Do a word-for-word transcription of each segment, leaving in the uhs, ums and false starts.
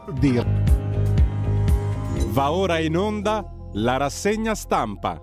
di... Va ora in onda la rassegna stampa.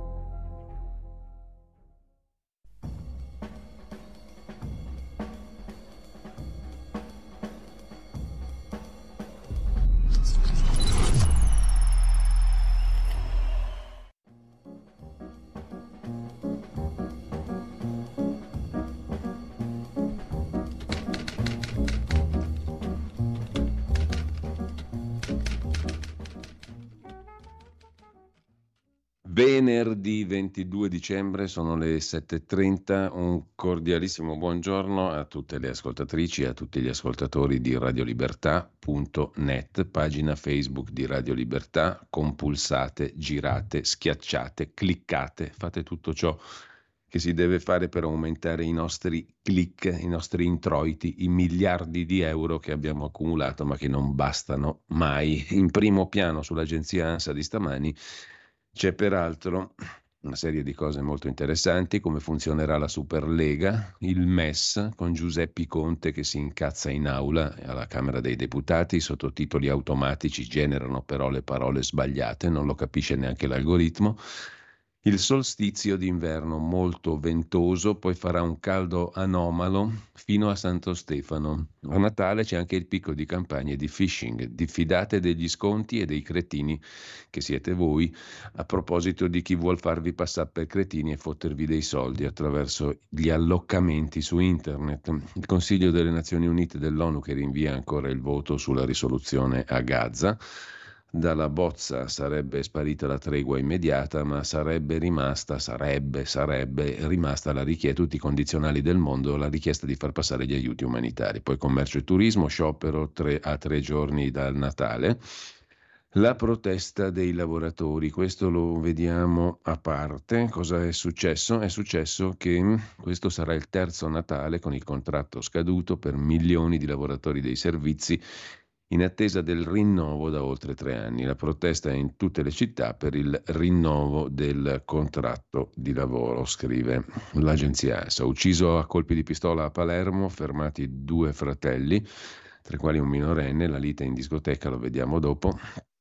Venerdì ventidue dicembre, sono le sette e trenta, un cordialissimo buongiorno a tutte le ascoltatrici e a tutti gli ascoltatori di radiolibertà punto net, pagina Facebook di Radio Libertà. Compulsate, girate, schiacciate, cliccate, fate tutto ciò che si deve fare per aumentare i nostri click, i nostri introiti, i miliardi di euro che abbiamo accumulato ma che non bastano mai. In primo piano sull'agenzia ANSA di stamani c'è peraltro una serie di cose molto interessanti, come funzionerà la Superlega, il M E S con Giuseppe Conte che si incazza in aula alla Camera dei Deputati, i sottotitoli automatici generano però le parole sbagliate, non lo capisce neanche l'algoritmo. Il solstizio d'inverno molto ventoso, poi farà un caldo anomalo fino a Santo Stefano. A Natale c'è anche il picco di campagne di phishing. Diffidate degli sconti e dei cretini che siete voi, a proposito di chi vuol farvi passare per cretini e fottervi dei soldi attraverso gli alloccamenti su internet. Il Consiglio delle Nazioni Unite dell'ONU che rinvia ancora il voto sulla risoluzione a Gaza. Dalla bozza sarebbe sparita la tregua immediata, ma sarebbe rimasta, sarebbe, sarebbe rimasta la richiesta, tutti i condizionali del mondo, la richiesta di far passare gli aiuti umanitari. Poi commercio e turismo, sciopero tre, a tre giorni dal Natale. La protesta dei lavoratori, questo lo vediamo a parte. Cosa è successo? È successo che questo sarà il terzo Natale con il contratto scaduto per milioni di lavoratori dei servizi in attesa del rinnovo da oltre tre anni. La protesta è in tutte le città per il rinnovo del contratto di lavoro, scrive l'agenzia ANSA. Ucciso a colpi di pistola a Palermo, fermati due fratelli, tra i quali un minorenne, la lite in discoteca, lo vediamo dopo.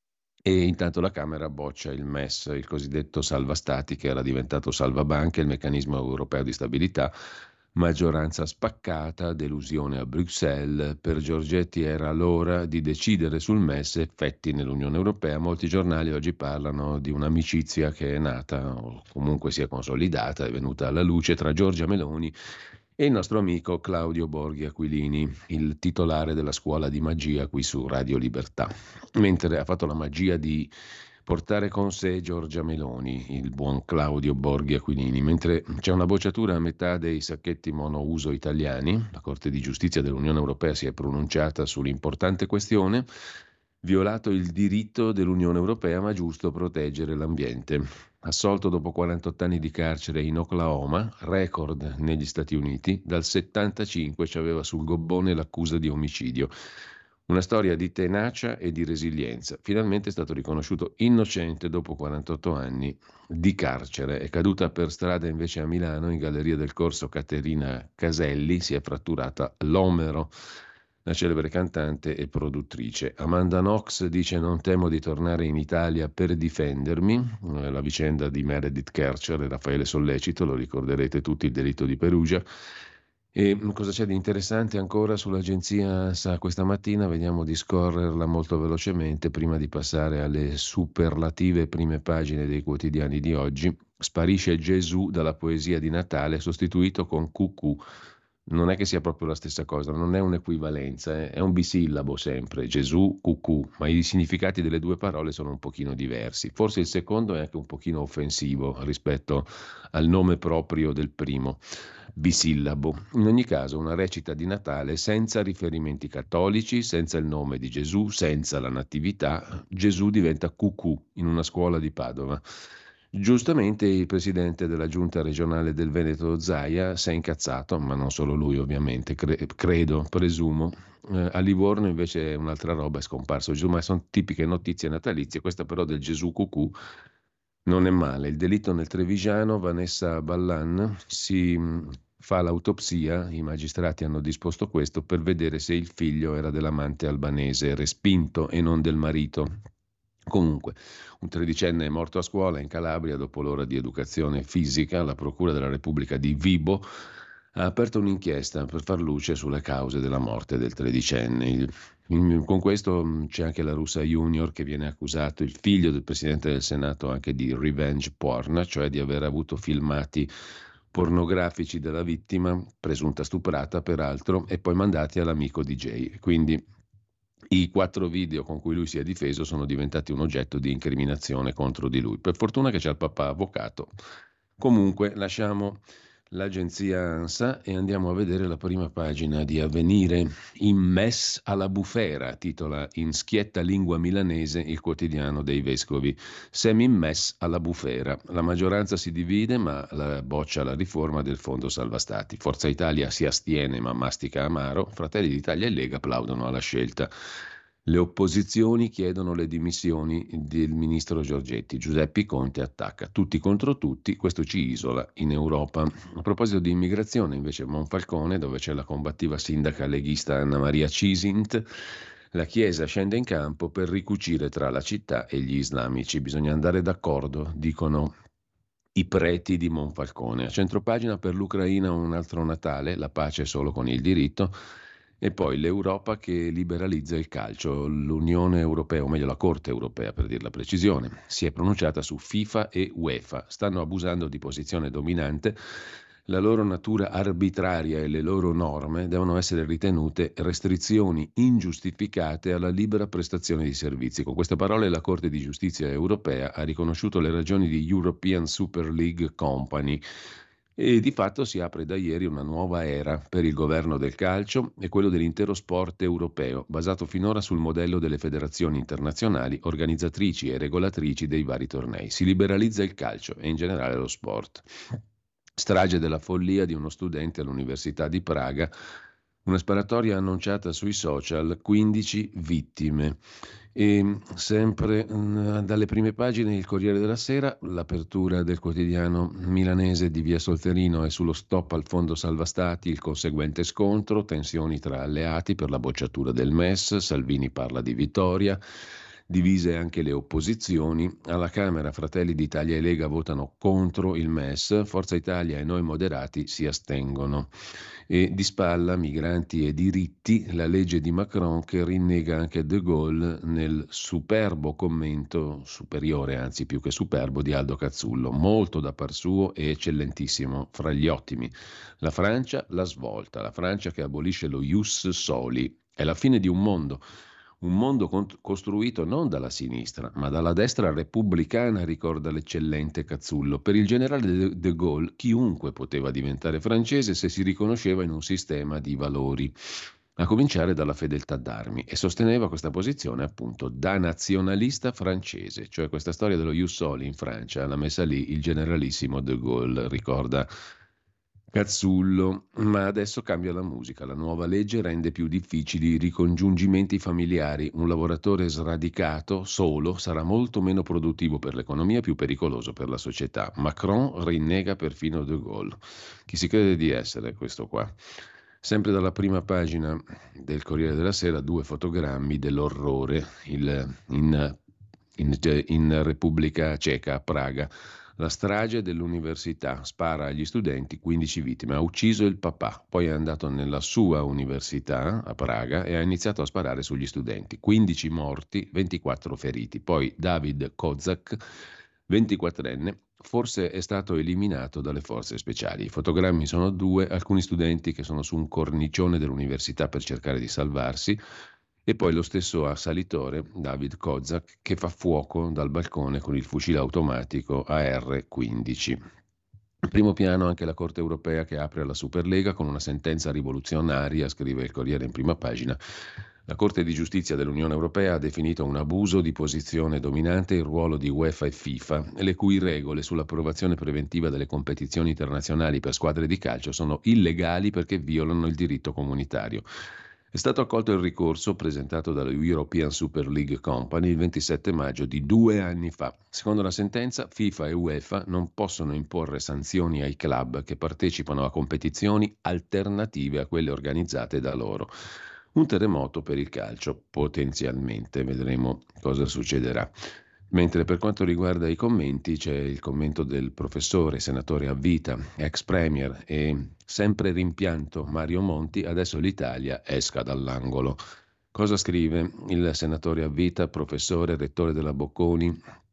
E intanto la Camera boccia il M E S, il cosiddetto salva stati che era diventato salva banche, il meccanismo europeo di stabilità. Maggioranza spaccata, delusione a Bruxelles. Per Giorgetti era l'ora di decidere sul M E S, effetti nell'Unione Europea. Molti giornali oggi parlano di un'amicizia che è nata o comunque si è consolidata, è venuta alla luce tra Giorgia Meloni e il nostro amico Claudio Borghi Aquilini, il titolare della scuola di magia qui su Radio Libertà. Mentre ha fatto la magia di portare con sé Giorgia Meloni, il buon Claudio Borghi Aquilini, mentre c'è una bocciatura a metà dei sacchetti monouso italiani. La Corte di Giustizia dell'Unione Europea si è pronunciata sull'importante questione: violato il diritto dell'Unione Europea, ma giusto proteggere l'ambiente. Assolto dopo quarantotto anni di carcere in Oklahoma, record negli Stati Uniti, dal settantacinque c'aveva sul gobbone l'accusa di omicidio. Una storia di tenacia e di resilienza. Finalmente è stato riconosciuto innocente dopo quarantotto anni di carcere. È caduta per strada invece a Milano, in Galleria del Corso Caterina Caselli, si è fratturata l'omero. La celebre cantante e produttrice. Amanda Knox dice: non temo di tornare in Italia per difendermi. La vicenda di Meredith Kercher e Raffaele Sollecito, lo ricorderete tutti, il delitto di Perugia. E cosa c'è di interessante ancora sull'agenzia ANSA questa mattina? Vediamo di scorrerla molto velocemente prima di passare alle superlative prime pagine dei quotidiani di oggi. Sparisce Gesù dalla poesia di Natale, sostituito con cucù. Non è che sia proprio la stessa cosa, non è un'equivalenza, eh? È un bisillabo sempre, Gesù, cucù, ma i significati delle due parole sono un pochino diversi. Forse il secondo è anche un pochino offensivo rispetto al nome proprio del primo, bisillabo. In ogni caso, una recita di Natale senza riferimenti cattolici, senza il nome di Gesù, senza la natività. Gesù diventa cucù in una scuola di Padova. Giustamente il presidente della giunta regionale del Veneto Zaia si è incazzato, ma non solo lui ovviamente, cre- credo, presumo. Eh, a Livorno invece un'altra roba è scomparso Gesù, ma sono tipiche notizie natalizie. Questa però del Gesù cucù non è male. Il delitto nel Trevigiano, Vanessa Ballan si fa l'autopsia, i magistrati hanno disposto questo per vedere se il figlio era dell'amante albanese respinto e non del marito. Comunque, un tredicenne è morto a scuola in Calabria dopo l'ora di educazione fisica. La Procura della Repubblica di Vibo ha aperto un'inchiesta per far luce sulle cause della morte del tredicenne. Il- in- con questo mh, c'è anche la Russa Junior che viene accusato, il figlio del Presidente del Senato, anche di revenge porn, cioè di aver avuto filmati pornografici della vittima, presunta stuprata peraltro, e poi mandati all'amico D J. Quindi i quattro video con cui lui si è difeso sono diventati un oggetto di incriminazione contro di lui. Per fortuna che c'è il papà avvocato. Comunque lasciamo l'agenzia ANSA e andiamo a vedere la prima pagina di Avvenire. In mess alla bufera, titola in schietta lingua milanese il quotidiano dei vescovi. Siamo in mess alla bufera. La maggioranza si divide, ma la boccia la riforma del Fondo Salva Stati. Forza Italia si astiene, ma mastica amaro. Fratelli d'Italia e Lega applaudono alla scelta. Le opposizioni chiedono le dimissioni del ministro Giorgetti. Giuseppe Conte attacca tutti contro tutti, questo ci isola in Europa. A proposito di immigrazione, invece, Monfalcone, dove c'è la combattiva sindaca leghista Anna Maria Cisint, la Chiesa scende in campo per ricucire tra la città e gli islamici. Bisogna andare d'accordo, dicono i preti di Monfalcone. A centropagina per l'Ucraina un altro Natale, la pace solo con il diritto. E poi l'Europa che liberalizza il calcio. L'Unione Europea, o meglio la Corte Europea per dir la precisione, si è pronunciata su FIFA e UEFA. Stanno abusando di posizione dominante. La loro natura arbitraria e le loro norme devono essere ritenute restrizioni ingiustificate alla libera prestazione di servizi. Con queste parole la Corte di Giustizia Europea ha riconosciuto le ragioni di European Super League Company. E di fatto si apre da ieri una nuova era per il governo del calcio e quello dell'intero sport europeo, basato finora sul modello delle federazioni internazionali, organizzatrici e regolatrici dei vari tornei. Si liberalizza il calcio e in generale lo sport. Strage della follia di uno studente all'Università di Praga, una sparatoria annunciata sui social, quindici vittime. E sempre mh, dalle prime pagine il Corriere della Sera, l'apertura del quotidiano milanese di Via Solferino è sullo stop al Fondo Salva Stati, il conseguente scontro, tensioni tra alleati per la bocciatura del M E S, Salvini parla di vittoria, divise anche le opposizioni. Alla Camera Fratelli d'Italia e Lega votano contro il M E S, Forza Italia e Noi Moderati si astengono. E di spalla migranti e diritti, la legge di Macron che rinnega anche De Gaulle nel superbo commento, superiore anzi più che superbo, di Aldo Cazzullo, molto da par suo e eccellentissimo, fra gli ottimi. La Francia la svolta, la Francia che abolisce lo ius soli, è la fine di un mondo. Un mondo costruito non dalla sinistra, ma dalla destra repubblicana, ricorda l'eccellente Cazzullo. Per il generale de Gaulle, chiunque poteva diventare francese se si riconosceva in un sistema di valori, a cominciare dalla fedeltà d'armi, e sosteneva questa posizione appunto da nazionalista francese, cioè questa storia dello ius soli in Francia l'ha messa lì il generalissimo de Gaulle, ricorda Cazzullo. Ma adesso cambia la musica, la nuova legge rende più difficili i ricongiungimenti familiari. Un lavoratore sradicato, solo, sarà molto meno produttivo per l'economia e più pericoloso per la società. Macron rinnega perfino De Gaulle. Chi si crede di essere questo qua? Sempre dalla prima pagina del Corriere della Sera, due fotogrammi dell'orrore il, in, in, in Repubblica Ceca, a Praga. La strage dell'università, spara agli studenti, quindici vittime, ha ucciso il papà, poi è andato nella sua università a Praga e ha iniziato a sparare sugli studenti, quindici morti, ventiquattro feriti. Poi David Kozak, ventiquattrenne, forse è stato eliminato dalle forze speciali. I fotogrammi sono due, alcuni studenti che sono su un cornicione dell'università per cercare di salvarsi, e poi lo stesso assalitore, David Kozak, che fa fuoco dal balcone con il fucile automatico A R quindici. In primo piano anche la Corte Europea che apre alla Superlega con una sentenza rivoluzionaria, scrive il Corriere in prima pagina. La Corte di Giustizia dell'Unione Europea ha definito un abuso di posizione dominante il ruolo di UEFA e FIFA, le cui regole sull'approvazione preventiva delle competizioni internazionali per squadre di calcio sono illegali perché violano il diritto comunitario. È stato accolto il ricorso presentato dalla European Super League Company il ventisette maggio di due anni fa. Secondo la sentenza, FIFA e UEFA non possono imporre sanzioni ai club che partecipano a competizioni alternative a quelle organizzate da loro. Un terremoto per il calcio, potenzialmente, vedremo cosa succederà. Mentre per quanto riguarda i commenti c'è il commento del professore, senatore a vita, ex premier e sempre rimpianto Mario Monti, adesso l'Italia esca dall'angolo. Cosa scrive il senatore a vita, professore, rettore della Bocconi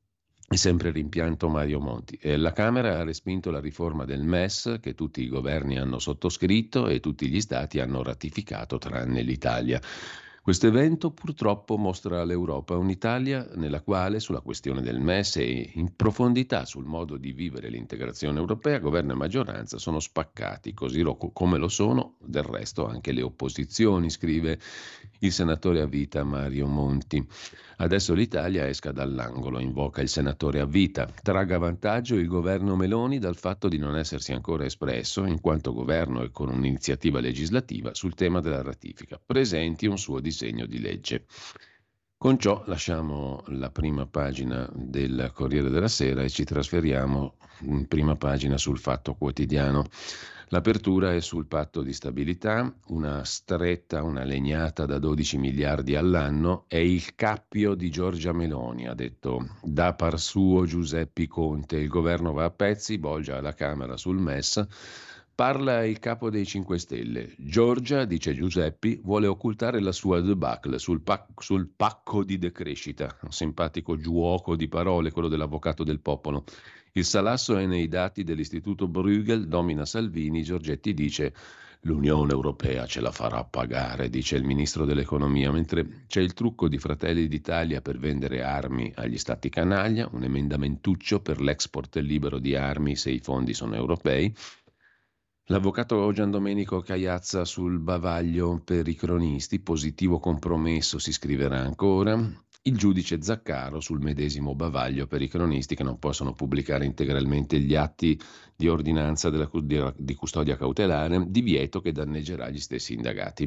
e sempre rimpianto Mario Monti? E la Camera ha respinto la riforma del M E S che tutti i governi hanno sottoscritto e tutti gli stati hanno ratificato tranne l'Italia. Questo evento purtroppo mostra all'Europa un'Italia nella quale sulla questione del M E S e in profondità sul modo di vivere l'integrazione europea governo e maggioranza sono spaccati, così lo, come lo sono del resto anche le opposizioni, scrive il senatore a vita Mario Monti. Adesso l'Italia esca dall'angolo, invoca il senatore a vita. Tragga vantaggio il governo Meloni dal fatto di non essersi ancora espresso, in quanto governo e con un'iniziativa legislativa sul tema della ratifica. Presenti un suo disegno di legge. Con ciò lasciamo la prima pagina del Corriere della Sera e ci trasferiamo in prima pagina sul Fatto Quotidiano. L'apertura è sul patto di stabilità, una stretta, una legnata da dodici miliardi all'anno è il cappio di Giorgia Meloni, ha detto da par suo Giuseppe Conte. Il governo va a pezzi, bolgia alla Camera sul M E S. Parla il capo dei cinque Stelle. Giorgia, dice Giuseppe, vuole occultare la sua debacle sul, pac- sul pacco di decrescita, un simpatico giuoco di parole, quello dell'avvocato del popolo. Il salasso è nei dati dell'Istituto Bruegel, domina Salvini, Giorgetti dice l'Unione Europea ce la farà pagare, dice il ministro dell'economia, mentre c'è il trucco di Fratelli d'Italia per vendere armi agli stati canaglia, un emendamentuccio per l'export libero di armi se i fondi sono europei. L'avvocato Giandomenico Cagliazza sul bavaglio per i cronisti, positivo compromesso si scriverà ancora. Il giudice Zaccaro sul medesimo bavaglio per i cronisti che non possono pubblicare integralmente gli atti di ordinanza della, di custodia cautelare, divieto che danneggerà gli stessi indagati.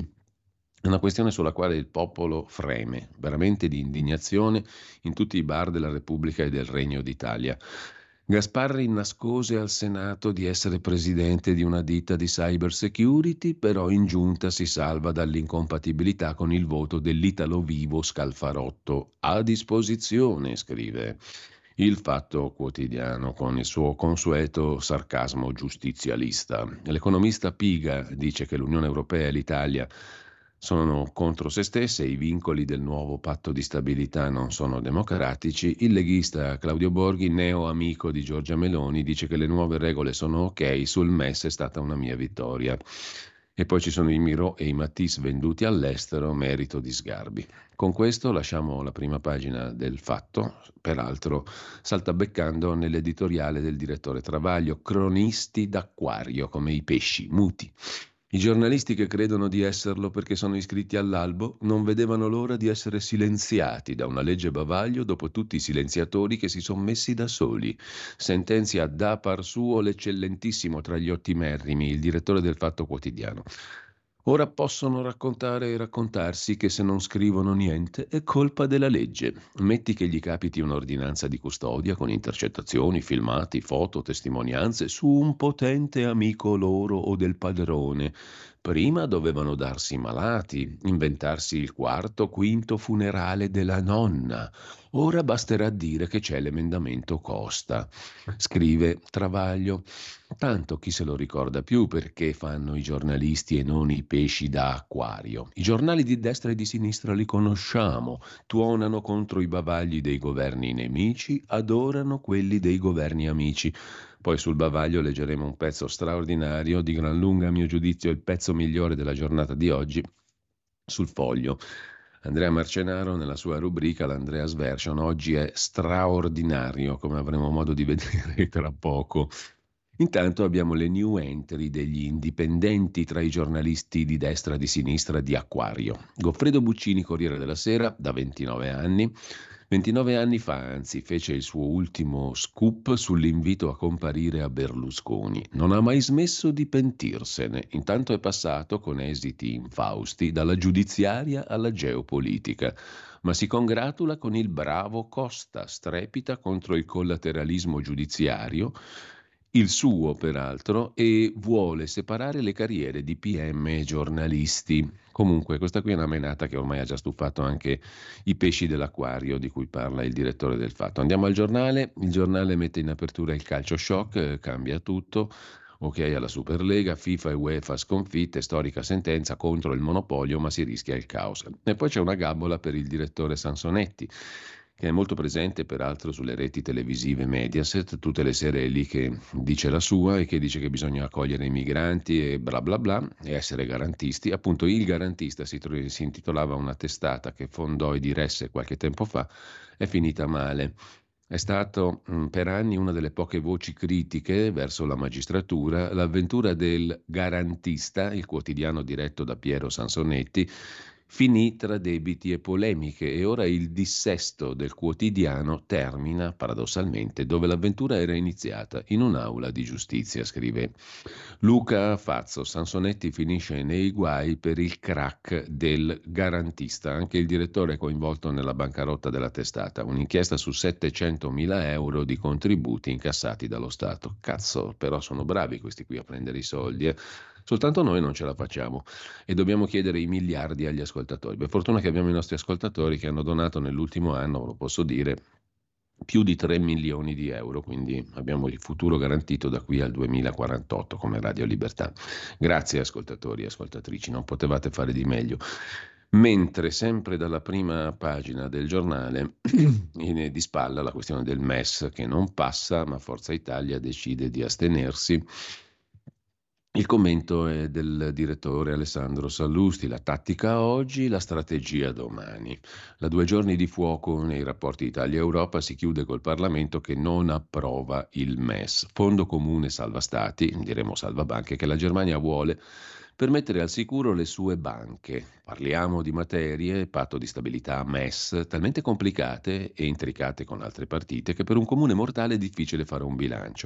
È una questione sulla quale il popolo freme, veramente di indignazione in tutti i bar della Repubblica e del Regno d'Italia. Gasparri nascose al Senato di essere presidente di una ditta di cyber security, però in giunta si salva dall'incompatibilità con il voto dell'Italo Vivo Scalfarotto. A disposizione, scrive il Fatto Quotidiano con il suo consueto sarcasmo giustizialista. L'economista Piga dice che l'Unione Europea e l'Italia sono contro se stesse, i vincoli del nuovo patto di stabilità non sono democratici. Il leghista Claudio Borghi, neo amico di Giorgia Meloni, dice che le nuove regole sono ok, sul M E S è stata una mia vittoria. E poi ci sono i Miro e i Matisse venduti all'estero, merito di Sgarbi. Con questo lasciamo la prima pagina del Fatto, peraltro saltabeccando nell'editoriale del direttore Travaglio, cronisti d'acquario come i pesci muti. I giornalisti che credono di esserlo perché sono iscritti all'albo non vedevano l'ora di essere silenziati da una legge bavaglio dopo tutti i silenziatori che si sono messi da soli. Sentenzia da par suo l'eccellentissimo tra gli ottimerrimi, il direttore del Fatto Quotidiano. Ora possono raccontare e raccontarsi che se non scrivono niente è colpa della legge. Metti che gli capiti un'ordinanza di custodia con intercettazioni, filmati, foto, testimonianze su un potente amico loro o del padrone. Prima dovevano darsi malati, inventarsi il quarto, quinto funerale della nonna. Ora basterà dire che c'è l'emendamento Costa. Scrive Travaglio. Tanto chi se lo ricorda più perché fanno i giornalisti e non i pesci da acquario. I giornali di destra e di sinistra li conosciamo, tuonano contro i bavagli dei governi nemici, adorano quelli dei governi amici. Poi sul bavaglio leggeremo un pezzo straordinario, di gran lunga a mio giudizio il pezzo migliore della giornata di oggi, sul Foglio. Andrea Marcenaro nella sua rubrica l'Andreas Version oggi è straordinario, come avremo modo di vedere tra poco. Intanto abbiamo le new entry degli indipendenti tra i giornalisti di destra e di sinistra di Acquario. Goffredo Buccini, Corriere della Sera, da ventinove anni, ventinove anni fa, anzi, fece il suo ultimo scoop sull'invito a comparire a Berlusconi. Non ha mai smesso di pentirsene. Intanto è passato, con esiti infausti, dalla giudiziaria alla geopolitica. Ma si congratula con il bravo Costa, strepita contro il collateralismo giudiziario, il suo peraltro, e vuole separare le carriere di P M e giornalisti. Comunque, questa qui è una menata che ormai ha già stufato anche i pesci dell'acquario di cui parla il direttore del Fatto. Andiamo al giornale, il giornale mette in apertura il calcio shock, eh, cambia tutto, ok alla Superlega, FIFA e UEFA sconfitte, storica sentenza contro il monopolio ma si rischia il caos. E poi c'è una gabbola per il direttore Sansonetti, che è molto presente peraltro sulle reti televisive Mediaset, tutte le sere è lì che dice la sua e che dice che bisogna accogliere i migranti e bla bla bla e essere garantisti. Appunto il garantista si, si intitolava una testata che fondò e diresse qualche tempo fa, è finita male. È stato mh, per anni una delle poche voci critiche verso la magistratura. L'avventura del Garantista, il quotidiano diretto da Piero Sansonetti, finì tra debiti e polemiche e ora il dissesto del quotidiano termina, paradossalmente, dove l'avventura era iniziata, in un'aula di giustizia, scrive Luca Fazzo. Sansonetti finisce nei guai per il crack del Garantista. Anche il direttore è coinvolto nella bancarotta della testata, un'inchiesta su settecentomila euro di contributi incassati dallo Stato. Cazzo, però sono bravi questi qui a prendere i soldi, eh. Soltanto noi non ce la facciamo e dobbiamo chiedere i miliardi agli ascoltatori. Per fortuna che abbiamo i nostri ascoltatori che hanno donato nell'ultimo anno, lo posso dire, più di tre milioni di euro, quindi abbiamo il futuro garantito da qui al duemilaquarantotto come Radio Libertà. Grazie ascoltatori e ascoltatrici, non potevate fare di meglio. Mentre sempre dalla prima pagina del giornale in, di spalla la questione del M E S che non passa, ma Forza Italia decide di astenersi. Il commento è del direttore Alessandro Sallusti: la tattica oggi, la strategia domani. La due giorni di fuoco nei rapporti Italia-Europa si chiude col Parlamento che non approva il M E S, Fondo Comune Salva Stati, diremo salva banche, che la Germania vuole per mettere al sicuro le sue banche. Parliamo di materie, patto di stabilità, M E S, talmente complicate e intricate con altre partite che per un comune mortale è difficile fare un bilancio.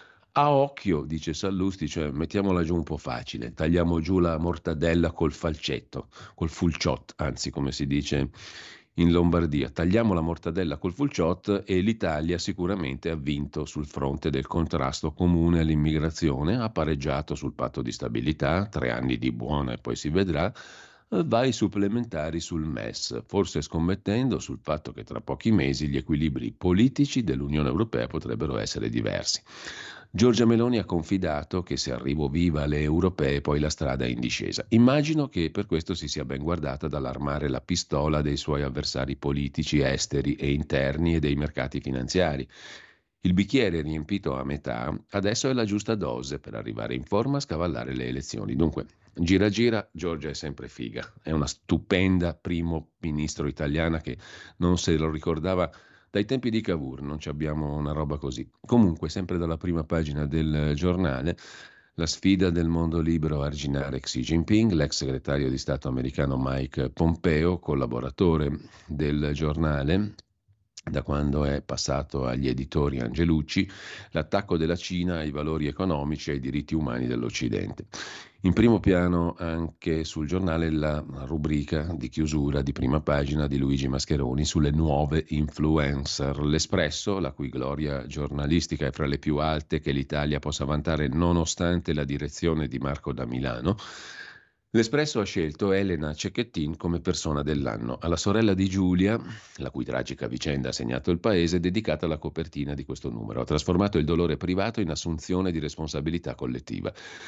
A occhio, dice Sallusti, cioè mettiamola giù un po' facile, tagliamo giù la mortadella col falcetto, col fulciot, anzi come si dice in Lombardia, tagliamo la mortadella col fulciot e l'Italia sicuramente ha vinto sul fronte del contrasto comune all'immigrazione, ha pareggiato sul patto di stabilità, tre anni di buona e poi si vedrà, va ai supplementari sul M E S, forse scommettendo sul fatto che tra pochi mesi gli equilibri politici dell'Unione Europea potrebbero essere diversi. Giorgia Meloni ha confidato che se arrivo viva alle europee poi la strada è in discesa. Immagino che per questo si sia ben guardata dall'armare la pistola dei suoi avversari politici esteri e interni e dei mercati finanziari. Il bicchiere riempito a metà, adesso è la giusta dose per arrivare in forma a scavallare le elezioni. Dunque, gira gira, Giorgia è sempre figa. È una stupenda primo ministro italiana che non se lo ricordava dai tempi di Cavour, non ci abbiamo una roba così. Comunque, sempre dalla prima pagina del giornale, la sfida del mondo libero a arginare Xi Jinping, l'ex segretario di Stato americano Mike Pompeo, collaboratore del giornale, da quando è passato agli editori Angelucci, l'attacco della Cina ai valori economici e ai diritti umani dell'Occidente. In primo piano anche sul giornale la rubrica di chiusura di prima pagina di Luigi Mascheroni sulle nuove influencer. L'Espresso, la cui gloria giornalistica è fra le più alte che l'Italia possa vantare nonostante la direzione di Marco da Milano, L'Espresso ha scelto Elena Cecchettin come persona dell'anno. Alla sorella di Giulia, la cui tragica vicenda ha segnato il paese, è dedicata la copertina di questo numero. Ha trasformato il dolore privato in assunzione di responsabilità collettiva.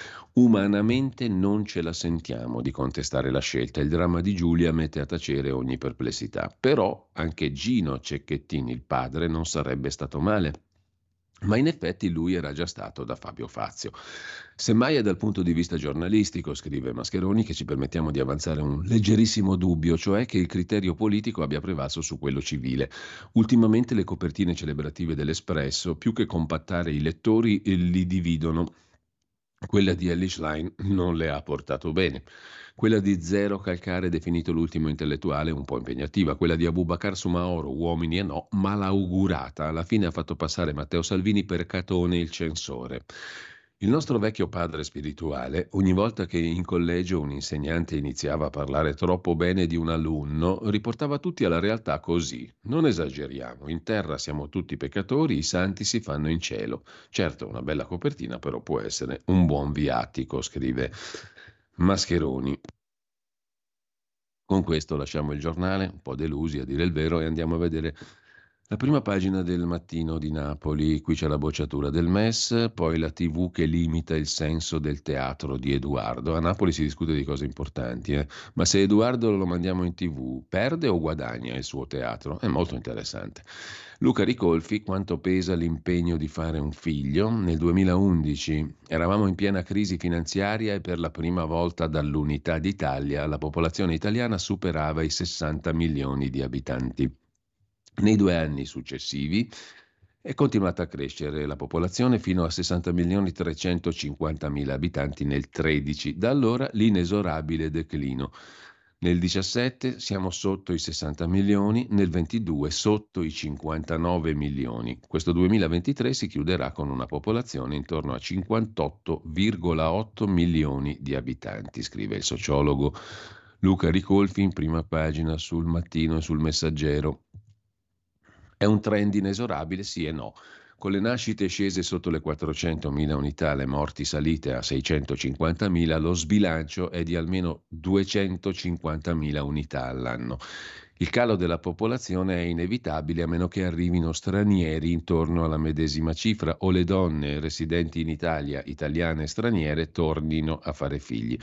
Umanamente non ce la sentiamo di contestare la scelta. Il dramma di Giulia mette a tacere ogni perplessità. Però anche Gino Cecchettin, il padre, non sarebbe stato male. Ma in effetti lui era già stato da Fabio Fazio. Semmai è dal punto di vista giornalistico, scrive Mascheroni, che ci permettiamo di avanzare un leggerissimo dubbio, cioè che il criterio politico abbia prevalso su quello civile. Ultimamente le copertine celebrative dell'Espresso, più che compattare i lettori, li dividono Quella di Elly Schlein non le ha portato bene. Quella di Zero Calcare, definito l'ultimo intellettuale, un po' impegnativa. Quella di Abubakar Sumaoro, uomini e no, malaugurata. Alla fine ha fatto passare Matteo Salvini per Catone il censore. Il nostro vecchio padre spirituale, ogni volta che in collegio un insegnante iniziava a parlare troppo bene di un alunno, riportava tutti alla realtà così. Non esageriamo, in terra siamo tutti peccatori, i santi si fanno in cielo. Certo, una bella copertina però può essere un buon viatico, scrive Mascheroni. Con questo lasciamo il giornale, un po' delusi a dire il vero, e andiamo a vedere la prima pagina del Mattino di Napoli. Qui c'è la bocciatura del M E S, poi la T V che limita il senso del teatro di Edoardo. A Napoli si discute di cose importanti, eh? Ma se Edoardo lo mandiamo in T V, perde o guadagna il suo teatro? È molto interessante. Luca Ricolfi, quanto pesa l'impegno di fare un figlio? Nel duemilaundici eravamo in piena crisi finanziaria e per la prima volta dall'Unità d'Italia la popolazione italiana superava i sessanta milioni di abitanti. Nei due anni successivi è continuata a crescere la popolazione fino a sessanta milioni trecentocinquantamila abitanti nel tredici, da allora l'inesorabile declino. Nel diciassette siamo sotto i sessanta milioni, nel ventidue sotto i cinquantanove milioni. Questo duemilaventitré si chiuderà con una popolazione intorno a cinquantotto virgola otto milioni di abitanti, scrive il sociologo Luca Ricolfi in prima pagina sul Mattino e sul Messaggero. È un trend inesorabile, sì e no. Con le nascite scese sotto le quattrocentomila unità, le morti salite a seicentocinquantamila, lo sbilancio è di almeno duecentocinquantamila unità all'anno. Il calo della popolazione è inevitabile a meno che arrivino stranieri intorno alla medesima cifra o le donne residenti in Italia, italiane e straniere, tornino a fare figli.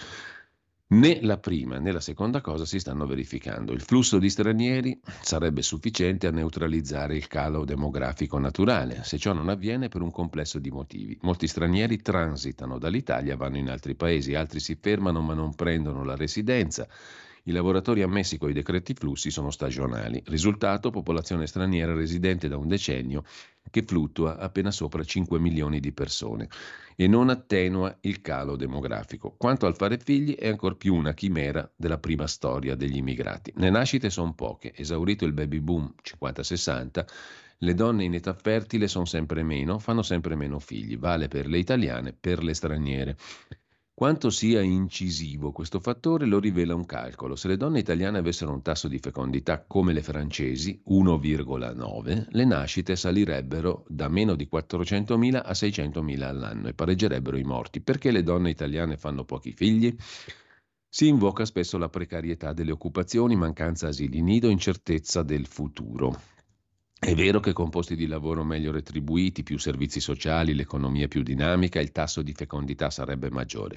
Né la prima né la seconda cosa si stanno verificando. Il flusso di stranieri sarebbe sufficiente a neutralizzare il calo demografico naturale, se ciò non avviene per un complesso di motivi. Molti stranieri transitano dall'Italia, vanno in altri paesi, altri si fermano ma non prendono la residenza. I lavoratori ammessi coi decreti flussi sono stagionali. Risultato: popolazione straniera residente da un decennio che fluttua appena sopra cinque milioni di persone e non attenua il calo demografico. Quanto al fare figli è ancor più una chimera della prima storia degli immigrati. Le nascite sono poche, esaurito il baby boom cinquanta sessanta, le donne in età fertile sono sempre meno, fanno sempre meno figli, vale per le italiane, per le straniere. Quanto sia incisivo questo fattore lo rivela un calcolo. Se le donne italiane avessero un tasso di fecondità come le francesi, uno virgola nove, le nascite salirebbero da meno di quattrocentomila a seicentomila all'anno e pareggerebbero i morti. Perché le donne italiane fanno pochi figli? Si invoca spesso la precarietà delle occupazioni, mancanza asili nido, incertezza del futuro. È vero che con posti di lavoro meglio retribuiti, più servizi sociali, l'economia più dinamica, il tasso di fecondità sarebbe maggiore.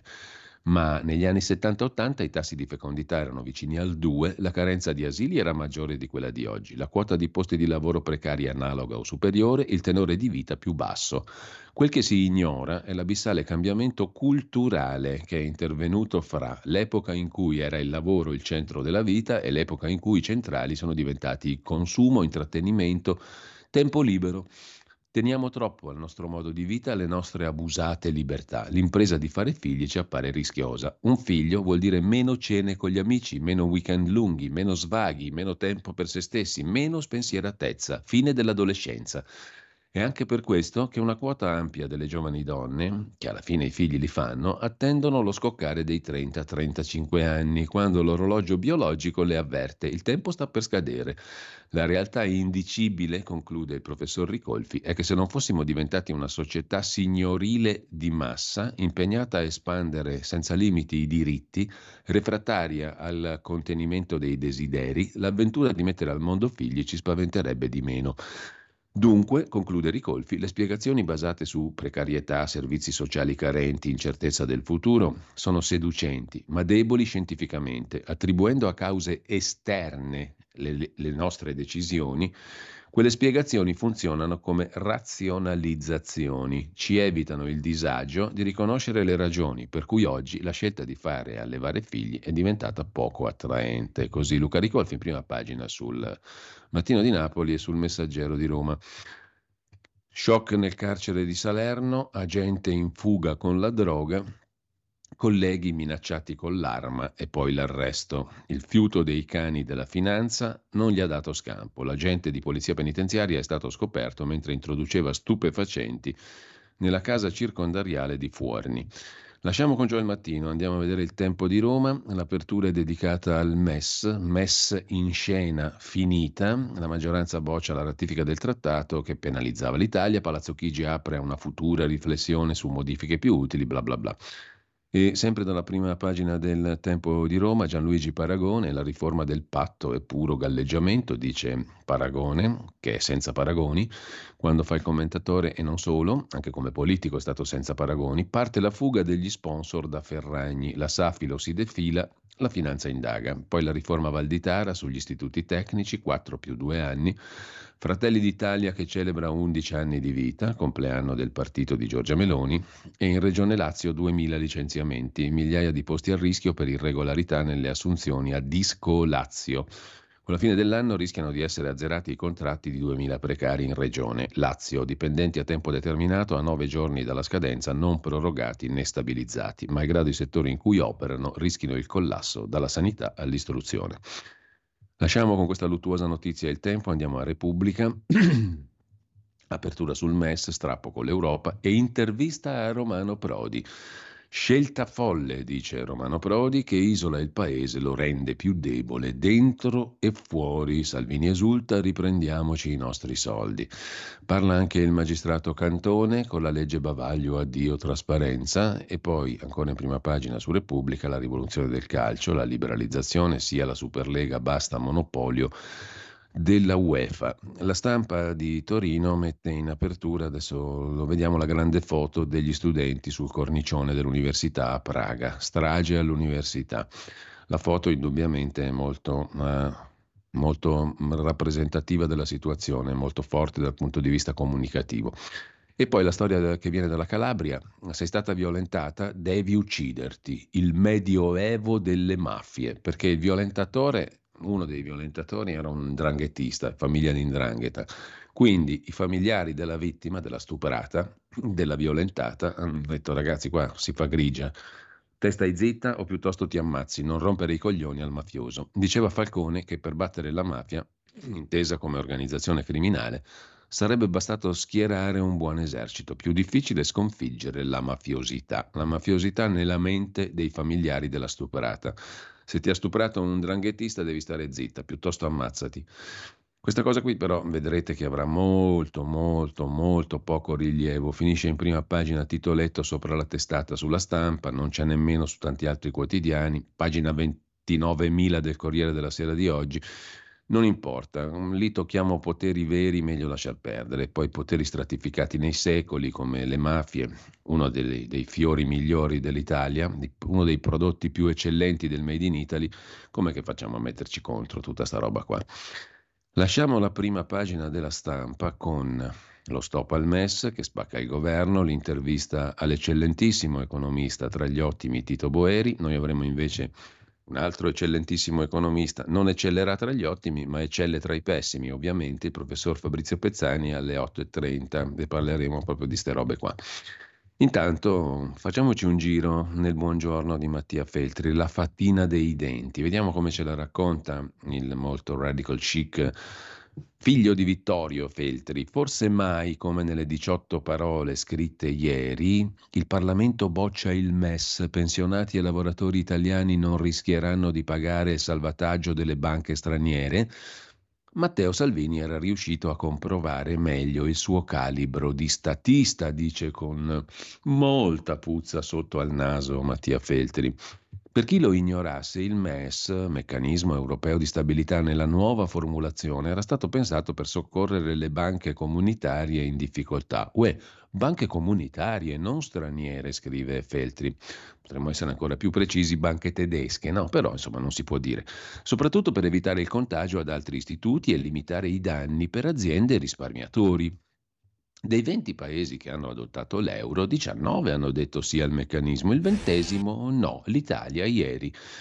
Ma negli anni settanta ottanta i tassi di fecondità erano vicini al due, la carenza di asili era maggiore di quella di oggi, la quota di posti di lavoro precari analoga o superiore, il tenore di vita più basso. Quel che si ignora è l'abissale cambiamento culturale che è intervenuto fra l'epoca in cui era il lavoro il centro della vita e l'epoca in cui i centrali sono diventati consumo, intrattenimento, tempo libero. Teniamo troppo al nostro modo di vita, alle nostre abusate libertà. L'impresa di fare figli ci appare rischiosa. Un figlio vuol dire meno cene con gli amici, meno weekend lunghi, meno svaghi, meno tempo per se stessi, meno spensieratezza. Fine dell'adolescenza. È anche per questo che una quota ampia delle giovani donne, che alla fine i figli li fanno, attendono lo scoccare dei trenta trentacinque anni, quando l'orologio biologico le avverte: il tempo sta per scadere. La realtà indicibile, conclude il professor Ricolfi, è che se non fossimo diventati una società signorile di massa, impegnata a espandere senza limiti i diritti, refrattaria al contenimento dei desideri, l'avventura di mettere al mondo figli ci spaventerebbe di meno. Dunque, conclude Ricolfi, le spiegazioni basate su precarietà, servizi sociali carenti, incertezza del futuro sono seducenti, ma deboli scientificamente, attribuendo a cause esterne le, le nostre decisioni. Quelle spiegazioni funzionano come razionalizzazioni, ci evitano il disagio di riconoscere le ragioni per cui oggi la scelta di fare e allevare figli è diventata poco attraente. Così Luca Ricolfi in prima pagina sul Mattino di Napoli e sul Messaggero di Roma. Shock nel carcere di Salerno, agente in fuga con la droga, colleghi minacciati con l'arma e poi l'arresto. Il fiuto dei cani della finanza non gli ha dato scampo. L'agente di polizia penitenziaria è stato scoperto mentre introduceva stupefacenti nella casa circondariale di Fuorni. Lasciamo con Gio il Mattino, andiamo a vedere il Tempo di Roma. L'apertura è dedicata al M E S, M E S in scena finita. La maggioranza boccia la ratifica del trattato che penalizzava l'Italia. Palazzo Chigi apre a una futura riflessione su modifiche più utili, bla bla bla. E sempre dalla prima pagina del Tempo di Roma, Gianluigi Paragone, la riforma del patto è puro galleggiamento, dice Paragone, che è senza paragoni, quando fa il commentatore e non solo, anche come politico è stato senza paragoni, parte la fuga degli sponsor da Ferragni, la Safilo si defila, la finanza indaga, poi la riforma Valditara sugli istituti tecnici, quattro più due anni, Fratelli d'Italia che celebra undici anni di vita, compleanno del partito di Giorgia Meloni, e in Regione Lazio duemila licenziamenti, migliaia di posti a rischio per irregolarità nelle assunzioni a Disco Lazio. Con la fine dell'anno rischiano di essere azzerati i contratti di duemila precari in Regione Lazio, dipendenti a tempo determinato a nove giorni dalla scadenza, non prorogati né stabilizzati, malgrado i settori in cui operano rischino il collasso dalla sanità all'istruzione. Lasciamo con questa luttuosa notizia il Tempo, andiamo a Repubblica. Apertura sul M E S, strappo con l'Europa e intervista a Romano Prodi. Scelta folle, dice Romano Prodi, che isola il paese, lo rende più debole dentro e fuori. Salvini esulta, riprendiamoci i nostri soldi. Parla anche il magistrato Cantone con la legge Bavaglio, addio trasparenza, e poi ancora in prima pagina su Repubblica la rivoluzione del calcio, la liberalizzazione, sia la Superlega, basta monopolio della UEFA. La Stampa di Torino mette in apertura, adesso lo vediamo, la grande foto degli studenti sul cornicione dell'università a Praga, strage all'università. La foto indubbiamente è molto, eh, molto rappresentativa della situazione, molto forte dal punto di vista comunicativo. E poi la storia che viene dalla Calabria: sei stata violentata, devi ucciderti, il medioevo delle mafie, perché il violentatore, uno dei violentatori era un 'ndranghetista, famiglia di 'ndrangheta. Quindi i familiari della vittima, della stuprata, della violentata, hanno detto: ragazzi, qua si fa grigia, te stai zitta o piuttosto ti ammazzi, non rompere i coglioni al mafioso. Diceva Falcone che per battere la mafia, intesa come organizzazione criminale, sarebbe bastato schierare un buon esercito, più difficile sconfiggere la mafiosità, la mafiosità nella mente dei familiari della stuprata. Se ti ha stuprato un 'ndranghetista devi stare zitta, piuttosto ammazzati. Questa cosa qui però vedrete che avrà molto, molto, molto poco rilievo. Finisce in prima pagina, titoletto sopra la testata sulla Stampa, non c'è nemmeno su tanti altri quotidiani, pagina ventinovemila del Corriere della Sera di oggi. Non importa, lì tocchiamo poteri veri, meglio lasciar perdere. Poi poteri stratificati nei secoli come le mafie, uno dei, dei fiori migliori dell'Italia, uno dei prodotti più eccellenti del Made in Italy. Com'è che facciamo a metterci contro tutta sta roba qua? Lasciamo la prima pagina della Stampa con lo stop al M E S che spacca il governo, l'intervista all'eccellentissimo economista tra gli ottimi Tito Boeri. Noi avremo invece un altro eccellentissimo economista, non eccellerà tra gli ottimi, ma eccelle tra i pessimi, ovviamente, il professor Fabrizio Pezzani alle otto e trenta, e parleremo proprio di ste robe qua. Intanto facciamoci un giro nel buongiorno di Mattia Feltri, la fatina dei denti. Vediamo come ce la racconta il molto radical chic figlio di Vittorio Feltri. Forse mai come nelle diciotto parole scritte ieri, il Parlamento boccia il M E S, pensionati e lavoratori italiani non rischieranno di pagare il salvataggio delle banche straniere. Matteo Salvini era riuscito a comprovare meglio il suo calibro di statista, dice con molta puzza sotto al naso Mattia Feltri. Per chi lo ignorasse, il M E S, Meccanismo Europeo di Stabilità, nella nuova formulazione era stato pensato per soccorrere le banche comunitarie in difficoltà. Uè, banche comunitarie, non straniere, scrive Feltri. Potremmo essere ancora più precisi, banche tedesche, no, però insomma non si può dire. Soprattutto per evitare il contagio ad altri istituti e limitare i danni per aziende e risparmiatori. Dei venti paesi che hanno adottato l'euro, diciannove hanno detto sì al meccanismo, il ventesimo no, l'Italia ieri.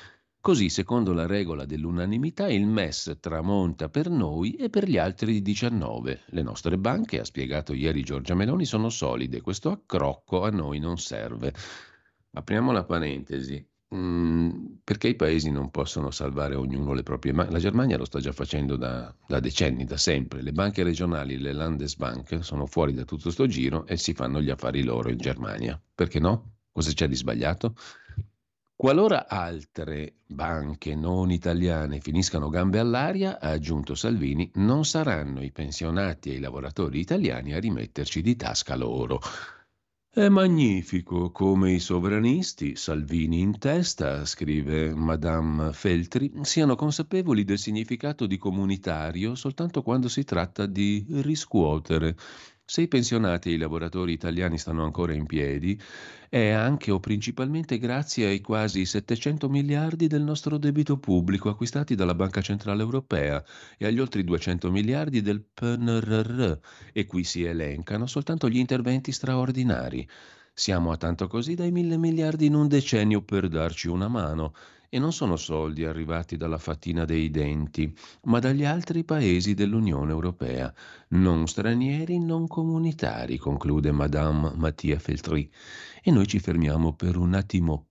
Così, secondo la regola dell'unanimità, il M E S tramonta per noi e per gli altri diciannove. Le nostre banche, ha spiegato ieri Giorgia Meloni, sono solide. Questo accrocco a noi non serve. Apriamo la parentesi. Mm, perché i paesi non possono salvare ognuno le proprie banche? La Germania lo sta già facendo da, da decenni, da sempre. Le banche regionali, le Landesbank, sono fuori da tutto sto giro e si fanno gli affari loro in Germania. Perché no? Cosa c'è di sbagliato? Qualora altre banche non italiane finiscano gambe all'aria, ha aggiunto Salvini, non saranno i pensionati e i lavoratori italiani a rimetterci di tasca loro. È magnifico come i sovranisti, Salvini in testa, scrive Madame Feltri, siano consapevoli del significato di comunitario soltanto quando si tratta di riscuotere. Se i pensionati e i lavoratori italiani stanno ancora in piedi, è anche o principalmente grazie ai quasi settecento miliardi del nostro debito pubblico acquistati dalla Banca Centrale Europea e agli oltre duecento miliardi del P N R R, e qui si elencano soltanto gli interventi straordinari. Siamo a tanto così dai mille miliardi in un decennio per darci una mano. E non sono soldi arrivati dalla fattina dei denti, ma dagli altri paesi dell'Unione Europea, non stranieri, non comunitari, conclude Madame Mattia Feltri. E noi ci fermiamo per un attimo.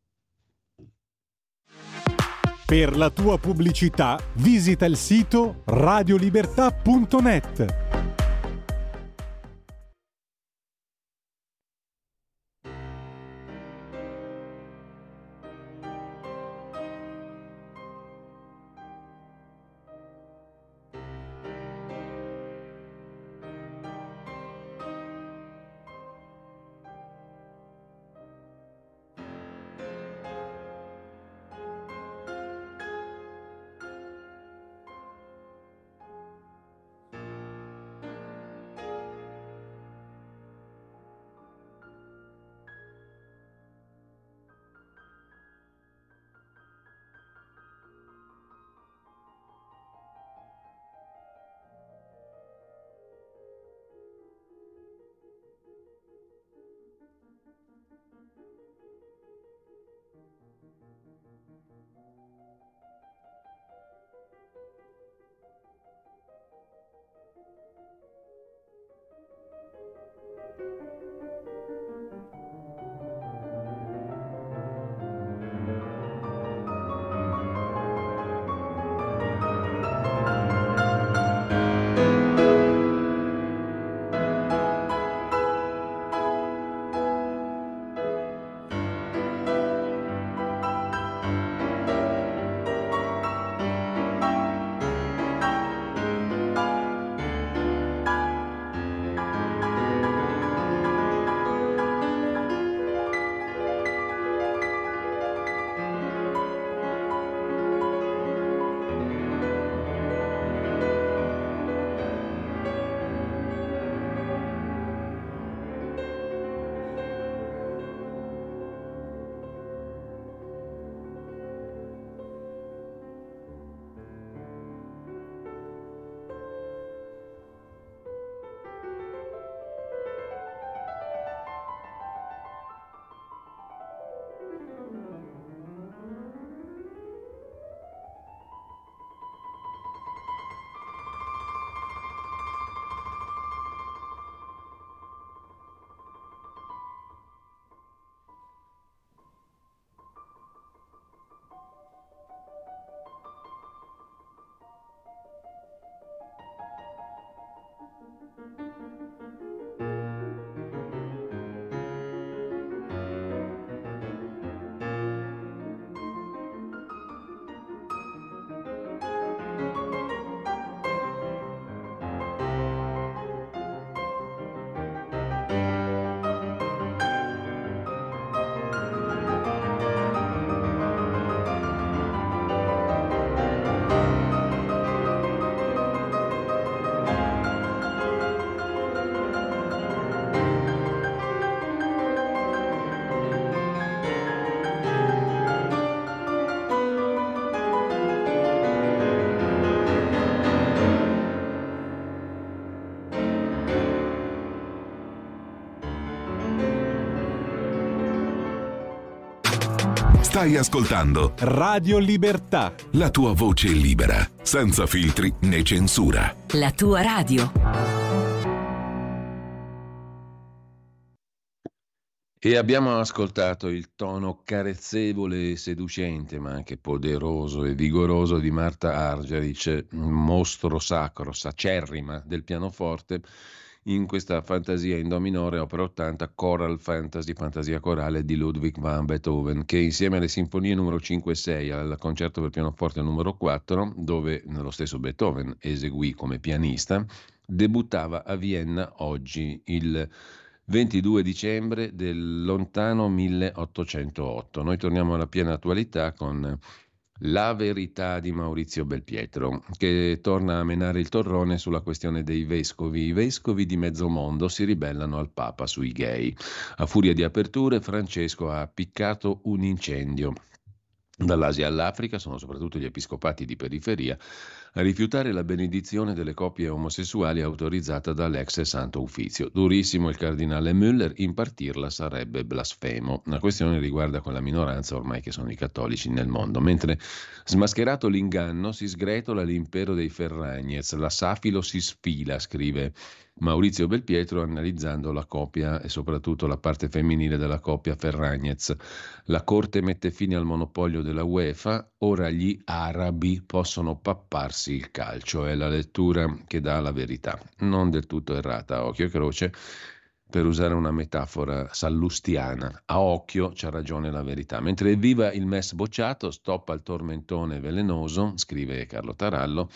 Per la tua pubblicità visita il sito radiolibertà punto net. Stai ascoltando Radio Libertà. la tua voce libera, senza filtri né censura. La tua radio. E abbiamo ascoltato il tono carezzevole e seducente, ma anche poderoso e vigoroso di Marta Argerich, mostro sacro, sacerrima del pianoforte, in questa fantasia in do minore, opera ottanta, Choral Fantasy, fantasia corale di Ludwig van Beethoven, che insieme alle sinfonie numero cinque e sei, al concerto per pianoforte numero quattro, dove lo stesso Beethoven eseguì come pianista, debuttava a Vienna oggi, il ventidue dicembre del lontano milleottocentootto. Noi torniamo alla piena attualità con La verità di Maurizio Belpietro, che torna a menare il torrone sulla questione dei vescovi. I vescovi di mezzo mondo si ribellano al Papa sui gay. A furia di aperture, Francesco ha appiccato un incendio. Dall'Asia all'Africa sono soprattutto gli episcopati di periferia a rifiutare la benedizione delle coppie omosessuali autorizzata dall'ex Santo Uffizio. Durissimo il cardinale Müller, impartirla sarebbe blasfemo. La questione riguarda quella minoranza ormai che sono i cattolici nel mondo. Mentre smascherato l'inganno si sgretola l'impero dei Ferragnez, la Safilo si sfila, scrive Maurizio Belpietro analizzando la coppia e soprattutto la parte femminile della coppia Ferragnez. La Corte mette fine al monopolio della UEFA, ora gli arabi possono papparsi il calcio, è la lettura che dà la verità, non del tutto errata a occhio e croce, per usare una metafora sallustiana. A occhio c'ha ragione la verità. Mentre evviva il M E S bocciato, stop al tormentone velenoso, scrive Carlo Tarallo,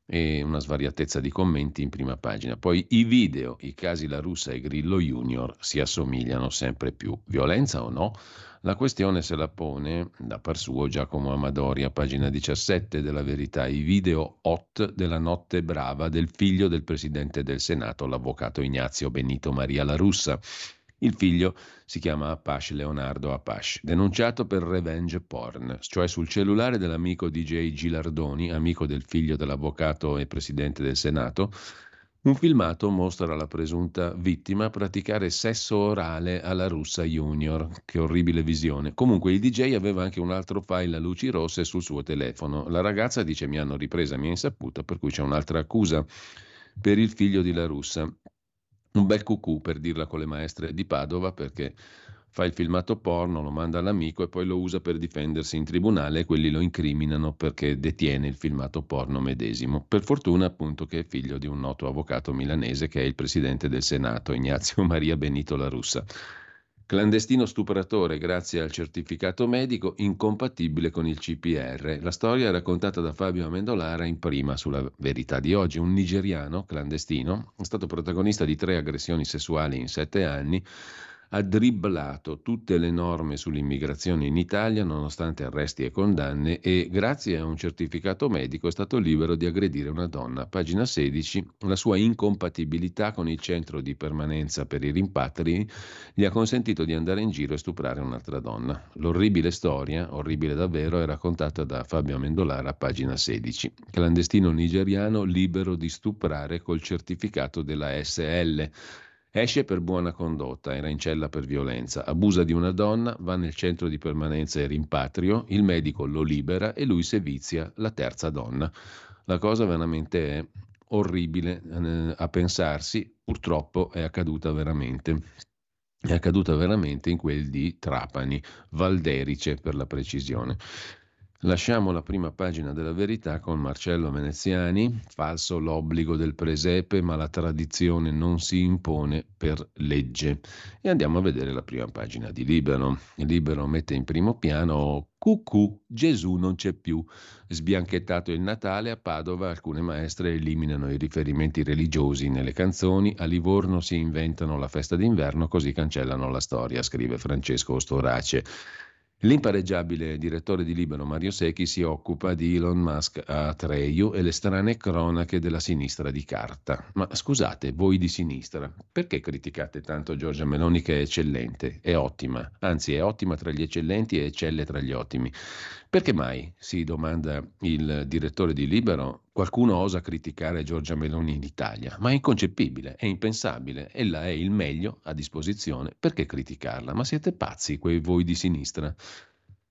e una svariatezza di commenti in prima pagina. Poi i video, i casi La Russa e Grillo Junior si assomigliano sempre più. Violenza o no? La questione se la pone da par suo Giacomo Amadori a pagina diciassette della Verità, i video hot della notte brava del figlio del presidente del Senato, l'avvocato Ignazio Benito Maria La Russa. Il figlio si chiama Apache Leonardo Apache, denunciato per revenge porn, cioè sul cellulare dell'amico D J Gilardoni, amico del figlio dell'avvocato e presidente del Senato. Un filmato mostra la presunta vittima praticare sesso orale alla Russa Junior. Che orribile visione. Comunque il D J aveva anche un altro file a luci rosse sul suo telefono. La ragazza dice: mi hanno ripresa a mia insaputa, per cui c'è un'altra accusa per il figlio di La Russa. Un bel cucù, per dirla con le maestre di Padova, perché fa il filmato porno, lo manda all'amico e poi lo usa per difendersi in tribunale e quelli lo incriminano perché detiene il filmato porno medesimo. Per fortuna appunto che è figlio di un noto avvocato milanese che è il presidente del Senato, Ignazio Maria Benito La Russa. Clandestino stupratore grazie al certificato medico, incompatibile con il C P R. La storia è raccontata da Fabio Amendolara in prima sulla Verità di oggi. Un nigeriano clandestino è stato protagonista di tre aggressioni sessuali in sette anni, ha dribblato tutte le norme sull'immigrazione in Italia nonostante arresti e condanne e grazie a un certificato medico è stato libero di aggredire una donna. Pagina sedici, la sua incompatibilità con il centro di permanenza per i rimpatri gli ha consentito di andare in giro e stuprare un'altra donna. L'orribile storia, orribile davvero, è raccontata da Fabio Amendolara a pagina sedici. Clandestino nigeriano libero di stuprare col certificato della S L. Esce per buona condotta, era in cella per violenza, abusa di una donna, va nel centro di permanenza e rimpatrio, il medico lo libera e lui sevizia la terza donna. La cosa veramente è orribile eh, a pensarsi, purtroppo è accaduta veramente. È accaduta veramente in quel di Trapani, Valderice per la precisione. Lasciamo la prima pagina della Verità con Marcello Veneziani, falso l'obbligo del presepe, ma la tradizione non si impone per legge. E andiamo a vedere la prima pagina di Libero. Libero mette in primo piano cucù, Gesù non c'è più. Sbianchettato il Natale, a Padova alcune maestre eliminano i riferimenti religiosi nelle canzoni, a Livorno si inventano la festa d'inverno, così cancellano la storia, scrive Francesco Ostorace. L'impareggiabile direttore di Libero Mario Secchi si occupa di Elon Musk a Atreju e le strane cronache della sinistra di carta. Ma scusate, voi di sinistra, perché criticate tanto Giorgia Meloni che è eccellente, è ottima, anzi è ottima tra gli eccellenti e eccelle tra gli ottimi? Perché mai, si domanda il direttore di Libero, qualcuno osa criticare Giorgia Meloni in Italia? Ma è inconcepibile, è impensabile, ella è il meglio a disposizione, perché criticarla? Ma siete pazzi, quei voi di sinistra?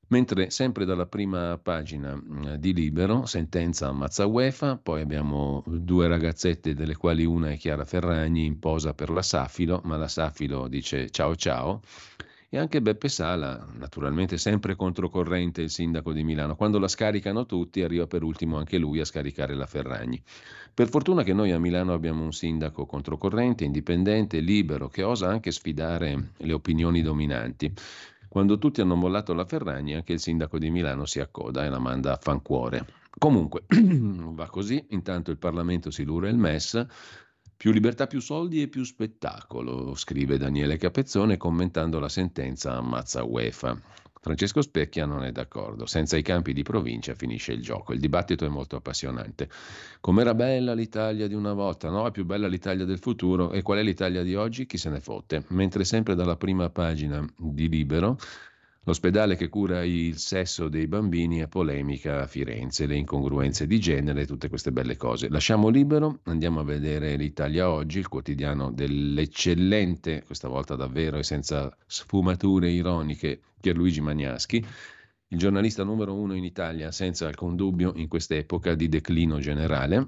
Mentre sempre dalla prima pagina mh, di Libero, sentenza ammazza UEFA, poi abbiamo due ragazzette delle quali una è Chiara Ferragni in posa per la Safilo, ma la Safilo dice ciao ciao, e anche Beppe Sala, naturalmente sempre controcorrente il sindaco di Milano, quando la scaricano tutti arriva per ultimo anche lui a scaricare la Ferragni. Per fortuna che noi a Milano abbiamo un sindaco controcorrente, indipendente, libero, che osa anche sfidare le opinioni dominanti. Quando tutti hanno mollato la Ferragni, anche il sindaco di Milano si accoda e la manda a fancuore. Comunque, va così, intanto il Parlamento si lura il M E S, più libertà, più soldi e più spettacolo, scrive Daniele Capezzone commentando la sentenza ammazza UEFA. Francesco Specchia non è d'accordo, senza i campi di provincia finisce il gioco, il dibattito è molto appassionante. Com'era bella l'Italia di una volta, no? È più bella l'Italia del futuro. E qual è l'Italia di oggi? Chi se ne fotte. Mentre sempre dalla prima pagina di Libero, l'ospedale che cura il sesso dei bambini è polemica a Firenze, le incongruenze di genere, tutte queste belle cose. Lasciamo Libero, andiamo a vedere l'Italia oggi, il quotidiano dell'eccellente, questa volta davvero e senza sfumature ironiche, Pierluigi Magnaschi. Il giornalista numero uno in Italia, senza alcun dubbio, in quest'epoca di declino generale.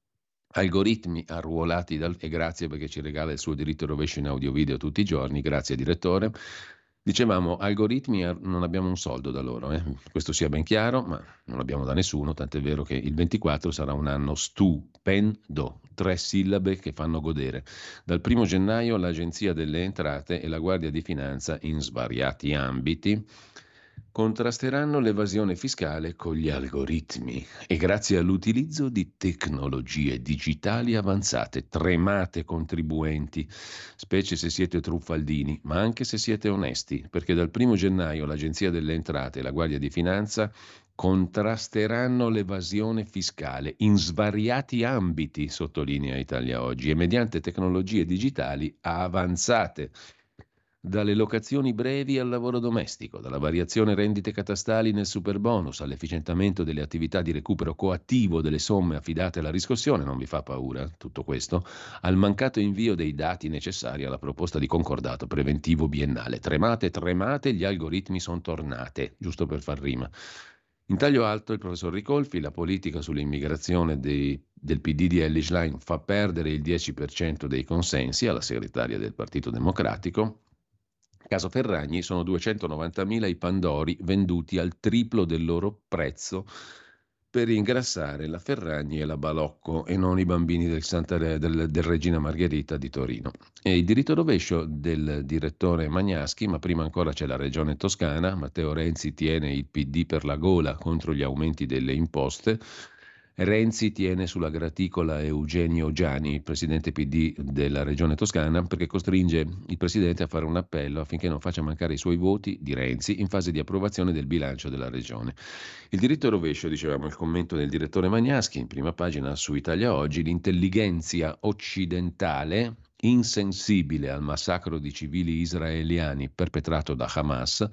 Algoritmi arruolati dal... e grazie perché ci regala il suo diritto rovescio in audio-video tutti i giorni, grazie direttore. Dicevamo, algoritmi, non abbiamo un soldo da loro, eh? Questo sia ben chiaro, ma non l'abbiamo da nessuno, tant'è vero che il ventiquattro sarà un anno stupendo, tre sillabe che fanno godere. Dal primo gennaio l'Agenzia delle Entrate e la Guardia di Finanza in svariati ambiti contrasteranno l'evasione fiscale con gli algoritmi e grazie all'utilizzo di tecnologie digitali avanzate. Tremate contribuenti, specie se siete truffaldini, ma anche se siete onesti, perché dal primo gennaio l'Agenzia delle Entrate e la Guardia di Finanza contrasteranno l'evasione fiscale in svariati ambiti, sottolinea Italia Oggi, e mediante tecnologie digitali avanzate. Dalle locazioni brevi al lavoro domestico, dalla variazione rendite catastali nel superbonus all'efficientamento delle attività di recupero coattivo delle somme affidate alla riscossione, non vi fa paura tutto questo, al mancato invio dei dati necessari alla proposta di concordato preventivo biennale. Tremate, tremate, gli algoritmi sono tornate, giusto per far rima. In taglio alto il professor Ricolfi, la politica sull'immigrazione dei, del P D di Elly Schlein fa perdere il dieci per cento dei consensi alla segretaria del Partito Democratico. Caso Ferragni, sono duecentonovantamila i Pandori venduti al triplo del loro prezzo per ingrassare la Ferragni e la Balocco e non i bambini del, Santa, del, del Regina Margherita di Torino. E il diritto rovescio del direttore Magnaschi, ma prima ancora c'è la Regione Toscana. Matteo Renzi tiene il P D per la gola contro gli aumenti delle imposte. Renzi tiene sulla graticola Eugenio Giani, presidente P D della Regione Toscana, perché costringe il presidente a fare un appello affinché non faccia mancare i suoi voti di Renzi in fase di approvazione del bilancio della Regione. Il diritto rovescio, dicevamo, il commento del direttore Magnaschi, in prima pagina su Italia Oggi, l'intellighenzia occidentale, insensibile al massacro di civili israeliani perpetrato da Hamas,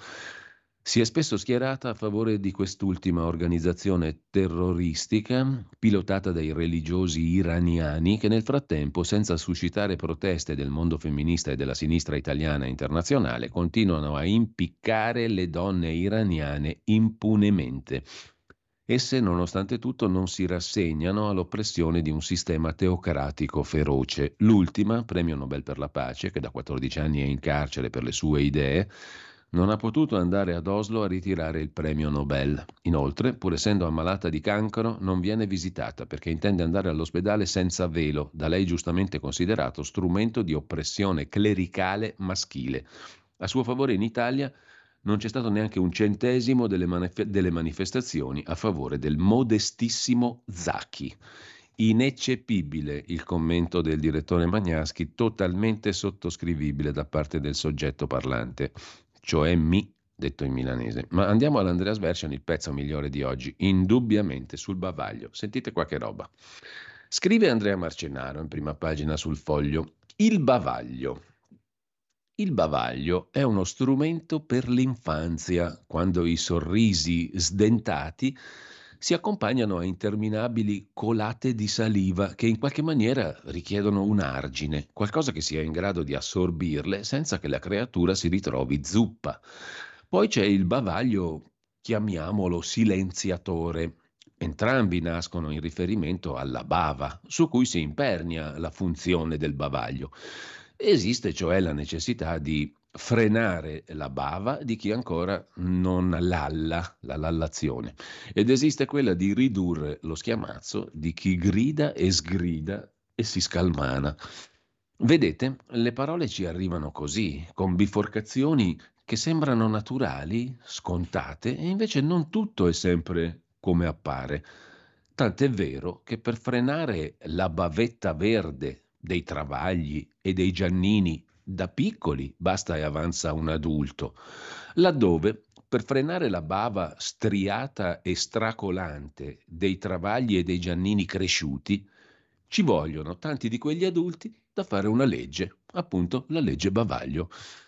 si è spesso schierata a favore di quest'ultima organizzazione terroristica pilotata dai religiosi iraniani che nel frattempo, senza suscitare proteste del mondo femminista e della sinistra italiana e internazionale, continuano a impiccare le donne iraniane impunemente. Esse, nonostante tutto, non si rassegnano all'oppressione di un sistema teocratico feroce. L'ultima, premio Nobel per la pace, che da quattordici anni è in carcere per le sue idee, non ha potuto andare ad Oslo a ritirare il premio Nobel. Inoltre, pur essendo ammalata di cancro, non viene visitata perché intende andare all'ospedale senza velo, da lei giustamente considerato strumento di oppressione clericale maschile. A suo favore in Italia non c'è stato neanche un centesimo delle, manif- delle manifestazioni a favore del modestissimo Zaki. Ineccepibile il commento del direttore Magnaschi, totalmente sottoscrivibile da parte del soggetto parlante, cioè mi, detto in milanese. Ma andiamo all'Andreas Version, il pezzo migliore di oggi, indubbiamente sul bavaglio. Sentite qua che roba. Scrive Andrea Marcenaro in prima pagina sul Foglio. Il bavaglio. Il bavaglio è uno strumento per l'infanzia, quando i sorrisi sdentati si accompagnano a interminabili colate di saliva che in qualche maniera richiedono un argine, qualcosa che sia in grado di assorbirle senza che la creatura si ritrovi zuppa. Poi c'è il bavaglio chiamiamolo silenziatore. Entrambi nascono in riferimento alla bava, su cui si impernia la funzione del bavaglio. Esiste cioè la necessità di frenare la bava di chi ancora non lalla, la lallazione, ed esiste quella di ridurre lo schiamazzo di chi grida e sgrida e si scalmana. Vedete, le parole ci arrivano così, con biforcazioni che sembrano naturali, scontate, e invece non tutto è sempre come appare. Tant'è vero che per frenare la bavetta verde dei Travagli e dei Giannini da piccoli basta e avanza un adulto, laddove per frenare la bava striata e stracolante dei Travagli e dei Giannini cresciuti ci vogliono tanti di quegli adulti da fare una legge, appunto la legge bavaglio.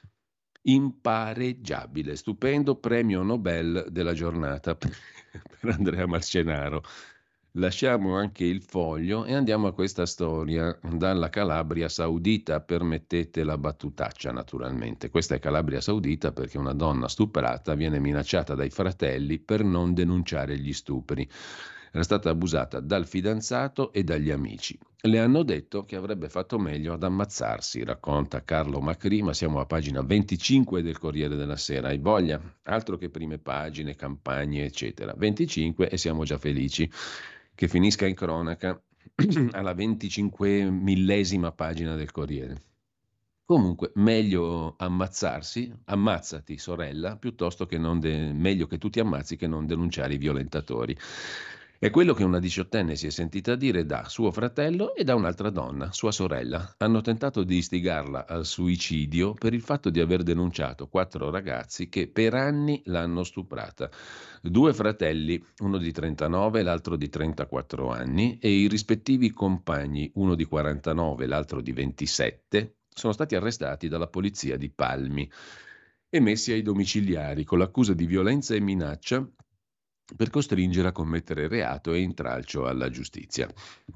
Impareggiabile, stupendo premio Nobel della giornata per Andrea Marcenaro. Lasciamo anche il foglio e andiamo a questa storia dalla Calabria Saudita. Permettete la battutaccia, naturalmente. Questa è Calabria Saudita perché una donna stuprata viene minacciata dai fratelli per non denunciare gli stupri. Era stata abusata dal fidanzato e dagli amici. Le hanno detto che avrebbe fatto meglio ad ammazzarsi, racconta Carlo Macri, ma siamo a pagina venticinque del Corriere della Sera. Hai voglia? Altro che prime pagine, campagne, eccetera. venticinque e siamo già felici che finisca in cronaca alla venticinquemillesima pagina del Corriere. Comunque, meglio ammazzarsi, ammazzati sorella, piuttosto che non de- meglio che tu ti ammazzi che non denunciare i violentatori. È quello che una diciottenne si è sentita dire da suo fratello e da un'altra donna, sua sorella. Hanno tentato di istigarla al suicidio per il fatto di aver denunciato quattro ragazzi che per anni l'hanno stuprata. Due fratelli, uno di trentanove e l'altro di trentaquattro anni, e i rispettivi compagni, uno di quarantanove e l'altro di ventisette, sono stati arrestati dalla polizia di Palmi e messi ai domiciliari con l'accusa di violenza e minaccia per costringere a commettere reato e intralcio alla giustizia.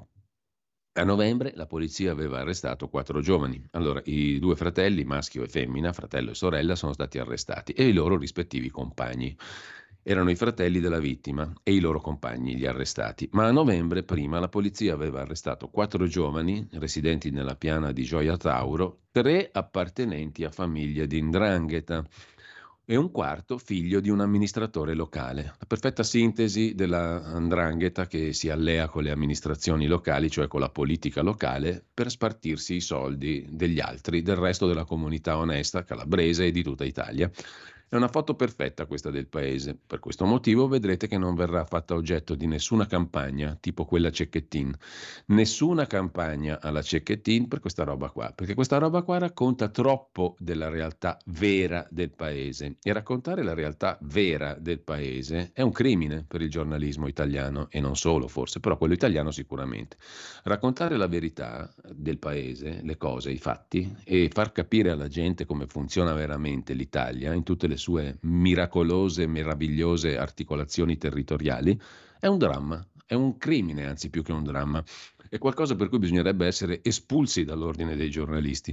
A novembre la polizia aveva arrestato quattro giovani. Allora, i due fratelli, maschio e femmina, fratello e sorella, sono stati arrestati e i loro rispettivi compagni. Erano i fratelli della vittima e i loro compagni gli arrestati. Ma a novembre prima la polizia aveva arrestato quattro giovani residenti nella piana di Gioia Tauro, tre appartenenti a famiglie di 'ndrangheta e un quarto figlio di un amministratore locale. La perfetta sintesi della 'ndrangheta che si allea con le amministrazioni locali, cioè con la politica locale, per spartirsi i soldi degli altri, del resto della comunità onesta calabrese e di tutta Italia. È una foto perfetta questa del paese. Per questo motivo vedrete che non verrà fatta oggetto di nessuna campagna, tipo quella Cecchettin. Nessuna campagna alla Cecchettin per questa roba qua, perché questa roba qua racconta troppo della realtà vera del paese. E raccontare la realtà vera del paese è un crimine per il giornalismo italiano, e non solo forse, però quello italiano sicuramente. Raccontare la verità del paese, le cose, i fatti, e far capire alla gente come funziona veramente l'Italia in tutte le sue miracolose, meravigliose articolazioni territoriali, è un dramma, è un crimine, anzi più che un dramma. È qualcosa per cui bisognerebbe essere espulsi dall'ordine dei giornalisti.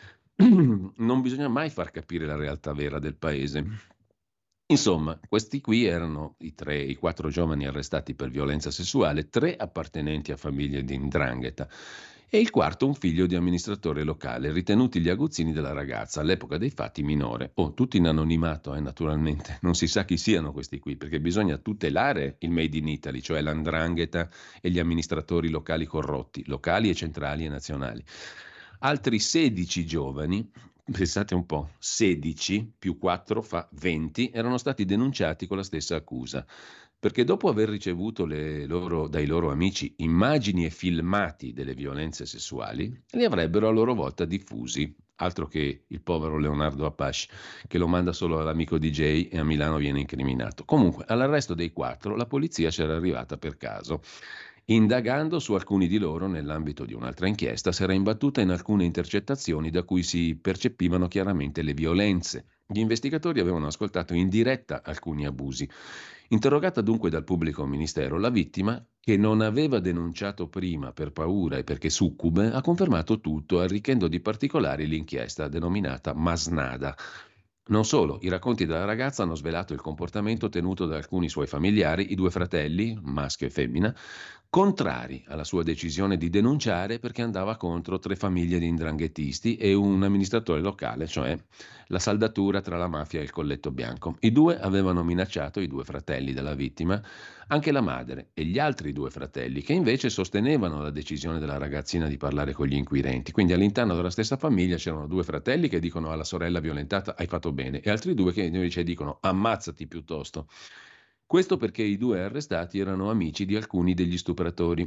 Non bisogna mai far capire la realtà vera del paese. Insomma, questi qui erano i tre, i quattro giovani arrestati per violenza sessuale, tre appartenenti a famiglie di 'ndrangheta e il quarto un figlio di amministratore locale, ritenuti gli aguzzini della ragazza, all'epoca dei fatti minore. Oh, tutti in anonimato, eh, naturalmente, non si sa chi siano questi qui, perché bisogna tutelare il Made in Italy, cioè la 'ndrangheta e gli amministratori locali corrotti, locali e centrali e nazionali. Altri sedici giovani, pensate un po', sedici più quattro fa venti, erano stati denunciati con la stessa accusa, perché dopo aver ricevuto le loro, dai loro amici immagini e filmati delle violenze sessuali, li avrebbero a loro volta diffusi. Altro che il povero Leonardo Apache, che lo manda solo all'amico D J e a Milano viene incriminato. Comunque, all'arresto dei quattro la polizia c'era arrivata per caso. Indagando su alcuni di loro nell'ambito di un'altra inchiesta, si era imbattuta in alcune intercettazioni da cui si percepivano chiaramente le violenze. Gli investigatori avevano ascoltato in diretta alcuni abusi. Interrogata dunque dal pubblico ministero, la vittima, che non aveva denunciato prima per paura e perché succube, ha confermato tutto, arricchendo di particolari l'inchiesta denominata Masnada. Non solo, i racconti della ragazza hanno svelato il comportamento tenuto da alcuni suoi familiari, i due fratelli, maschio e femmina, contrari alla sua decisione di denunciare perché andava contro tre famiglie di 'ndranghettisti e un amministratore locale, cioè la saldatura tra la mafia e il colletto bianco. I due avevano minacciato i due fratelli della vittima, anche la madre e gli altri due fratelli, che invece sostenevano la decisione della ragazzina di parlare con gli inquirenti. Quindi all'interno della stessa famiglia c'erano due fratelli che dicono alla sorella violentata hai fatto bene e altri due che invece dicono ammazzati piuttosto. Questo perché i due arrestati erano amici di alcuni degli stupratori.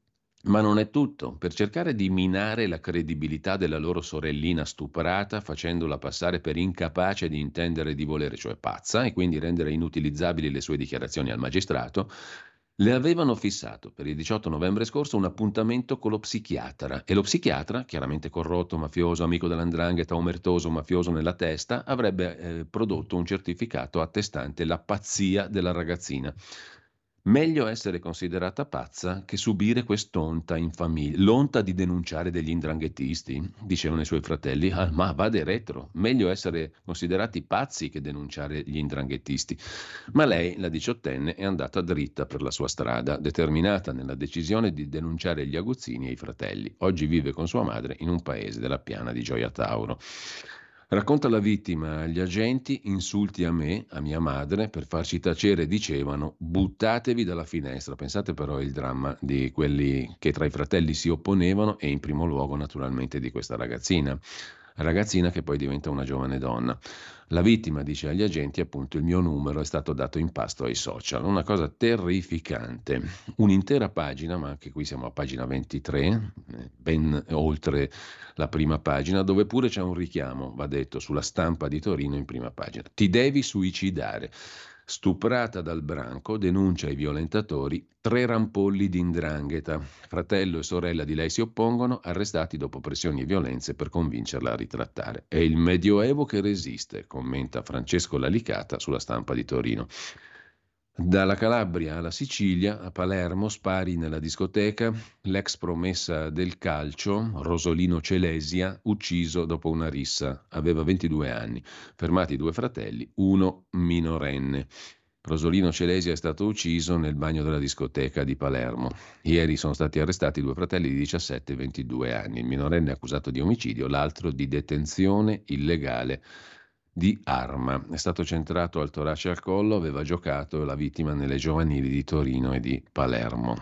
Ma non è tutto. Per cercare di minare la credibilità della loro sorellina stuprata, facendola passare per incapace di intendere e di volere, cioè pazza, e quindi rendere inutilizzabili le sue dichiarazioni al magistrato, le avevano fissato per il diciotto novembre scorso un appuntamento con lo psichiatra e lo psichiatra, chiaramente corrotto, mafioso, amico dell'andrangheta, omertoso, mafioso nella testa, avrebbe eh, prodotto un certificato attestante la pazzia della ragazzina. Meglio essere considerata pazza che subire quest'onta in famiglia. L'onta di denunciare degli 'ndranghettisti, dicevano i suoi fratelli, ah, ma vade retro, meglio essere considerati pazzi che denunciare gli 'ndranghettisti. Ma lei, la diciottenne, è andata dritta per la sua strada, determinata nella decisione di denunciare gli aguzzini e i fratelli. Oggi vive con sua madre in un paese della piana di Gioia Tauro. Racconta la vittima agli agenti, insulti a me, a mia madre, per farci tacere dicevano buttatevi dalla finestra. Pensate però il dramma di quelli che tra i fratelli si opponevano e in primo luogo naturalmente di questa ragazzina. Ragazzina che poi diventa una giovane donna. La vittima dice agli agenti appunto il mio numero è stato dato in pasto ai social, una cosa terrificante, un'intera pagina, ma anche qui siamo a pagina ventitré, ben oltre la prima pagina, dove pure c'è un richiamo, va detto, sulla Stampa di Torino in prima pagina. Ti devi suicidare. Stuprata dal branco, denuncia i violentatori, tre rampolli di 'ndrangheta. Fratello e sorella di lei si oppongono, arrestati dopo pressioni e violenze per convincerla a ritrattare. È il Medioevo che resiste, commenta Francesco Lalicata sulla Stampa di Torino. Dalla Calabria alla Sicilia, a Palermo, spari nella discoteca, l'ex promessa del calcio, Rosolino Celesia, ucciso dopo una rissa, aveva ventidue anni, fermati due fratelli, uno minorenne. Rosolino Celesia è stato ucciso nel bagno della discoteca di Palermo. Ieri sono stati arrestati due fratelli di diciassette e ventidue anni, il minorenne è accusato di omicidio, l'altro di detenzione illegale di arma. È stato centrato al torace e al collo, aveva giocato la vittima nelle giovanili di Torino e di Palermo.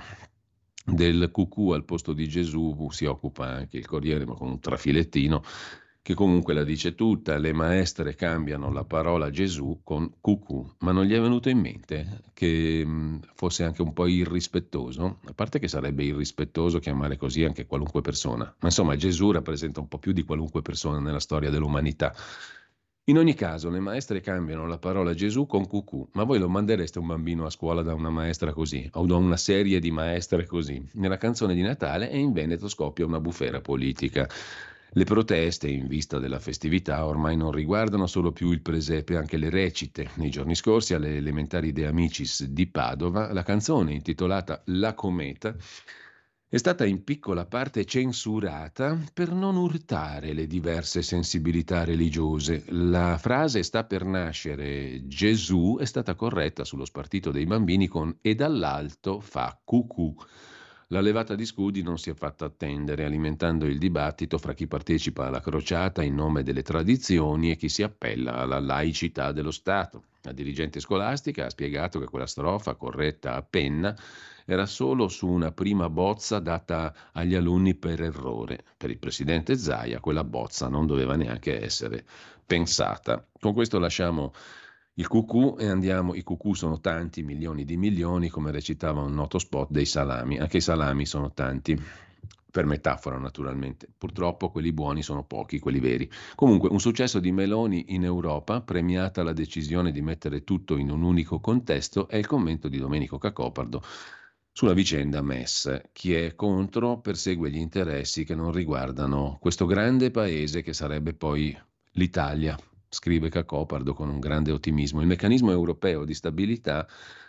Del cucù al posto di Gesù si occupa anche il Corriere, ma con un trafilettino che comunque la dice tutta. Le maestre cambiano la parola Gesù con cucù, ma non gli è venuto in mente che mh, fosse anche un po' irrispettoso? A parte che sarebbe irrispettoso chiamare così anche qualunque persona, ma insomma Gesù rappresenta un po' più di qualunque persona nella storia dell'umanità. In ogni caso, le maestre cambiano la parola Gesù con cucù, ma voi lo mandereste un bambino a scuola da una maestra così, o da una serie di maestre così? Nella canzone di Natale e in Veneto scoppia una bufera politica. Le proteste in vista della festività ormai non riguardano solo più il presepe, anche le recite. Nei giorni scorsi alle elementari De Amicis di Padova, la canzone intitolata La Cometa è stata in piccola parte censurata per non urtare le diverse sensibilità religiose. La frase sta per nascere Gesù è stata corretta sullo spartito dei bambini con e dall'alto fa cucù. La levata di scudi non si è fatta attendere, alimentando il dibattito fra chi partecipa alla crociata in nome delle tradizioni e chi si appella alla laicità dello Stato. La dirigente scolastica ha spiegato che quella strofa, corretta a penna, era solo su una prima bozza data agli alunni per errore. Per il presidente Zaia quella bozza non doveva neanche essere pensata. Con questo lasciamo il cucù e andiamo, i cucù sono tanti, milioni di milioni, come recitava un noto spot dei salami, anche i salami sono tanti, per metafora naturalmente, purtroppo quelli buoni sono pochi, quelli veri. Comunque un successo di Meloni in Europa, premiata la decisione di mettere tutto in un unico contesto, è il commento di Domenico Cacopardo sulla vicenda M E S. Chi è contro persegue gli interessi che non riguardano questo grande paese che sarebbe poi l'Italia, scrive Cacopardo con un grande ottimismo. Il meccanismo europeo di stabilità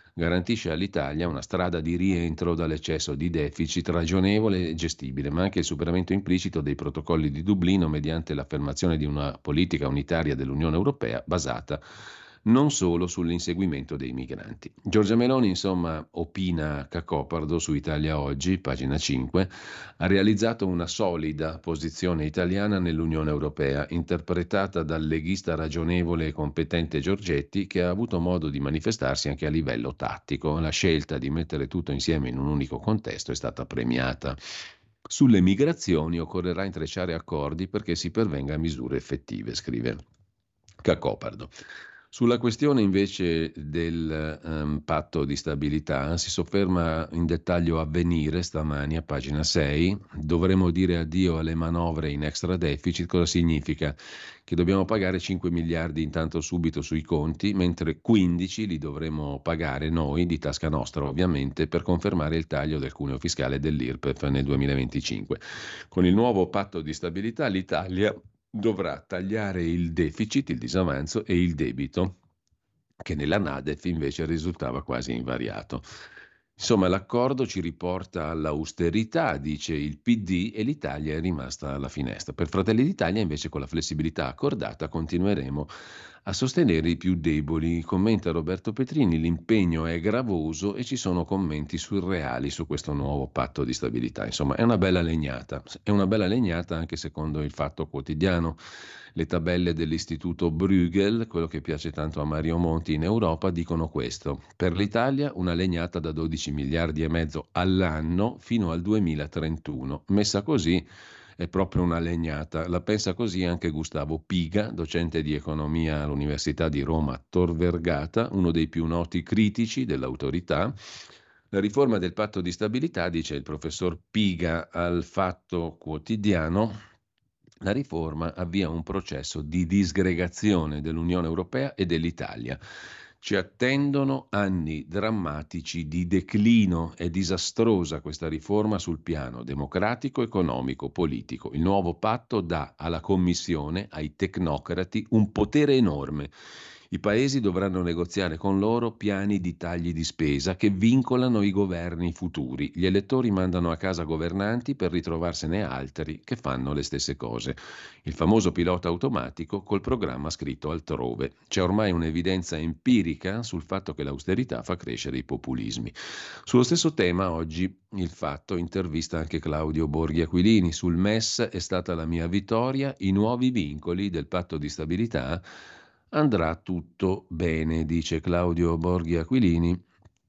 garantisce all'Italia una strada di rientro dall'eccesso di deficit ragionevole e gestibile, ma anche il superamento implicito dei protocolli di Dublino mediante l'affermazione di una politica unitaria dell'Unione Europea basata non solo sull'inseguimento dei migranti. Giorgia Meloni, insomma, opina Cacopardo su Italia Oggi, pagina cinque, ha realizzato una solida posizione italiana nell'Unione Europea, interpretata dal leghista ragionevole e competente Giorgetti, che ha avuto modo di manifestarsi anche a livello tattico. La scelta di mettere tutto insieme in un unico contesto è stata premiata. Sulle migrazioni occorrerà intrecciare accordi perché si pervenga a misure effettive, scrive Cacopardo. Sulla questione invece del um, patto di stabilità si sofferma in dettaglio Avvenire stamani a pagina sei. Dovremo dire addio alle manovre in extra deficit. Cosa significa? Che dobbiamo pagare cinque miliardi intanto subito sui conti, mentre quindici li dovremo pagare noi, di tasca nostra ovviamente, per confermare il taglio del cuneo fiscale dell'I R P E F nel duemilaventicinque. Con il nuovo patto di stabilità l'Italia dovrà tagliare il deficit, il disavanzo e il debito, che nella NADEF invece risultava quasi invariato. Insomma, l'accordo ci riporta all'austerità, dice il P D, e l'Italia è rimasta alla finestra. Per Fratelli d'Italia, invece, con la flessibilità accordata, continueremo a sostenere i più deboli. Commenta Roberto Petrini, l'impegno è gravoso e ci sono commenti surreali su questo nuovo patto di stabilità. Insomma, è una bella legnata. È una bella legnata anche secondo il Fatto Quotidiano. Le tabelle dell'Istituto Bruegel, quello che piace tanto a Mario Monti in Europa, dicono questo. Per l'Italia una legnata da dodici miliardi e mezzo all'anno fino al duemilatrentuno. Messa così è proprio una legnata. La pensa così anche Gustavo Piga, docente di economia all'Università di Roma Tor Vergata, uno dei più noti critici dell'autorità. La riforma del patto di stabilità, dice il professor Piga al Fatto Quotidiano, la riforma avvia un processo di disgregazione dell'Unione Europea e dell'Italia. Ci attendono anni drammatici di declino. È disastrosa questa riforma sul piano democratico, economico, politico. Il nuovo patto dà alla Commissione, ai tecnocrati, un potere enorme. I paesi dovranno negoziare con loro piani di tagli di spesa che vincolano i governi futuri. Gli elettori mandano a casa governanti per ritrovarsene altri che fanno le stesse cose. Il famoso pilota automatico col programma scritto altrove. C'è ormai un'evidenza empirica sul fatto che l'austerità fa crescere i populismi. Sullo stesso tema oggi il Fatto intervista anche Claudio Borghi Aquilini. Sul M E S è stata la mia vittoria, i nuovi vincoli del patto di stabilità. Andrà tutto bene, dice Claudio Borghi Aquilini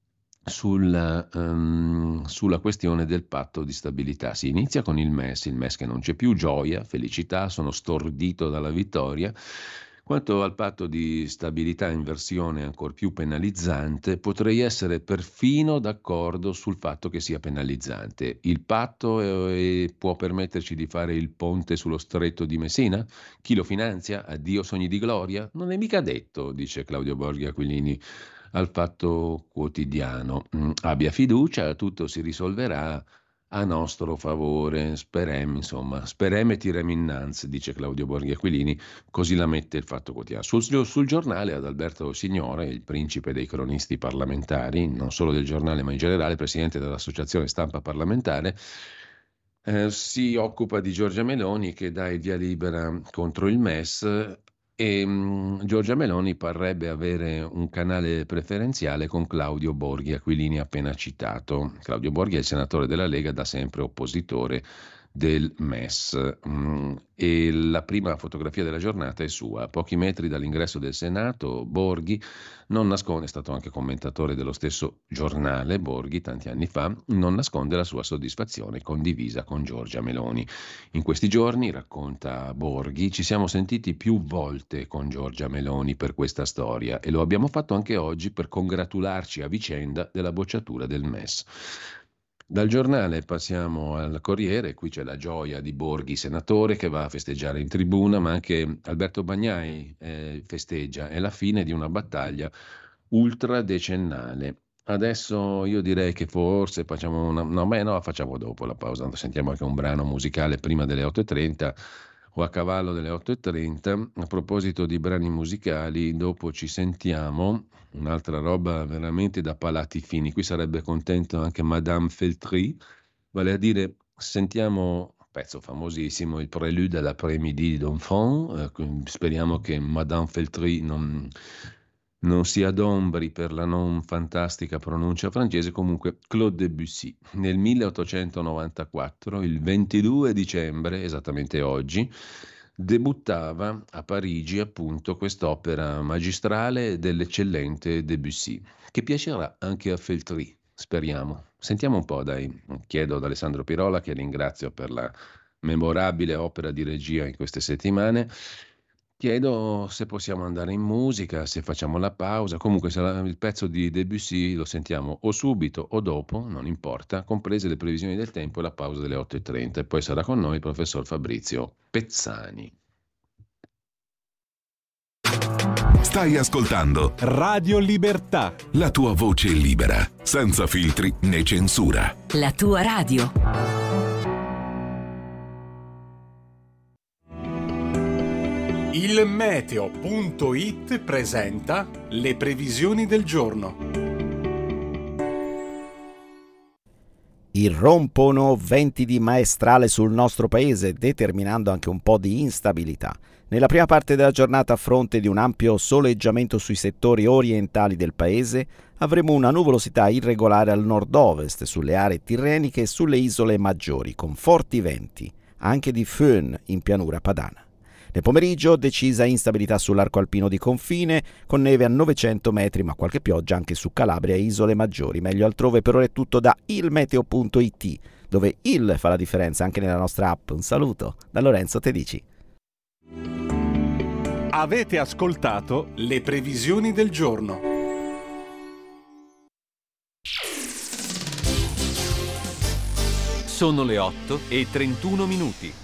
sulla, um, sulla questione del patto di stabilità. Si inizia con il M E S, il M E S che non c'è più, gioia, felicità, sono stordito dalla vittoria. Quanto al patto di stabilità in versione ancor più penalizzante, potrei essere perfino d'accordo sul fatto che sia penalizzante. Il patto eh, può permetterci di fare il ponte sullo stretto di Messina? Chi lo finanzia? Addio sogni di gloria? Non è mica detto, dice Claudio Borghi Aquilini al Fatto Quotidiano. Mm, abbia fiducia, tutto si risolverà a nostro favore, sperem, insomma, sperem e tirem innanzi, dice Claudio Borghi Aquilini, così la mette il Fatto Quotidiano. Sul, sul giornale Adalberto Signore, il principe dei cronisti parlamentari, non solo del giornale ma in generale, presidente dell'Associazione Stampa Parlamentare, eh, si occupa di Giorgia Meloni che dà il via libera contro il M E S. E um, Giorgia Meloni parrebbe avere un canale preferenziale con Claudio Borghi Aquilini appena citato. Claudio Borghi è il senatore della Lega, da sempre oppositore del M E S. Mm, e la prima fotografia della giornata è sua. A pochi metri dall'ingresso del Senato, Borghi non nasconde, è stato anche commentatore dello stesso giornale, Borghi, tanti anni fa, non nasconde la sua soddisfazione condivisa con Giorgia Meloni. In questi giorni, racconta Borghi, ci siamo sentiti più volte con Giorgia Meloni per questa storia e lo abbiamo fatto anche oggi per congratularci a vicenda della bocciatura del M E S. Dal giornale passiamo al Corriere, qui c'è la gioia di Borghi, senatore, che va a festeggiare in tribuna, ma anche Alberto Bagnai eh, festeggia, è la fine di una battaglia ultradecennale. Adesso io direi che forse facciamo una... no, beh, no, facciamo dopo la pausa, sentiamo anche un brano musicale prima delle otto e trenta, o a cavallo delle otto e trenta. A proposito di brani musicali, dopo ci sentiamo un'altra roba veramente da palati fini. Qui sarebbe contento anche Madame Feltry, vale a dire sentiamo un pezzo famosissimo, il Prélude à l'après-midi di Donfant. Eh, speriamo che Madame Feltry non non si adombri per la non fantastica pronuncia francese. Comunque Claude Debussy nel milleottocentonovantaquattro, il ventidue dicembre, esattamente oggi, debuttava a Parigi appunto quest'opera magistrale dell'eccellente Debussy, che piacerà anche a Feltry, speriamo. Sentiamo un po', dai. Chiedo ad Alessandro Pirola, che ringrazio per la memorabile opera di regia in queste settimane. Chiedo se possiamo andare in musica, se facciamo la pausa. Comunque sarà il pezzo di Debussy, lo sentiamo o subito o dopo, non importa, comprese le previsioni del tempo e la pausa delle otto e trenta. E poi sarà con noi il professor Fabrizio Pezzani. Stai ascoltando Radio Libertà, la tua voce libera, senza filtri né censura. La tua radio. il meteo punto it presenta le previsioni del giorno. Irrompono venti di maestrale sul nostro paese, determinando anche un po' di instabilità. Nella prima parte della giornata, a fronte di un ampio soleggiamento sui settori orientali del paese, avremo una nuvolosità irregolare al nord-ovest, sulle aree tirreniche e sulle isole maggiori, con forti venti, anche di föhn in pianura padana. Nel pomeriggio decisa instabilità sull'arco alpino di confine, con neve a novecento metri, ma qualche pioggia anche su Calabria e isole maggiori. Meglio altrove. Per ora è tutto da il meteo punto it, dove il fa la differenza anche nella nostra app. Un saluto da Lorenzo Tedici. Avete ascoltato le previsioni del giorno. Sono le otto e trentuno minuti.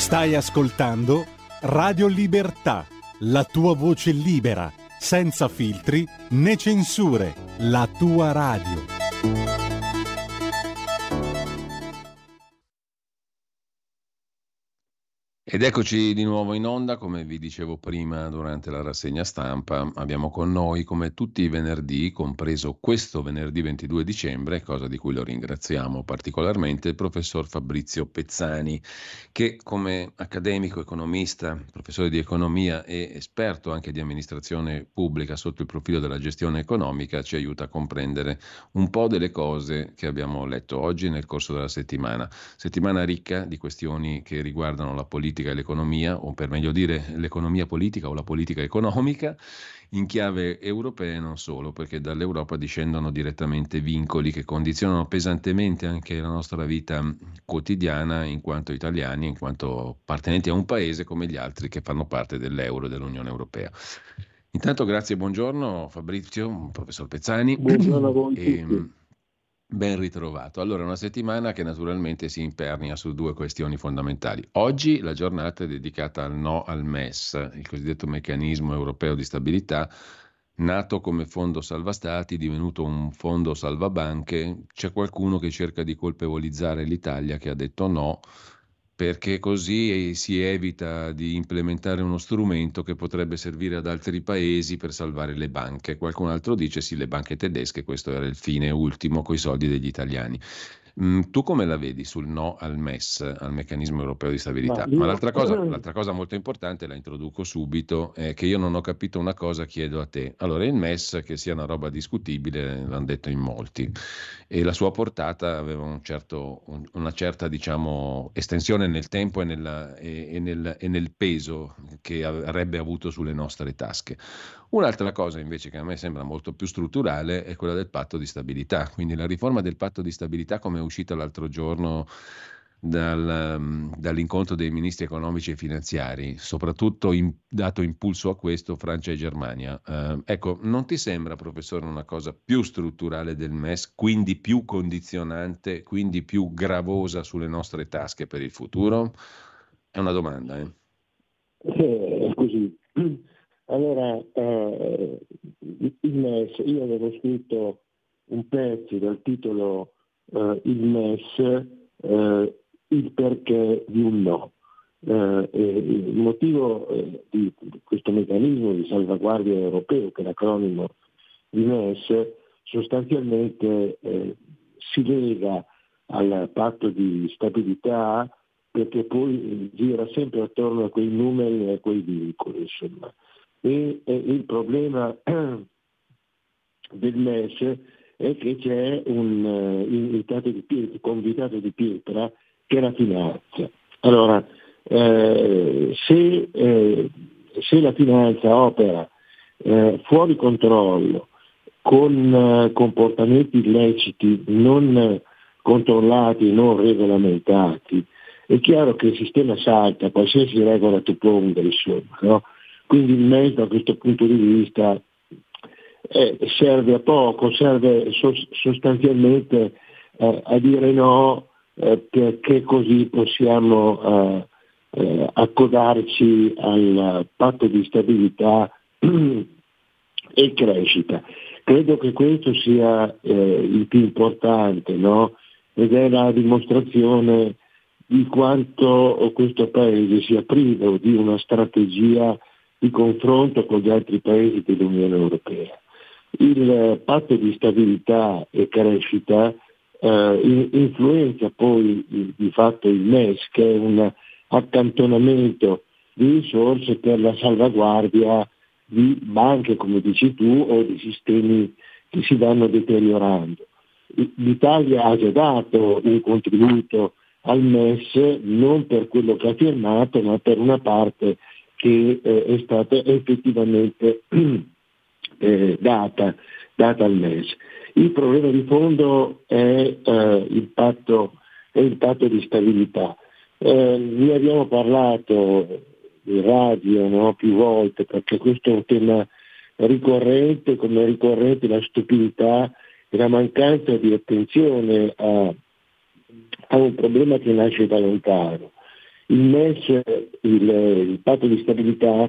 Stai ascoltando Radio Libertà, la tua voce libera, senza filtri né censure, la tua radio. Ed eccoci di nuovo in onda, come vi dicevo prima durante la rassegna stampa, abbiamo con noi come tutti i venerdì, compreso questo venerdì ventidue dicembre, cosa di cui lo ringraziamo particolarmente, il professor Fabrizio Pezzani, che come accademico, economista, professore di economia e esperto anche di amministrazione pubblica sotto il profilo della gestione economica, ci aiuta a comprendere un po' delle cose che abbiamo letto oggi nel corso della settimana. Settimana ricca di questioni che riguardano la politica e l'economia, o per meglio dire l'economia politica o la politica economica, in chiave europea e non solo, perché dall'Europa discendono direttamente vincoli che condizionano pesantemente anche la nostra vita quotidiana in quanto italiani, in quanto appartenenti a un paese come gli altri che fanno parte dell'euro e dell'Unione Europea. Intanto grazie e buongiorno Fabrizio, professor Pezzani. Buongiorno a voi e, tutti. Ben ritrovato. Allora, una settimana che naturalmente si impernia su due questioni fondamentali. Oggi la giornata è dedicata al no al M E S, il cosiddetto meccanismo europeo di stabilità, nato come fondo salva stati, divenuto un fondo salva banche. C'è qualcuno che cerca di colpevolizzare l'Italia che ha detto no, perché così si evita di implementare uno strumento che potrebbe servire ad altri paesi per salvare le banche. Qualcun altro dice sì, le banche tedesche, questo era il fine ultimo coi soldi degli italiani. Mm, tu come la vedi sul no al M E S, al meccanismo europeo di stabilità? Ma io- Ma l'altra cosa, l'altra cosa molto importante, la introduco subito, è che io non ho capito una cosa, chiedo a te. Allora, il M E S, che sia una roba discutibile, l'hanno detto in molti, e la sua portata aveva un certo, un- una certa, diciamo, estensione nel tempo e, nella- e- e nel, e nel peso che avrebbe avuto sulle nostre tasche. Un'altra cosa invece che a me sembra molto più strutturale è quella del patto di stabilità, quindi la riforma del patto di stabilità come è uscita l'altro giorno dal, um, dall'incontro dei ministri economici e finanziari, soprattutto in- dato impulso a questo Francia e Germania. Eh, ecco, non ti sembra, professore, una cosa più strutturale del M E S, quindi più condizionante, quindi più gravosa sulle nostre tasche per il futuro? È una domanda, eh? Eh, È così. Allora, eh, il M E S, io avevo scritto un pezzo dal titolo eh, Il M E S, eh, il perché di un no. Eh, e il motivo eh, di questo meccanismo di salvaguardia europeo, che è l'acronimo di M E S, sostanzialmente eh, si lega al patto di stabilità, perché poi gira sempre attorno a quei numeri e a quei vincoli, insomma. E, e il problema del M E S è che c'è un uh, invitato di Pietra, convitato di pietra, che è la finanza. Allora, eh, se, eh, se la finanza opera eh, fuori controllo, con eh, comportamenti illeciti non controllati, non regolamentati, è chiaro che il sistema salta, qualsiasi regola tu ponga, insomma, no? Quindi il metodo da questo punto di vista eh, serve a poco, serve so- sostanzialmente eh, a dire no, eh, perché così possiamo eh, eh, accodarci al patto di stabilità e crescita. Credo che questo sia eh, il più importante, no? Ed è la dimostrazione di quanto questo Paese sia privo di una strategia di confronto con gli altri Paesi dell'Unione Europea. Il patto di stabilità e crescita eh, influenza poi di fatto il M E S, che è un accantonamento di risorse per la salvaguardia di banche, come dici tu, o di sistemi che si vanno deteriorando. L'Italia ha già dato un contributo al M E S non per quello che ha firmato, ma per una parte che eh, è stata effettivamente eh, data, data al M E S. Il problema di fondo è, eh, il, patto, è il patto di stabilità. Eh, ne abbiamo parlato in radio, no, più volte, perché questo è un tema ricorrente, come ricorrente la stupidità e la mancanza di attenzione a, a un problema che nasce da lontano. Il M E S, il, il patto di stabilità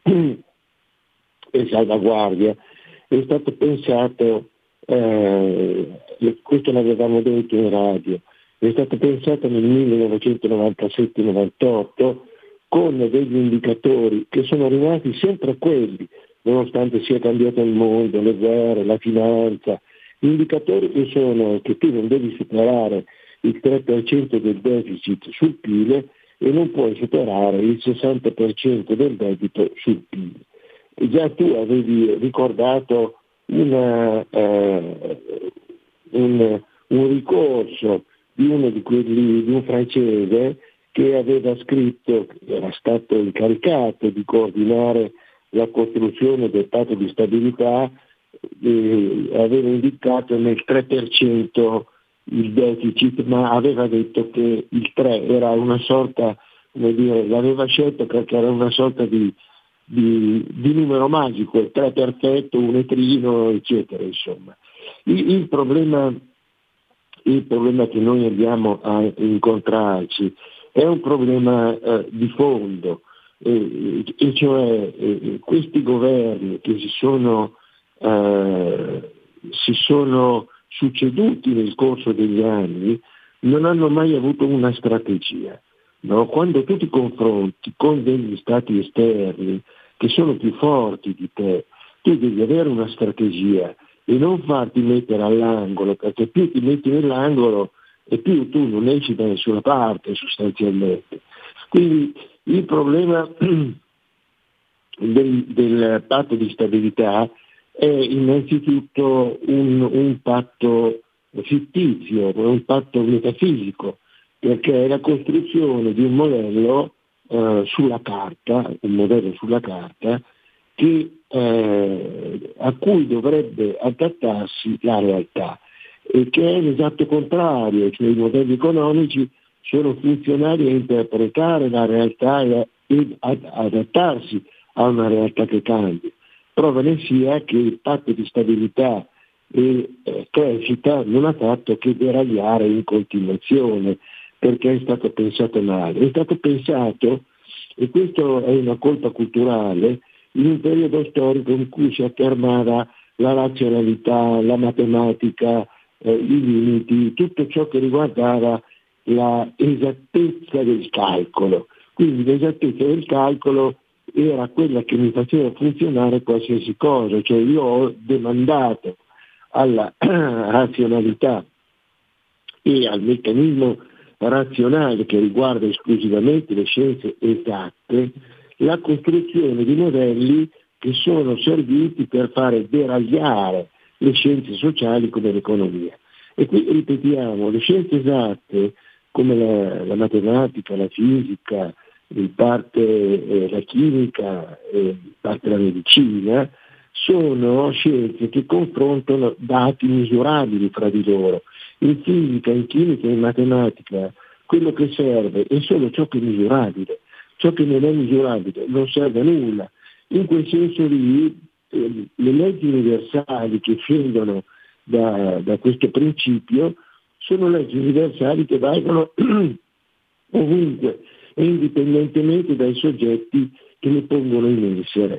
e salvaguardia, è stato pensato, eh, questo l'avevamo detto in radio, è stato pensato nel millenovecentonovantasette novantotto con degli indicatori che sono rimasti sempre quelli, nonostante sia cambiato il mondo, le guerre, la finanza, indicatori che sono che tu non devi superare il tre per cento del deficit sul P I L e non puoi superare il sessanta per cento del debito sul P I L. E già tu avevi ricordato una, eh, un, un ricorso di uno di quelli, di un francese che aveva scritto, era stato incaricato di coordinare la costruzione del patto di stabilità, eh, aveva indicato nel tre per cento il deficit, ma aveva detto che il tre era una sorta, come dire, l'aveva scelto perché era una sorta di, di, di numero magico, il tre perfetto, un etrino, eccetera. Insomma. Il, il, problema, il problema che noi abbiamo a incontrarci è un problema eh, di fondo, eh, e cioè eh, questi governi che si sono, eh, si sono succeduti nel corso degli anni non hanno mai avuto una strategia. No? Quando tu ti confronti con degli stati esterni che sono più forti di te, tu devi avere una strategia e non farti mettere all'angolo, perché più ti metti nell'angolo e più tu non esci da nessuna parte sostanzialmente. Quindi il problema del, del patto di stabilità è innanzitutto un, un patto fittizio, un patto metafisico, perché è la costruzione di un modello eh, sulla carta, un modello sulla carta che, eh, a cui dovrebbe adattarsi la realtà, e che è l'esatto contrario, cioè i modelli economici sono funzionali a interpretare la realtà e, e ad adattarsi a una realtà che cambia. Prova ne sia che il patto di stabilità e eh, crescita non ha fatto che deragliare in continuazione, perché è stato pensato male. È stato pensato, e questo è una colpa culturale, in un periodo storico in cui si affermava la razionalità, la matematica, eh, i limiti, tutto ciò che riguardava la esattezza del calcolo. Quindi l'esattezza del calcolo era quella che mi faceva funzionare qualsiasi cosa, cioè io ho demandato alla razionalità e al meccanismo razionale che riguarda esclusivamente le scienze esatte la costruzione di modelli che sono serviti per fare deragliare le scienze sociali come l'economia. E qui ripetiamo, le scienze esatte come la, la matematica, la fisica, in parte eh, la chimica, eh, in parte la medicina, sono scienze che confrontano dati misurabili fra di loro. In fisica, in chimica e in matematica quello che serve è solo ciò che è misurabile, ciò che non è misurabile non serve a nulla. In quel senso lì eh, le leggi universali che scendono da, da questo principio sono leggi universali che valgono ovunque e indipendentemente dai soggetti che le pongono in essere.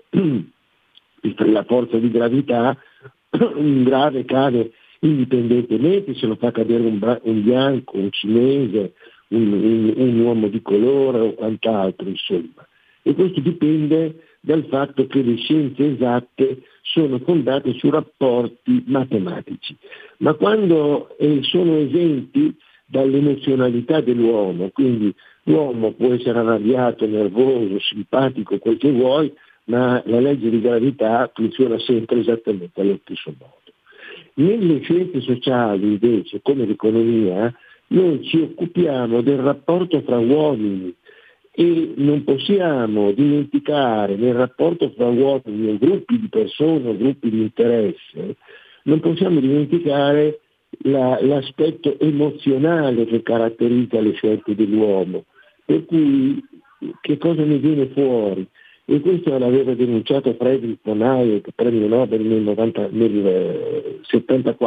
La forza di gravità, un grave cade indipendentemente se lo fa cadere un, bra- un bianco, un cinese, un, un, un uomo di colore o quant'altro, insomma. E questo dipende dal fatto che le scienze esatte sono fondate su rapporti matematici. Ma quando eh, sono esenti dall'emozionalità dell'uomo, quindi l'uomo può essere arrabbiato, nervoso, simpatico, quel che vuoi, ma la legge di gravità funziona sempre esattamente allo stesso modo. Nelle scienze sociali, invece, come l'economia, noi ci occupiamo del rapporto fra uomini e non possiamo dimenticare nel rapporto fra uomini o gruppi di persone o gruppi di interesse, non possiamo dimenticare la, l'aspetto emozionale che caratterizza le scelte dell'uomo. Per cui che cosa ne viene fuori? E questo l'aveva denunciato Friedrich von Hayek, premio Nobel nel, novanta, nel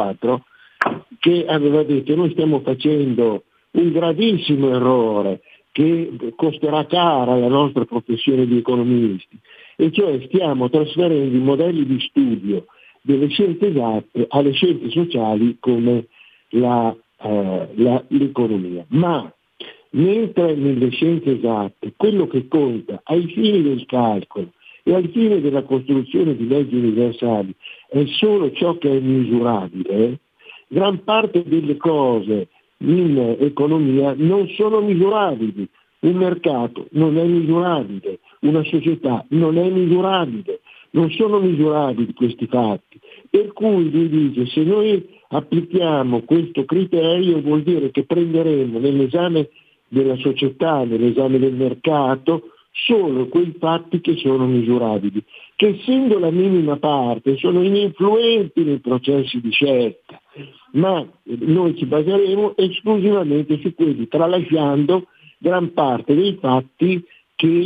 settantaquattro, che aveva detto: noi stiamo facendo un gravissimo errore che costerà cara alla nostra professione di economisti, e cioè stiamo trasferendo i modelli di studio delle scienze esatte alle scienze sociali come la, eh, la, l'economia. Ma mentre nelle scienze esatte quello che conta ai fini del calcolo e al fine della costruzione di leggi universali è solo ciò che è misurabile, gran parte delle cose in economia non sono misurabili. Un mercato non è misurabile, una società non è misurabile, non sono misurabili questi fatti. Per cui lui dice, se noi applichiamo questo criterio vuol dire che prenderemo nell'esame della società, nell'esame del mercato, solo quei fatti che sono misurabili, che essendo la minima parte sono ininfluenti nei processi di scelta, ma noi ci baseremo esclusivamente su quelli, tralasciando gran parte dei fatti che,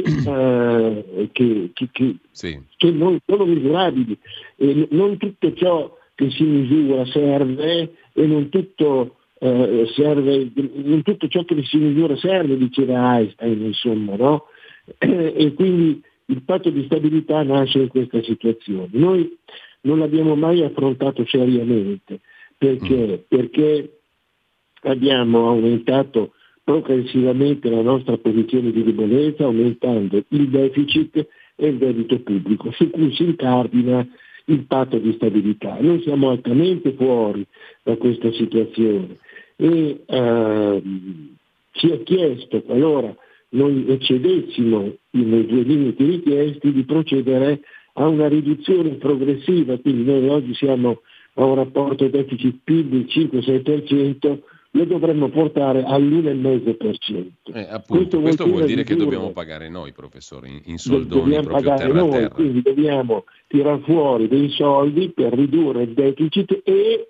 eh, che, che, che, sì. che non sono misurabili. E non tutto ciò che si misura serve e non tutto eh, serve, non tutto ciò che si misura serve, diceva Einstein, insomma, no? E quindi il patto di stabilità nasce in questa situazione. Noi non l'abbiamo mai affrontato seriamente, perché? Perché abbiamo aumentato progressivamente la nostra posizione di debolezza, aumentando il deficit e il debito pubblico, su cui si incardina il patto di stabilità. Noi siamo altamente fuori da questa situazione e eh, ci è chiesto, qualora noi eccedessimo nei due limiti richiesti, di procedere a una riduzione progressiva, quindi noi oggi siamo a un rapporto deficit-P I B del cinque sei per cento, lo dovremmo portare all'uno virgola cinque per cento. Eh, appunto, questo, questo vuol dire, dire che dobbiamo pagare noi, professore, in, in soldoni, dobbiamo proprio pagare terra a noi, terra. Quindi dobbiamo tirar fuori dei soldi per ridurre il deficit e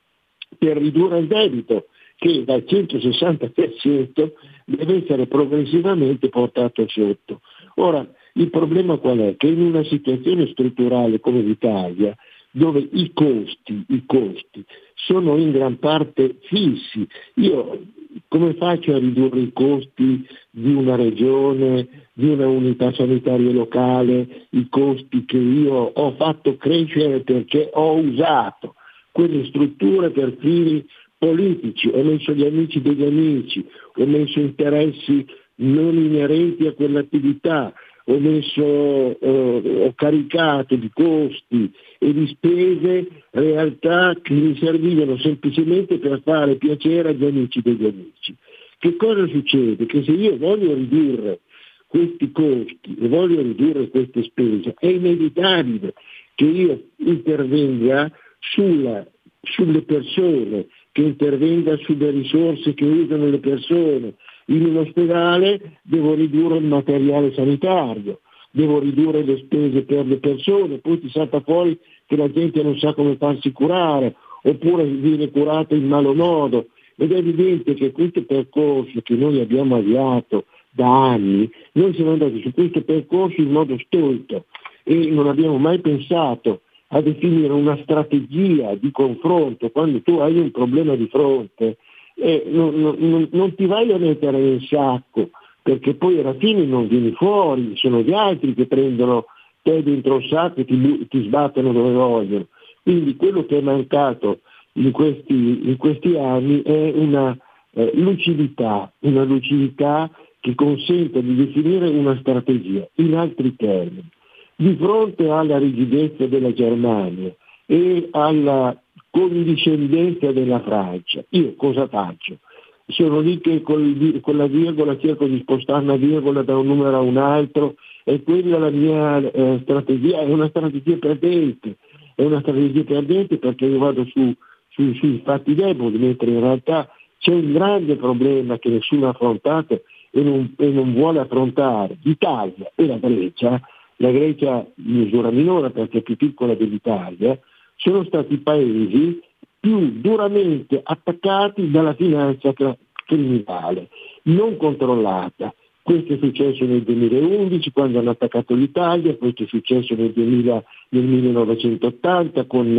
per ridurre il debito, che dal centosessanta per cento deve essere progressivamente portato sotto. Ora, il problema qual è? Che in una situazione strutturale come l'Italia, dove i costi, i costi sono in gran parte fissi, io come faccio a ridurre i costi di una regione, di una unità sanitaria locale, i costi che io ho fatto crescere perché ho usato quelle strutture per fini politici, ho messo gli amici degli amici, ho messo interessi non inerenti a quell'attività, ho messo, eh, ho caricato di costi e di spese realtà che mi servivano semplicemente per fare piacere agli amici degli amici. Che cosa succede? Che se io voglio ridurre questi costi e voglio ridurre queste spese, è inevitabile che io intervenga sulla, sulle persone, che intervenga sulle risorse che usano le persone. In un ospedale devo ridurre il materiale sanitario, devo ridurre le spese per le persone, poi ti salta fuori che la gente non sa come farsi curare, oppure viene curata in malo modo. Ed è evidente che questo percorso che noi abbiamo avviato da anni, noi siamo andati su questo percorso in modo stolto e non abbiamo mai pensato a definire una strategia di confronto. Quando tu hai un problema di fronte, eh, non, non, non ti vai a mettere nel sacco, perché poi alla fine non vieni fuori, sono gli altri che prendono te dentro il sacco e ti, ti sbattono dove vogliono. Quindi quello che è mancato in questi, in questi anni è una eh, lucidità, una lucidità che consente di definire una strategia. In altri termini, di fronte alla rigidezza della Germania e alla condiscendenza della Francia, io cosa faccio? Sono lì che col, con la virgola cerco di spostare una virgola da un numero a un altro, e quella è la mia eh, strategia, è una strategia perdente, è una strategia perdente perché io vado su, su, sui fatti deboli, mentre in realtà c'è un grande problema che nessuno ha affrontato e non, e non vuole affrontare, l'Italia e la Grecia. La Grecia in misura minore perché è più piccola dell'Italia, sono stati paesi più duramente attaccati dalla finanza criminale, non controllata. Questo è successo nel duemilaundici quando hanno attaccato l'Italia, questo è successo nel, duemila, nel millenovecentottanta con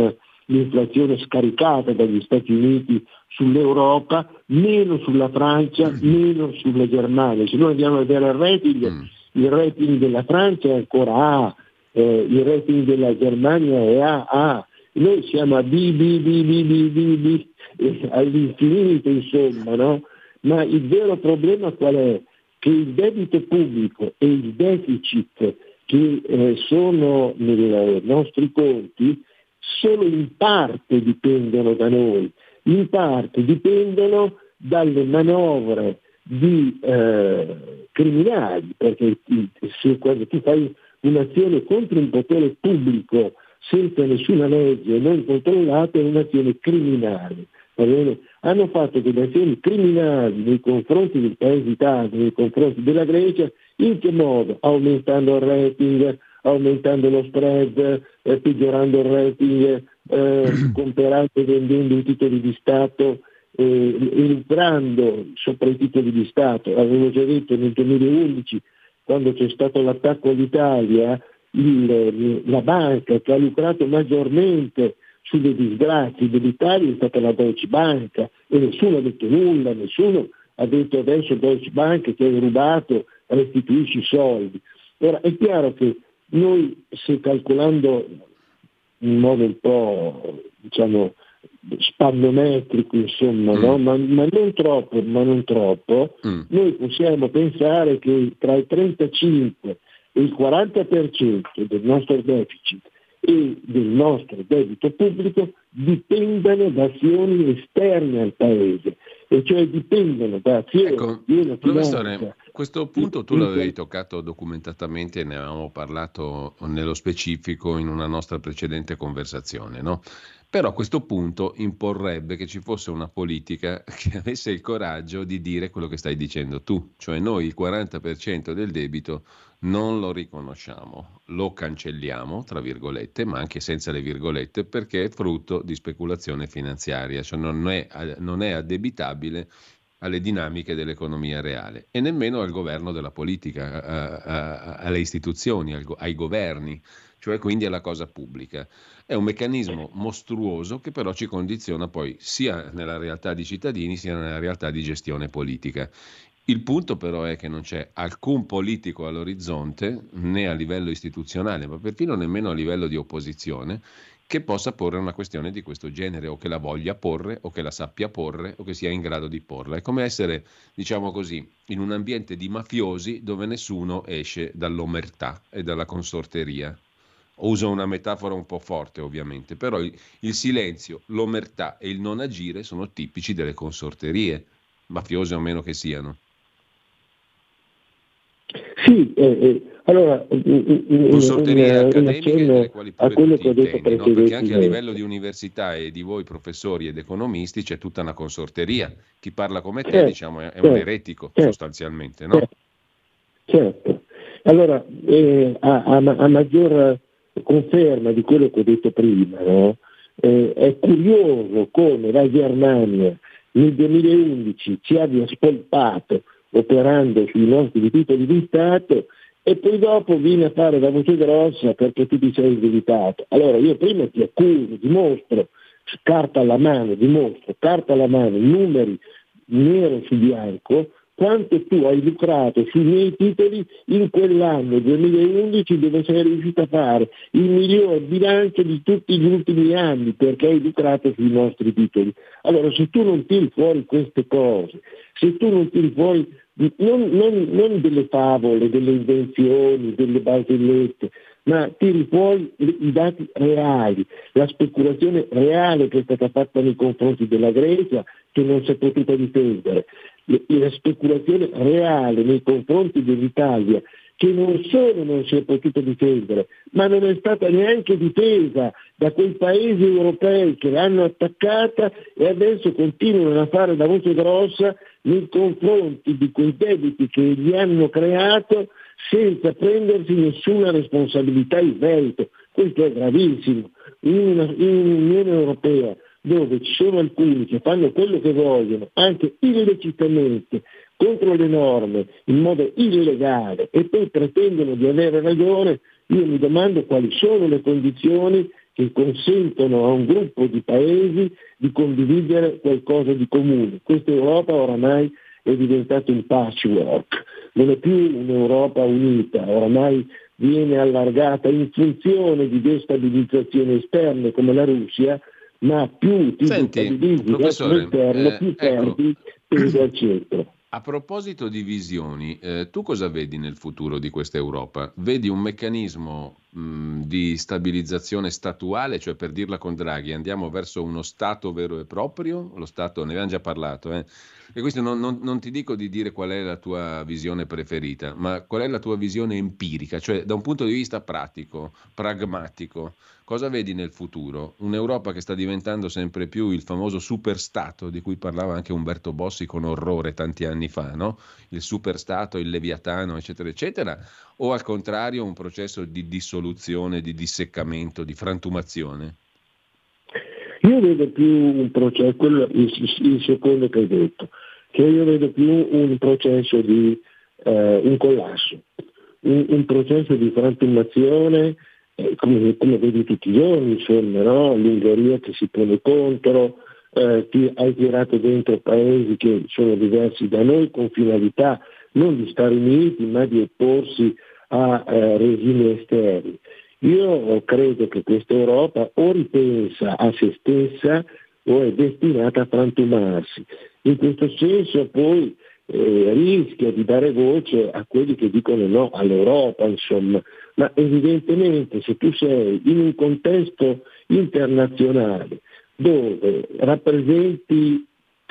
l'inflazione scaricata dagli Stati Uniti sull'Europa, meno sulla Francia, meno sulla Germania. Se noi andiamo a vedere il rating, mm. il rating della Francia è ancora A, eh, il rating della Germania è A, A. Noi siamo a B, B, B, B, B, B, B, eh, all'infinito, insomma, no? Ma il vero problema qual è? Che il debito pubblico e il deficit che eh, sono nei nostri conti solo in parte dipendono da noi, in parte dipendono dalle manovre di eh, criminali, perché se quando tu fai un'azione contro un potere pubblico senza nessuna legge non controllata è un'azione criminale. Va bene? Hanno fatto delle azioni criminali nei confronti del Paese Italia, nei confronti della Grecia, in che modo? Aumentando il rating, aumentando lo spread, eh, peggiorando il rating, eh, comprando e vendendo i titoli di Stato, eh, lucrando sopra i titoli di Stato. Avevo già detto nel duemilaundici, quando c'è stato l'attacco all'Italia, il, la banca che ha lucrato maggiormente sulle disgrazie dell'Italia è stata la Deutsche Bank, e nessuno ha detto nulla, nessuno ha detto adesso Deutsche Bank che hai rubato restituisci i soldi. Ora è chiaro che noi, se calcolando in modo un po' diciamo spannometrico, insomma, mm. no? ma, ma non troppo, ma non troppo, mm. noi possiamo pensare che tra il trentacinque e il quaranta per cento del nostro deficit e del nostro debito pubblico dipendano da azioni esterne al Paese, e cioè dipendono da azioni ecco, di una professore, finanza. Questo punto tu l'avevi toccato documentatamente e ne avevamo parlato nello specifico in una nostra precedente conversazione, no? Però a questo punto imporrebbe che ci fosse una politica che avesse il coraggio di dire quello che stai dicendo tu, cioè noi il quaranta per cento del debito non lo riconosciamo, lo cancelliamo, tra virgolette, ma anche senza le virgolette, perché è frutto di speculazione finanziaria, cioè non è, non è addebitabile alle dinamiche dell'economia reale e nemmeno al governo della politica, a, a, alle istituzioni, al, ai governi, cioè quindi alla cosa pubblica. È un meccanismo mostruoso che però ci condiziona poi sia nella realtà di cittadini sia nella realtà di gestione politica. Il punto però è che non c'è alcun politico all'orizzonte, né a livello istituzionale, ma perfino nemmeno a livello di opposizione, che possa porre una questione di questo genere, o che la voglia porre, o che la sappia porre, o che sia in grado di porla. È come essere, diciamo così, in un ambiente di mafiosi dove nessuno esce dall'omertà e dalla consorteria. Uso una metafora un po' forte ovviamente, però il, il silenzio, l'omertà e il non agire sono tipici delle consorterie, mafiose o meno che siano. Sì, eh, eh, allora consorterie in, accademiche in delle quali pure tu ti intendi, no? Perché anche a eh. livello di università e di voi professori ed economisti c'è tutta una consorteria. Chi parla come te, certo, diciamo, è, è certo, un eretico certo, sostanzialmente, no? Certo. certo. Allora, eh, a, a, a maggior conferma di quello che ho detto prima, no? eh, è curioso come la Germania nel duemilaundici ci abbia spolpato operando sui nostri titoli di Stato e poi dopo viene a fare la voce grossa perché tu ti sei indebitato. Allora io prima ti accuso, dimostro, carta alla mano, dimostro, carta alla mano, numeri nero su bianco, quanto tu hai lucrato sui miei titoli in quell'anno duemilaundici, dove sei riuscito a fare il miglior bilancio di tutti gli ultimi anni perché hai lucrato sui nostri titoli. Allora se tu non tiri fuori queste cose, se tu non tiri fuori non, non, non delle favole, delle invenzioni, delle barzellette, ma tiri fuori i dati reali, la speculazione reale che è stata fatta nei confronti della Grecia, che non si è potuta difendere, la speculazione reale nei confronti dell'Italia, che non solo non si è potuta difendere, ma non è stata neanche difesa da quei paesi europei che l'hanno attaccata e adesso continuano a fare la voce grossa nei confronti di quei debiti che gli hanno creato senza prendersi nessuna responsabilità in merito. Questo è gravissimo. In, una, in un'Unione Europea dove ci sono alcuni che fanno quello che vogliono, anche illecitamente, contro le norme, in modo illegale, e poi pretendono di avere ragione, io mi domando quali sono le condizioni che consentono a un gruppo di paesi di condividere qualcosa di comune. Questa Europa oramai è diventata un patchwork, non è più un'Europa unita, oramai viene allargata in funzione di destabilizzazioni esterne come la Russia, ma più ti destabilizzi verso l'esterno, eh, più perdi ecco. peso al centro. A proposito di visioni, eh, tu cosa vedi nel futuro di questa Europa? Vedi un meccanismo mh, di stabilizzazione statuale, cioè per dirla con Draghi, andiamo verso uno Stato vero e proprio? Lo Stato, ne abbiamo già parlato, eh? E questo non, non, non ti dico di dire qual è la tua visione preferita, ma qual è la tua visione empirica, cioè da un punto di vista pratico, pragmatico. Cosa vedi nel futuro? Un'Europa che sta diventando sempre più il famoso superstato di cui parlava anche Umberto Bossi con orrore tanti anni fa, no? Il superstato, il leviatano, eccetera, eccetera, o al contrario un processo di dissoluzione, di disseccamento, di frantumazione? Io vedo più un processo, quello, il, il secondo che hai detto, che io vedo più un processo di eh, un collasso, un, un processo di frantumazione. Eh, come, come vedi tutti i giorni, insomma, no? L'Ungheria che si pone contro, eh, ti, hai tirato dentro paesi che sono diversi da noi con finalità non di stare uniti ma di opporsi a eh, regimi esterni. Io credo che questa Europa o ripensa a se stessa o è destinata a frantumarsi. In questo senso poi eh, rischia di dare voce a quelli che dicono no all'Europa, insomma. Ma evidentemente se tu sei in un contesto internazionale dove rappresenti,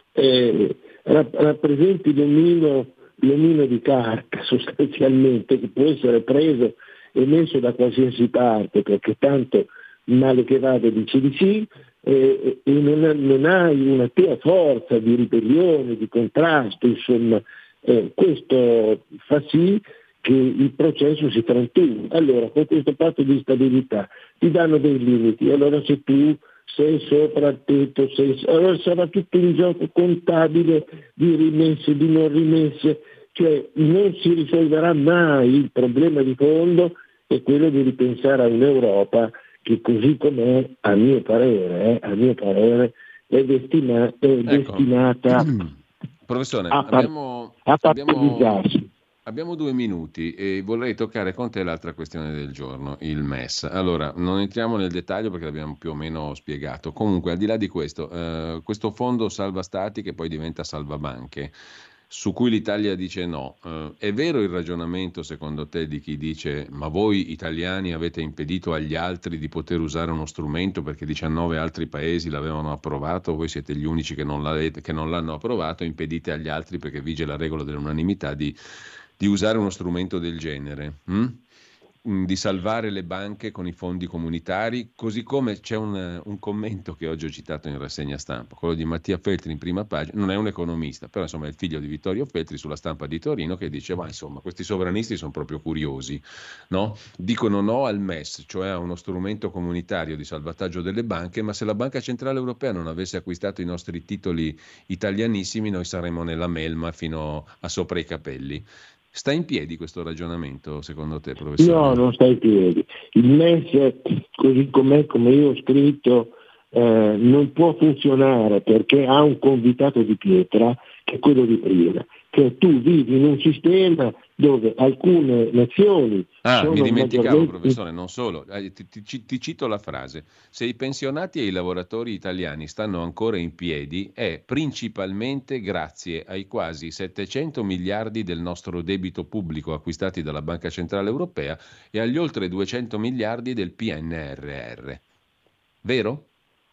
eh, rap- rappresenti l'omino, l'omino di carta sostanzialmente, che può essere preso e messo da qualsiasi parte, perché tanto male che vada dice di sì, eh, e non, non hai una tua forza di ribellione, di contrasto, insomma, eh, questo fa sì che il processo si frantumi. Allora con questo patto di stabilità ti danno dei limiti, allora se tu sei sopra il tetto, sei, allora sarà tutto un gioco contabile di rimesse, di non rimesse, cioè non si risolverà mai il problema di fondo, è quello di ripensare a un'Europa che così com'è, a mio parere, eh, a mio parere è, destina, è ecco. destinata Professore, a, par- abbiamo, a abbiamo, parteciparsi. abbiamo due minuti e vorrei toccare con te l'altra questione del giorno, il M E S. Allora, non entriamo nel dettaglio perché l'abbiamo più o meno spiegato. Comunque, al di là di questo, eh, questo fondo salva stati che poi diventa salva banche, su cui l'Italia dice no. Eh, è vero il ragionamento, secondo te, di chi dice ma voi italiani avete impedito agli altri di poter usare uno strumento perché diciannove altri paesi l'avevano approvato, voi siete gli unici che non, l'avete, che non l'hanno approvato, impedite agli altri perché vige la regola dell'unanimità di, di usare uno strumento del genere? Hm? Di salvare le banche con i fondi comunitari, così come c'è un, un commento che oggi ho citato in rassegna stampa, quello di Mattia Feltri in prima pagina, non è un economista, però insomma è il figlio di Vittorio Feltri sulla Stampa di Torino, che dice ma insomma questi sovranisti sono proprio curiosi, no? Dicono no al M E S, cioè a uno strumento comunitario di salvataggio delle banche, ma se la Banca Centrale Europea non avesse acquistato i nostri titoli italianissimi noi saremmo nella melma fino a sopra i capelli. Sta in piedi questo ragionamento, secondo te, professore? No, non sta in piedi. Il M E S, così com'è, come io ho scritto, eh, non può funzionare perché ha un convitato di pietra, che è quello di prima. Che tu vivi in un sistema dove alcune nazioni ah, sono mi dimenticavo, maggiormente... professore, non solo, ti, ti, ti cito la frase: se i pensionati e i lavoratori italiani stanno ancora in piedi è principalmente grazie ai quasi settecento miliardi del nostro debito pubblico acquistati dalla Banca Centrale Europea e agli oltre duecento miliardi del P N R R. Vero?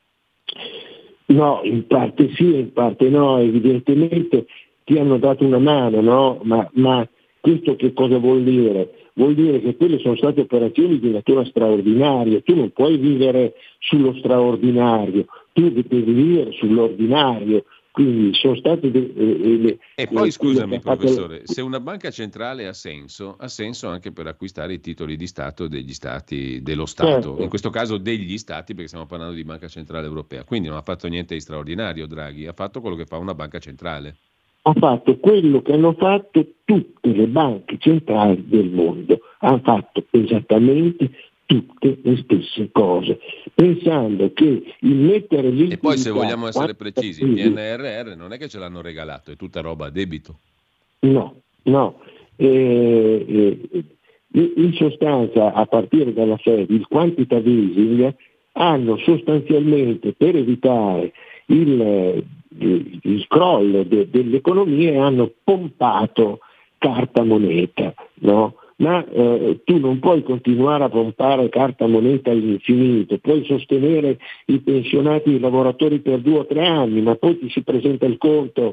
No, in parte sì, in parte no, evidentemente ti hanno dato una mano, no? Ma, ma questo che cosa vuol dire? Vuol dire che quelle sono state operazioni di natura straordinaria, tu non puoi vivere sullo straordinario, tu devi vivere sull'ordinario, quindi sono state... De- le, le, e poi le, scusami professore, le... se una banca centrale ha senso, ha senso anche per acquistare i titoli di Stato degli Stati, dello Stato, certo. In questo caso degli Stati perché stiamo parlando di Banca Centrale Europea, quindi non ha fatto niente di straordinario Draghi, ha fatto quello che fa una banca centrale. Ha fatto quello che hanno fatto tutte le banche centrali del mondo, hanno fatto esattamente tutte le stesse cose, pensando che il mettere liquidità... E poi, se vogliamo essere precisi, il P N R R non è che ce l'hanno regalato, è tutta roba a debito. No, no. Eh, eh, in sostanza, a partire dalla Fed, il quantitative easing hanno sostanzialmente, per evitare il, il, il crollo de, dell'economia, hanno pompato carta moneta, no? Ma eh, tu non puoi continuare a pompare carta moneta all'infinito, puoi sostenere i pensionati e i lavoratori per due o tre anni, ma poi ti si presenta il conto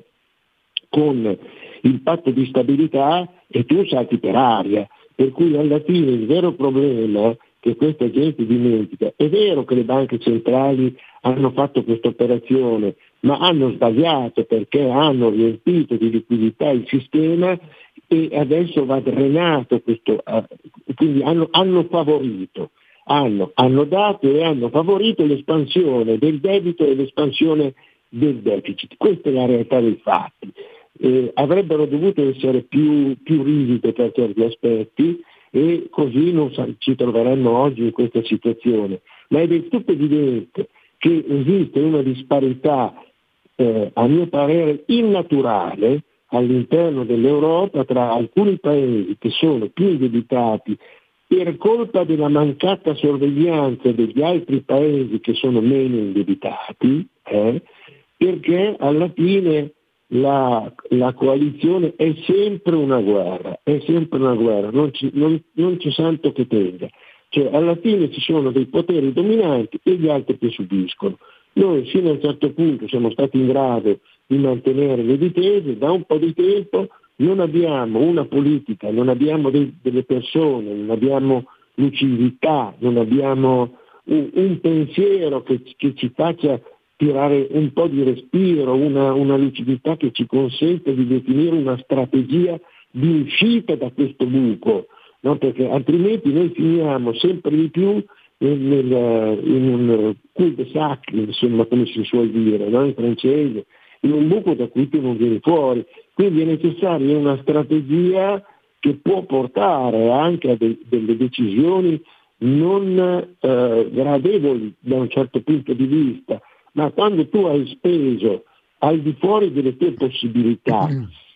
con il patto di stabilità e tu salti per aria. Per cui alla fine il vero problema che questa gente dimentica, è vero che le banche centrali hanno fatto questa operazione, ma hanno sbagliato perché hanno riempito di liquidità il sistema e adesso va drenato questo, quindi hanno, hanno favorito, hanno, hanno dato e hanno favorito l'espansione del debito e l'espansione del deficit. Questa è la realtà dei fatti. Eh, avrebbero dovuto essere più, più rigide per certi aspetti e così non ci troveremmo oggi in questa situazione. Ma è del tutto evidente che esiste una disparità, eh, a mio parere, innaturale all'interno dell'Europa tra alcuni paesi che sono più indebitati per colpa della mancata sorveglianza degli altri paesi che sono meno indebitati, eh, perché alla fine La, la coalizione è sempre una guerra, è sempre una guerra, non, ci, non, non c'è santo che tenga, cioè alla fine ci sono dei poteri dominanti e gli altri che subiscono. Noi fino a un certo punto siamo stati in grado di mantenere le difese, da un po' di tempo non abbiamo una politica, non abbiamo de, delle persone, non abbiamo lucidità, non abbiamo un, un pensiero che, che ci faccia tirare un po' di respiro, una, una lucidità che ci consente di definire una strategia di uscita da questo buco, no? Perché altrimenti noi finiamo sempre di più nel, nel, in un cul-de-sac, insomma, come si suol dire, no? In francese, in un buco da cui tu non vieni fuori. Quindi è necessaria una strategia che può portare anche a de- delle decisioni non eh, gradevoli da un certo punto di vista, ma quando tu hai speso al di fuori delle tue possibilità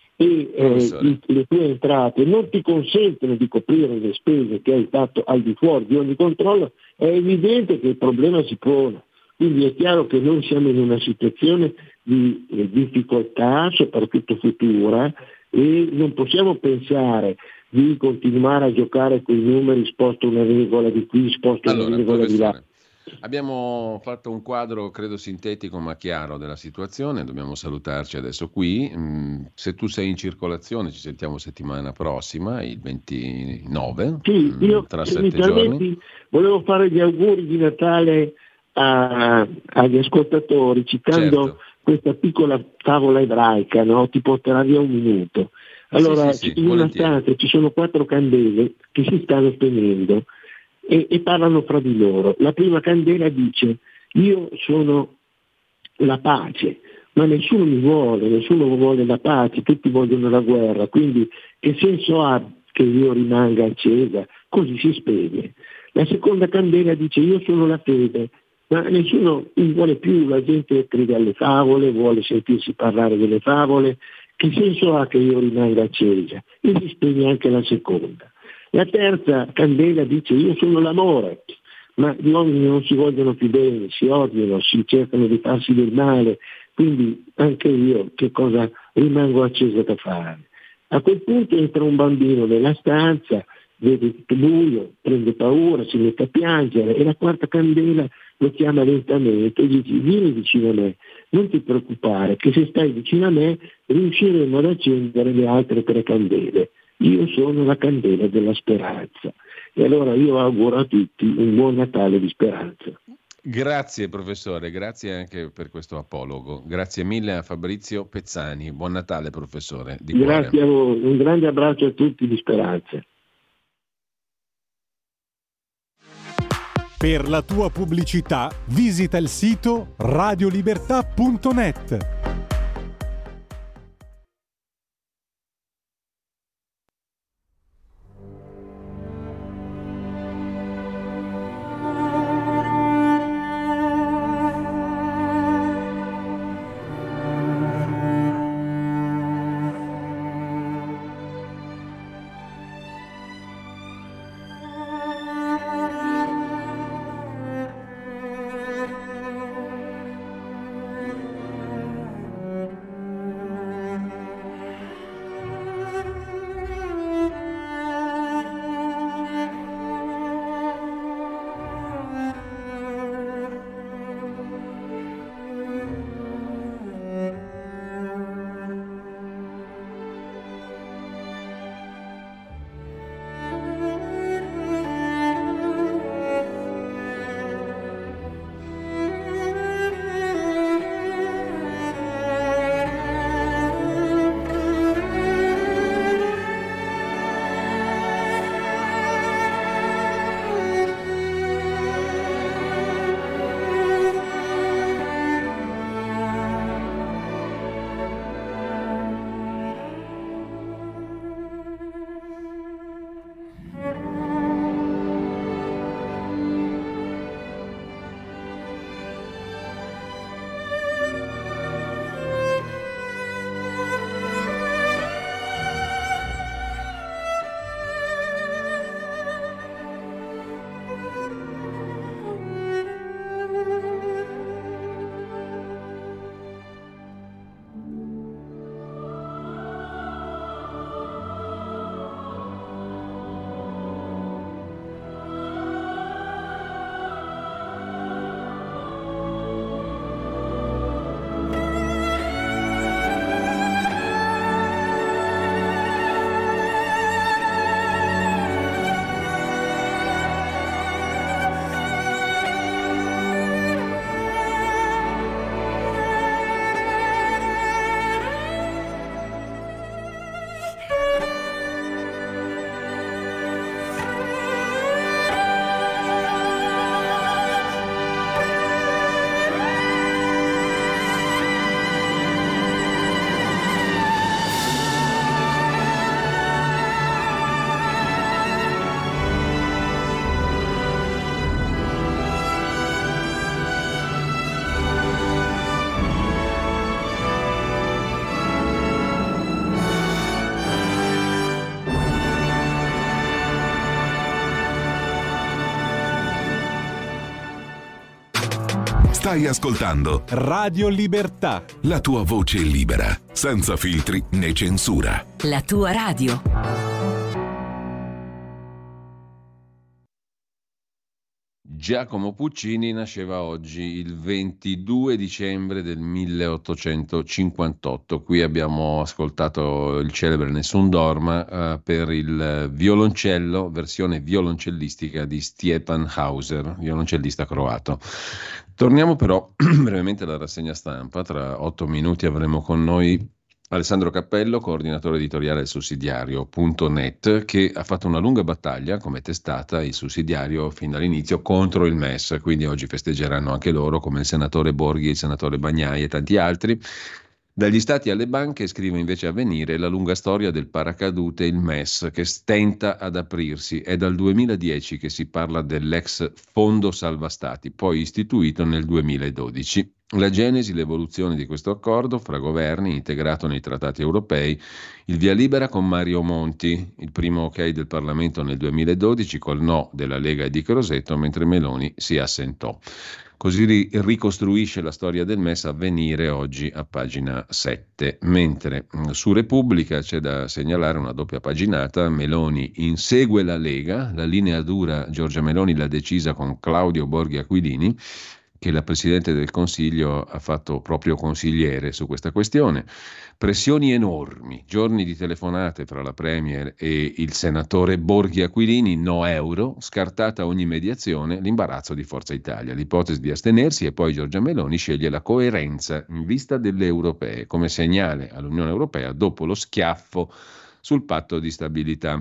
e eh, le tue entrate non ti consentono di coprire le spese che hai fatto al di fuori di ogni controllo, è evidente che il problema si pone. Quindi è chiaro che noi siamo in una situazione di eh, difficoltà, soprattutto futura, e non possiamo pensare di continuare a giocare con i numeri, sposto una regola di qui, sposto allora, una regola di là. Abbiamo fatto un quadro, credo sintetico ma chiaro, della situazione, dobbiamo salutarci adesso qui. Se tu sei in circolazione ci sentiamo settimana prossima, il ventinove, sì, io tra sette giorni. Volevo fare gli auguri di Natale a, agli ascoltatori, citando certo. questa piccola favola ebraica, no? Ti porterà via un minuto. Allora, sì, sì, sì, in una stanza ci sono quattro candele che si stanno spegnendo e, e parlano fra di loro. La prima candela dice: io sono la pace, ma nessuno mi vuole, nessuno vuole la pace, tutti vogliono la guerra, quindi che senso ha che io rimanga accesa? Così si spegne. La seconda candela dice: io sono la fede, ma nessuno mi vuole più, la gente crede alle favole, vuole sentirsi parlare delle favole, che senso ha che io rimanga accesa? E si spegne anche la seconda. La terza candela dice: io sono l'amore, ma gli uomini non si vogliono più bene, si odiano, si cercano di farsi del male, quindi anche io che cosa rimango accesa da fare? A quel punto entra un bambino nella stanza, vede tutto buio, prende paura, si mette a piangere e la quarta candela lo chiama lentamente e gli dice: vieni vicino a me, non ti preoccupare che se stai vicino a me riusciremo ad accendere le altre tre candele. Io sono la candela della speranza. E allora io auguro a tutti un buon Natale di speranza. Grazie professore, grazie anche per questo apologo. Grazie mille a Fabrizio Pezzani. Buon Natale professore. Di grazie cuore. a voi, un grande abbraccio a tutti di speranza. Per la tua pubblicità visita il sito radiolibertà punto net. Stai ascoltando Radio Libertà. la tua voce libera, senza filtri né censura. La tua radio. Giacomo Puccini nasceva oggi il ventidue dicembre del milleottocentocinquantotto. Qui abbiamo ascoltato il celebre Nessun dorma eh, per il violoncello, versione violoncellistica di Stjepan Hauser, violoncellista croato. Torniamo però brevemente alla rassegna stampa. Tra otto minuti avremo con noi Alessandro Cappello, coordinatore editoriale del sussidiario punto net, che ha fatto una lunga battaglia come testata, il sussidiario, fin dall'inizio contro il M E S, quindi oggi festeggeranno anche loro, come il senatore Borghi, il senatore Bagnai e tanti altri. Dagli stati alle banche, scrive invece Avvenire, la lunga storia del paracadute, il M E S, che stenta ad aprirsi. È dal duemiladieci che si parla dell'ex Fondo Salva Stati, poi istituito nel duemiladodici. La genesi, l'evoluzione di questo accordo fra governi, integrato nei trattati europei, il via libera con Mario Monti, il primo ok del Parlamento nel duemiladodici col no della Lega e di Crosetto, mentre Meloni si assentò. Così ri- ricostruisce la storia del M E S Avvenire oggi a pagina sette, mentre mh, su Repubblica c'è da segnalare una doppia paginata. Meloni insegue la Lega, la linea dura Giorgia Meloni l'ha decisa con Claudio Borghi Aquilini, che la Presidente del Consiglio ha fatto proprio consigliere su questa questione. Pressioni enormi, giorni di telefonate fra la Premier e il senatore Borghi Aquilini, no euro, scartata ogni mediazione, l'imbarazzo di Forza Italia, l'ipotesi di astenersi e poi Giorgia Meloni sceglie la coerenza in vista delle europee, come segnale all'Unione Europea dopo lo schiaffo sul patto di stabilità.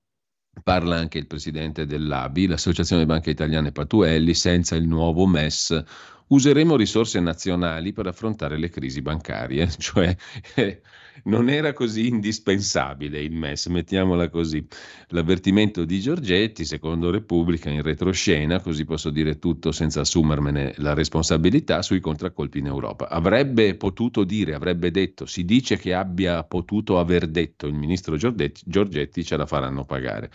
Parla anche il presidente dell'A B I, l'Associazione Banche Italiane Patuelli, senza il nuovo M E S useremo risorse nazionali per affrontare le crisi bancarie, cioè eh, non era così indispensabile il M E S, mettiamola così. L'avvertimento di Giorgetti, secondo Repubblica, in retroscena, così posso dire tutto senza assumermene la responsabilità, sui contraccolpi in Europa. Avrebbe potuto dire, avrebbe detto, si dice che abbia potuto aver detto il ministro Giorgetti, Giorgetti ce la faranno pagare.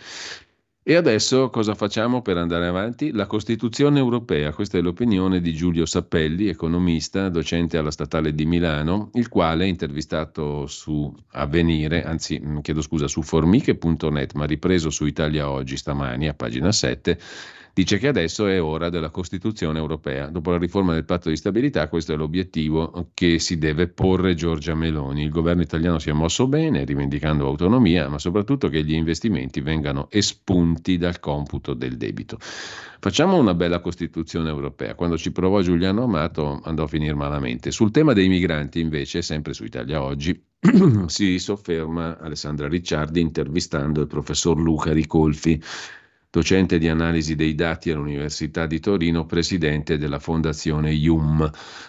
E adesso cosa facciamo per andare avanti? La Costituzione europea, questa è l'opinione di Giulio Sappelli, economista, docente alla Statale di Milano, il quale, intervistato su Avvenire, anzi chiedo scusa, su formiche punto net, ma ripreso su Italia Oggi stamani a pagina sette, dice che adesso è ora della Costituzione europea. Dopo la riforma del patto di stabilità, questo è l'obiettivo che si deve porre Giorgia Meloni. Il governo italiano si è mosso bene, rivendicando autonomia, ma soprattutto che gli investimenti vengano espunti dal computo del debito. Facciamo una bella Costituzione europea. Quando ci provò Giuliano Amato andò a finire malamente. Sul tema dei migranti, invece, sempre su Italia Oggi, si sofferma Alessandra Ricciardi intervistando il professor Luca Ricolfi, docente di analisi dei dati all'Università di Torino, presidente della Fondazione I U M.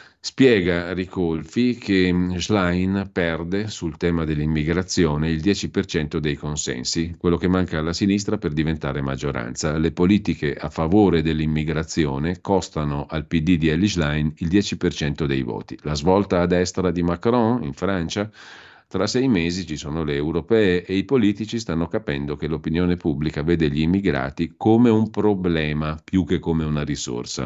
Spiega Ricolfi che Schlein perde sul tema dell'immigrazione il dieci per cento dei consensi, quello che manca alla sinistra per diventare maggioranza. Le politiche a favore dell'immigrazione costano al P D di Elly Schlein il dieci per cento dei voti. La svolta a destra di Macron in Francia? Tra sei mesi ci sono le europee e i politici stanno capendo che l'opinione pubblica vede gli immigrati come un problema più che come una risorsa.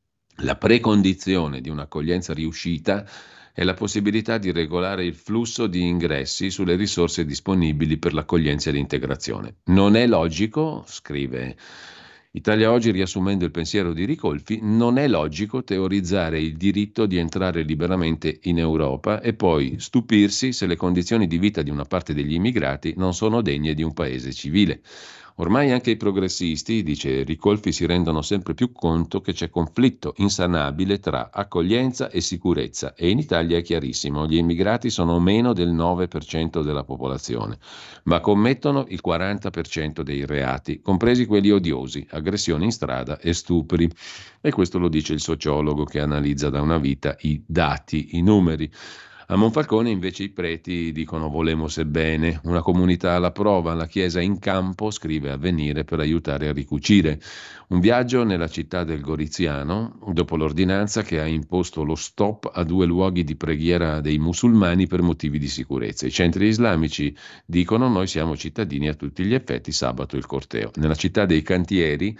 La precondizione di un'accoglienza riuscita è la possibilità di regolare il flusso di ingressi sulle risorse disponibili per l'accoglienza e l'integrazione. Non è logico, scrive Italia Oggi riassumendo il pensiero di Ricolfi, non è logico teorizzare il diritto di entrare liberamente in Europa e poi stupirsi se le condizioni di vita di una parte degli immigrati non sono degne di un paese civile. Ormai anche i progressisti, dice Ricolfi, si rendono sempre più conto che c'è conflitto insanabile tra accoglienza e sicurezza e in Italia è chiarissimo, gli immigrati sono meno del nove per cento della popolazione, ma commettono il quaranta per cento dei reati, compresi quelli odiosi, aggressioni in strada e stupri. E questo lo dice il sociologo che analizza da una vita i dati, i numeri. A Monfalcone invece i preti dicono volemo bene, una comunità alla prova, la Chiesa in campo, scrive Avvenire, per aiutare a ricucire. Un viaggio nella città del Goriziano, dopo l'ordinanza che ha imposto lo stop a due luoghi di preghiera dei musulmani per motivi di sicurezza. I centri islamici dicono noi siamo cittadini a tutti gli effetti, sabato il corteo. Nella città dei Cantieri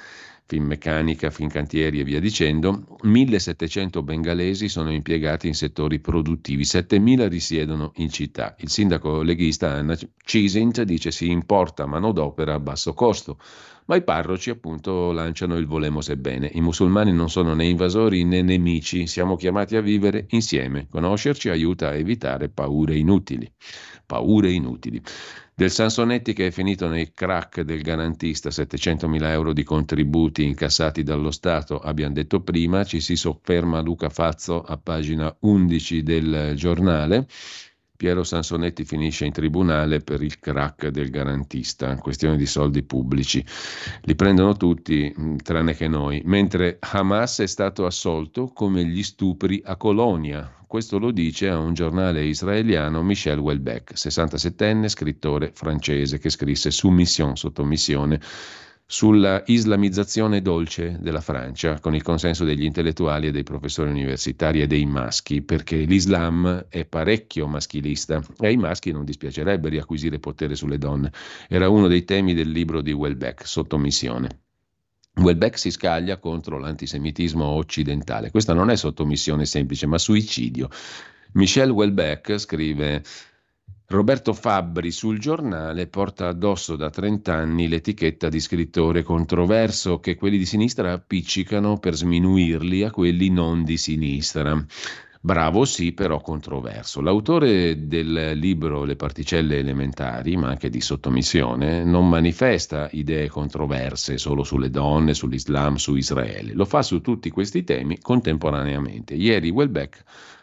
Finmeccanica, Fincantieri e via dicendo. millesettecento bengalesi sono impiegati in settori produttivi, settemila risiedono in città. Il sindaco leghista Anna Cisint dice si importa manodopera a basso costo, ma i parroci appunto lanciano il volemos bene. I musulmani non sono né invasori né nemici, siamo chiamati a vivere insieme. Conoscerci aiuta a evitare paure inutili. Paure inutili. Del Sansonetti che è finito nel crack del garantista, settecentomila euro di contributi incassati dallo Stato, abbiamo detto prima, ci si sofferma Luca Fazzo a pagina undici del giornale. Piero Sansonetti finisce in tribunale per il crack del garantista, questione di soldi pubblici. Li prendono tutti, tranne che noi, mentre Hamas è stato assolto come gli stupri a Colonia. Questo lo dice a un giornale israeliano Michel Houellebecq, sessantasettenne scrittore francese che scrisse Soumission, sottomissione, sulla islamizzazione dolce della Francia, con il consenso degli intellettuali e dei professori universitari e dei maschi, perché l'Islam è parecchio maschilista e ai maschi non dispiacerebbe riacquisire potere sulle donne. Era uno dei temi del libro di Houellebecq, Sottomissione. Houellebecq si scaglia contro l'antisemitismo occidentale. Questa non è sottomissione semplice, ma suicidio. Michel Houellebecq scrive: Roberto Fabbri sul giornale porta addosso da trent'anni l'etichetta di scrittore controverso che quelli di sinistra appiccicano per sminuirli a quelli non di sinistra. Bravo sì, però controverso. L'autore del libro Le particelle elementari, ma anche di Sottomissione, non manifesta idee controverse solo sulle donne, sull'Islam, su Israele. Lo fa su tutti questi temi contemporaneamente. Ieri Houellebecq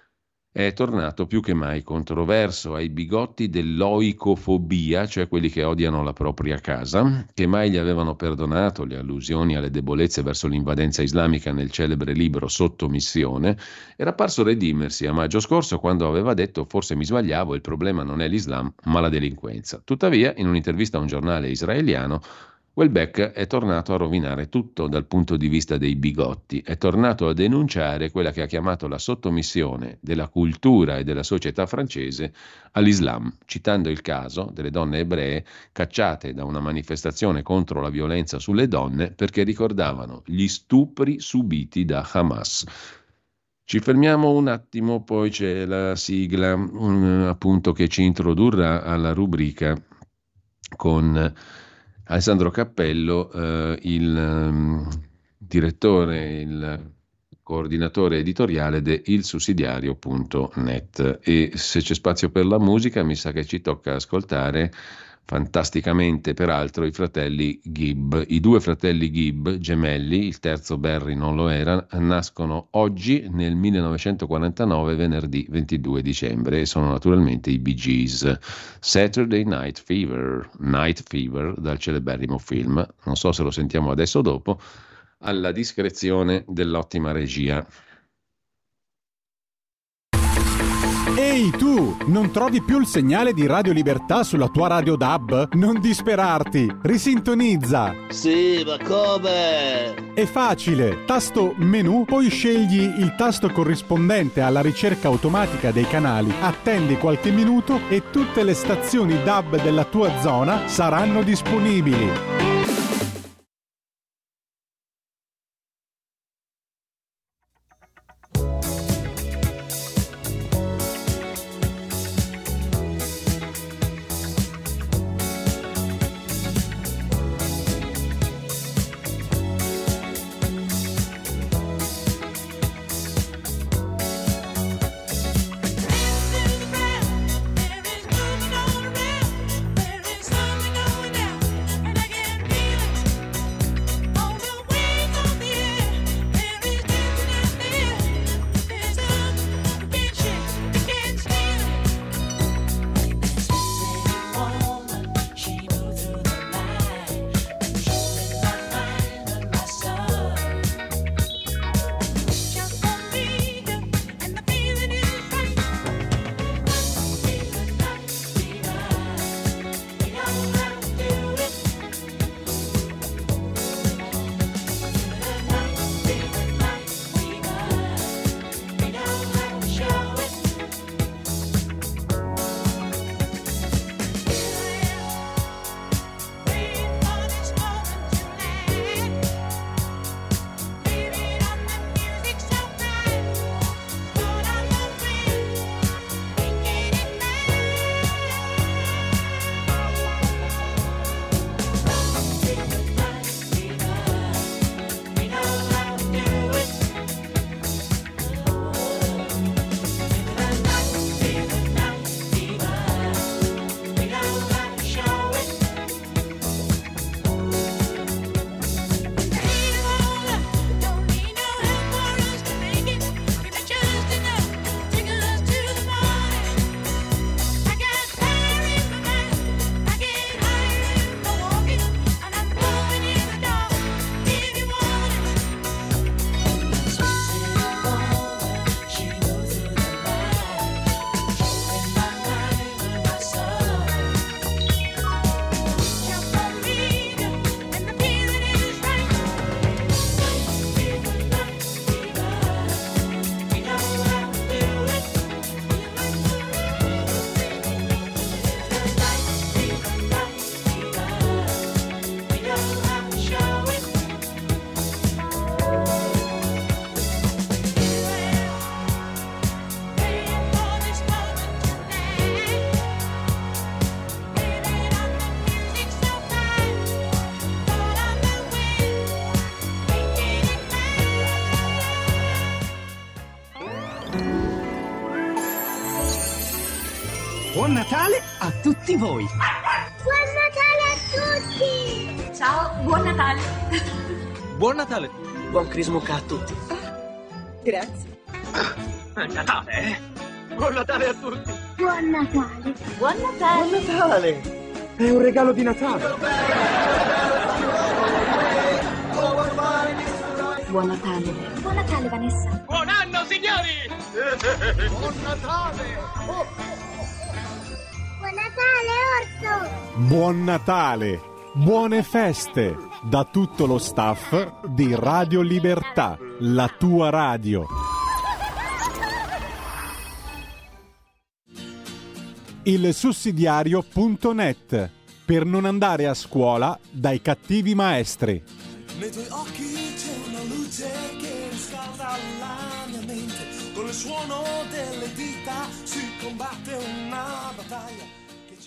è tornato più che mai controverso ai bigotti dell'oicofobia, cioè quelli che odiano la propria casa, che mai gli avevano perdonato le allusioni alle debolezze verso l'invadenza islamica nel celebre libro Sottomissione. Era parso redimersi a maggio scorso quando aveva detto forse mi sbagliavo, il problema non è l'Islam ma la delinquenza. Tuttavia, in un'intervista a un giornale israeliano, Houellebecq è tornato a rovinare tutto dal punto di vista dei bigotti, è tornato a denunciare quella che ha chiamato la sottomissione della cultura e della società francese all'Islam, citando il caso delle donne ebree cacciate da una manifestazione contro la violenza sulle donne perché ricordavano gli stupri subiti da Hamas. Ci fermiamo un attimo, poi c'è la sigla um, appunto che ci introdurrà alla rubrica con Alessandro Cappello, eh, il um, direttore, il coordinatore editoriale di il sussidiario punto net. E se c'è spazio per la musica, mi sa che ci tocca ascoltare fantasticamente, peraltro, i fratelli Gibb. I due fratelli Gibb, gemelli, il terzo Barry non lo era, nascono oggi nel millenovecentoquarantanove, venerdì ventidue dicembre, e sono naturalmente i Bee Gees. Saturday Night Fever, Night Fever, dal celeberrimo film. Non so se lo sentiamo adesso o dopo, alla discrezione dell'ottima regia. Ehi tu, non trovi più il segnale di Radio Libertà sulla tua radio D A B? Non disperarti, risintonizza! Sì, ma come? È facile, tasto menu, poi scegli il tasto corrispondente alla ricerca automatica dei canali, attendi qualche minuto e tutte le stazioni D A B della tua zona saranno disponibili. There is movement all around. There is something going down. And I can't Buon Natale a tutti voi! Buon Natale a tutti! Ciao, buon Natale! Buon Natale! Buon Crismuca a tutti! Grazie! È Natale, eh? Buon Natale a tutti! Buon Natale! Buon Natale! Buon Natale! È un regalo di Natale! Buon Natale! Buon Natale, Vanessa! Buon anno, signori! Buon Natale! Oh. Buon Natale, Orso! Buon Natale! Buone feste! Da tutto lo staff di Radio Libertà, la tua radio. Il sussidiario punto net, per non andare a scuola dai cattivi maestri. Nei tuoi occhi c'è una luce che riscalda la mia mente, con il suono delle dita si combatte una battaglia.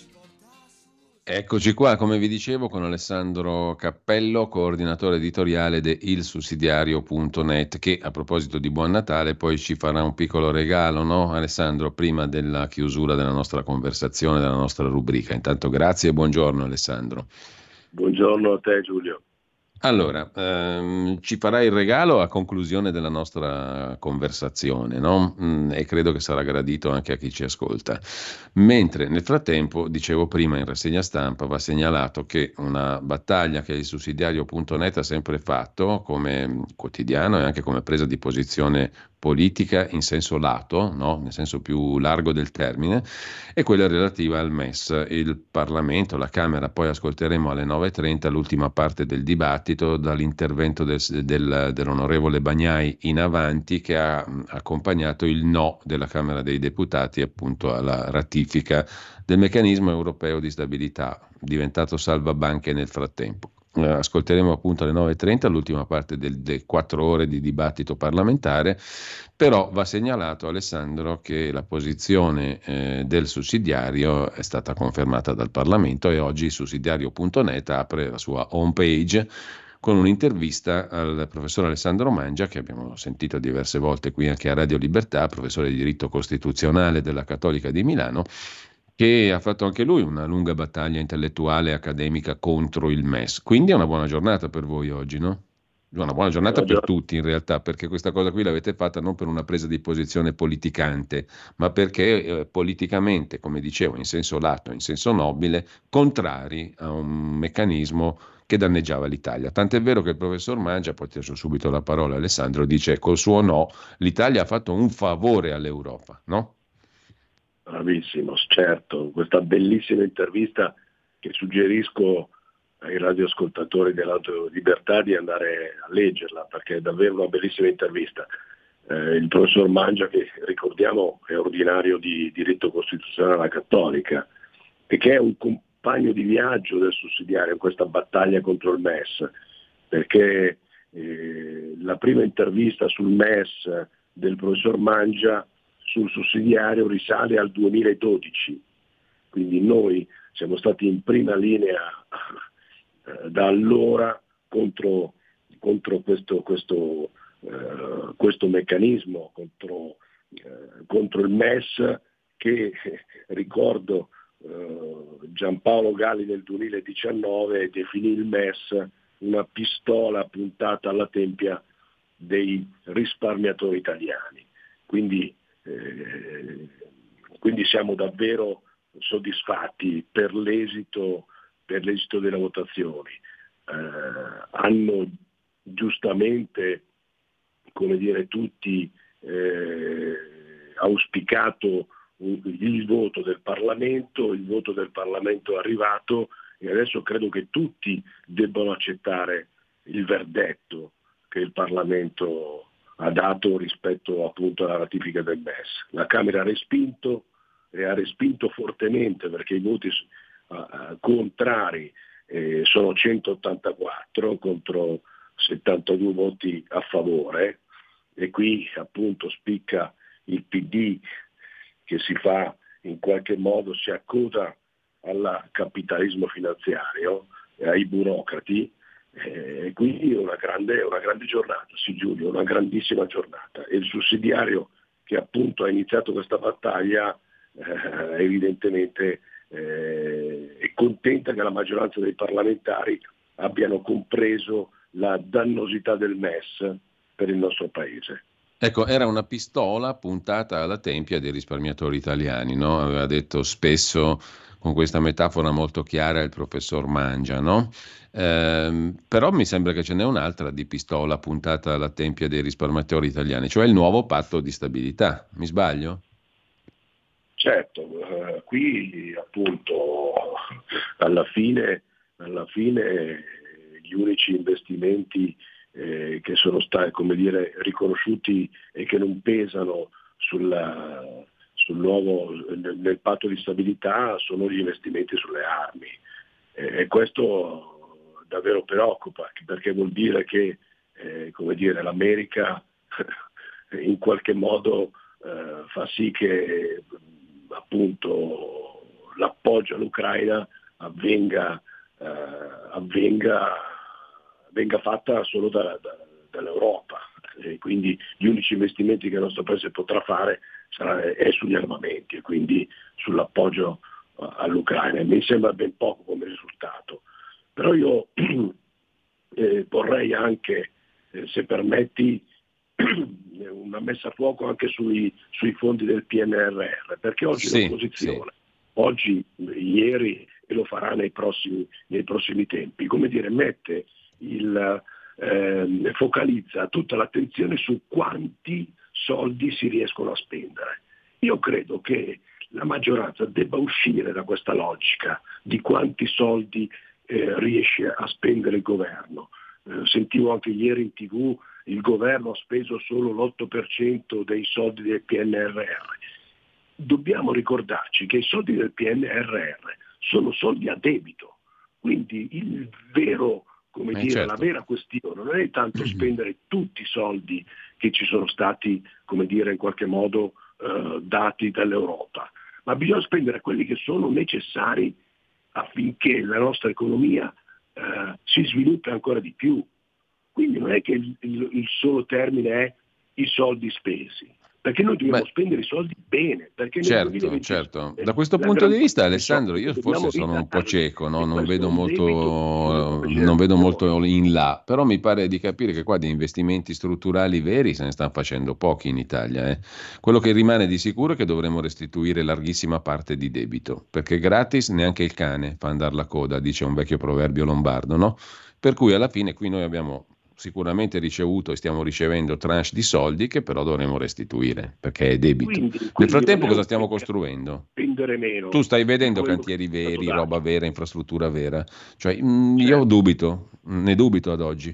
Eccoci qua, come vi dicevo, con Alessandro Cappello, coordinatore editoriale di il sussidiario punto net, che a proposito di Buon Natale poi ci farà un piccolo regalo, no Alessandro, prima della chiusura della nostra conversazione, della nostra rubrica. Intanto grazie e buongiorno Alessandro. Buongiorno a te Giulio. Allora, ehm, ci farai il regalo a conclusione della nostra conversazione, no? Mm, e credo che sarà gradito anche a chi ci ascolta. Mentre nel frattempo, dicevo prima in rassegna stampa, va segnalato che una battaglia che il sussidiario punto net ha sempre fatto come quotidiano e anche come presa di posizione politica in senso lato, no? Nel senso più largo del termine, è quella relativa al M E S. Il Parlamento, la Camera, poi ascolteremo alle nove e trenta l'ultima parte del dibattito dall'intervento del, del, dell'onorevole Bagnai in avanti, che ha accompagnato il no della Camera dei Deputati appunto alla ratifica del meccanismo europeo di stabilità, diventato salvabanche nel frattempo. Eh, ascolteremo appunto alle nove e trenta l'ultima parte delle quattro ore di dibattito parlamentare, però va segnalato, Alessandro, che la posizione eh, del sussidiario è stata confermata dal Parlamento e oggi il sussidiario punto net apre la sua home page con un'intervista al professor Alessandro Mangia, che abbiamo sentito diverse volte qui anche a Radio Libertà, professore di diritto costituzionale della Cattolica di Milano, che ha fatto anche lui una lunga battaglia intellettuale e accademica contro il M E S. Quindi è una buona giornata per voi oggi, no? Una buona giornata per tutti in realtà, perché questa cosa qui l'avete fatta non per una presa di posizione politicante, ma perché eh, politicamente, come dicevo, in senso lato, in senso nobile, contrari a un meccanismo che danneggiava l'Italia. Tant'è vero che il professor Mangia, poi ti lascio subito la parola Alessandro, dice col suo no l'Italia ha fatto un favore all'Europa, no? Bravissimo, certo, questa bellissima intervista che suggerisco ai radioascoltatori dell'Auto Libertà di andare a leggerla, perché è davvero una bellissima intervista. Eh, il professor Mangia, che ricordiamo è ordinario di diritto costituzionale alla Cattolica e che è un compagno di viaggio del sussidiario in questa battaglia contro il M E S, perché eh, la prima intervista sul M E S del professor Mangia sul sussidiario risale al duemiladodici, quindi noi siamo stati in prima linea eh, da allora contro, contro questo, questo, eh, questo meccanismo, contro, eh, contro il M E S che, eh, ricordo, eh, Giampaolo Galli nel duemiladiciannove definì il M E S una pistola puntata alla tempia dei risparmiatori italiani. Quindi Eh, quindi siamo davvero soddisfatti per l'esito, per l'esito delle votazioni. Eh, hanno giustamente, come dire, tutti eh, auspicato un, il voto del Parlamento, il voto del Parlamento è arrivato e adesso credo che tutti debbano accettare il verdetto che il Parlamento ha dato rispetto appunto alla ratifica del M E S. La Camera ha respinto e ha respinto fortemente, perché i voti uh, contrari eh, sono centottantaquattro contro settantadue voti a favore, e qui appunto spicca il P D che si fa in qualche modo, si accoda al capitalismo finanziario e ai burocrati. E quindi è una grande, una grande giornata, sì Giulio, una grandissima giornata. E il sussidiario che appunto ha iniziato questa battaglia eh, evidentemente eh, è contenta che la maggioranza dei parlamentari abbiano compreso la dannosità del M E S per il nostro paese. Ecco, era una pistola puntata alla tempia dei risparmiatori italiani, no? Aveva detto spesso, con questa metafora molto chiara, il professor Mangia, no? Ehm, però mi sembra che ce n'è un'altra di pistola puntata alla tempia dei risparmiatori italiani, cioè il nuovo patto di stabilità. Mi sbaglio? Certo, eh, qui appunto alla fine, alla fine gli unici investimenti eh, che sono stati, come dire, riconosciuti e che non pesano sulla, sul nuovo, nel, nel patto di stabilità sono gli investimenti sulle armi, eh, e questo davvero preoccupa, perché vuol dire che eh, come dire, l'America in qualche modo eh, fa sì che appunto l'appoggio all'Ucraina avvenga, eh, avvenga venga fatta solo da, da, dall'Europa, e quindi gli unici investimenti che il nostro paese potrà fare sarà, è sugli armamenti e quindi sull'appoggio uh, all'Ucraina. Mi sembra ben poco come risultato, però io eh, vorrei anche, eh, se permetti, una messa a fuoco anche sui, sui fondi del P N R R, perché oggi sì, l'opposizione, sì. oggi, ieri e lo farà nei prossimi, nei prossimi tempi, come dire, mette il, eh, focalizza tutta l'attenzione su quanti soldi si riescono a spendere. Io credo che la maggioranza debba uscire da questa logica di quanti soldi eh, riesce a spendere il governo. Eh, sentivo anche ieri in tv il governo ha speso solo l'otto per cento dei soldi del P N R R. Dobbiamo ricordarci che i soldi del P N R R sono soldi a debito, quindi il vero, come eh dire, certo. la vera questione non è tanto spendere tutti i soldi che ci sono stati, come dire, in qualche modo eh, dati dall'Europa, ma bisogna spendere quelli che sono necessari affinché la nostra economia eh, si sviluppi ancora di più. Quindi non è che il, il, il solo termine è i soldi spesi, perché noi dobbiamo Beh, spendere i soldi bene. Perché certo, nel duemilaventi certo. Da questo punto di vista, Alessandro, io forse sono un po' cieco, no? non, vedo molto, non vedo molto in là, però mi pare di capire che qua di investimenti strutturali veri se ne stanno facendo pochi in Italia. Eh. Quello che rimane di sicuro è che dovremo restituire larghissima parte di debito, perché gratis neanche il cane fa andare la coda, dice un vecchio proverbio lombardo, no? Per cui alla fine qui noi abbiamo sicuramente ricevuto e stiamo ricevendo tranche di soldi che però dovremo restituire perché è debito. Quindi, quindi Nel frattempo cosa stiamo costruendo? Meno tu stai vedendo cantieri veri, roba vera, infrastruttura vera? Cioè, mh, certo. Io dubito, ne dubito ad oggi.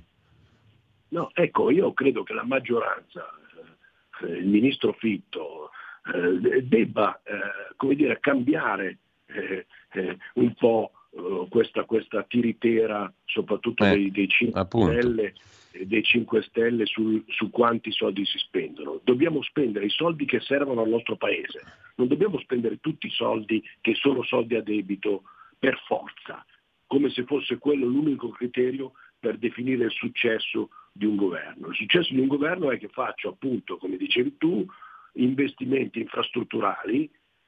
No, ecco, io credo che la maggioranza, eh, il ministro Fitto, eh, debba eh, come dire, cambiare eh, eh, un po' Questa, questa tiritera soprattutto eh, dei, dei, cinque Stelle, dei cinque Stelle sul, su quanti soldi si spendono. Dobbiamo spendere i soldi che servono al nostro paese, non dobbiamo spendere tutti i soldi che sono soldi a debito per forza, come se fosse quello l'unico criterio per definire il successo di un governo. Il successo di un governo è che faccio, appunto, come dicevi tu, investimenti infrastrutturali.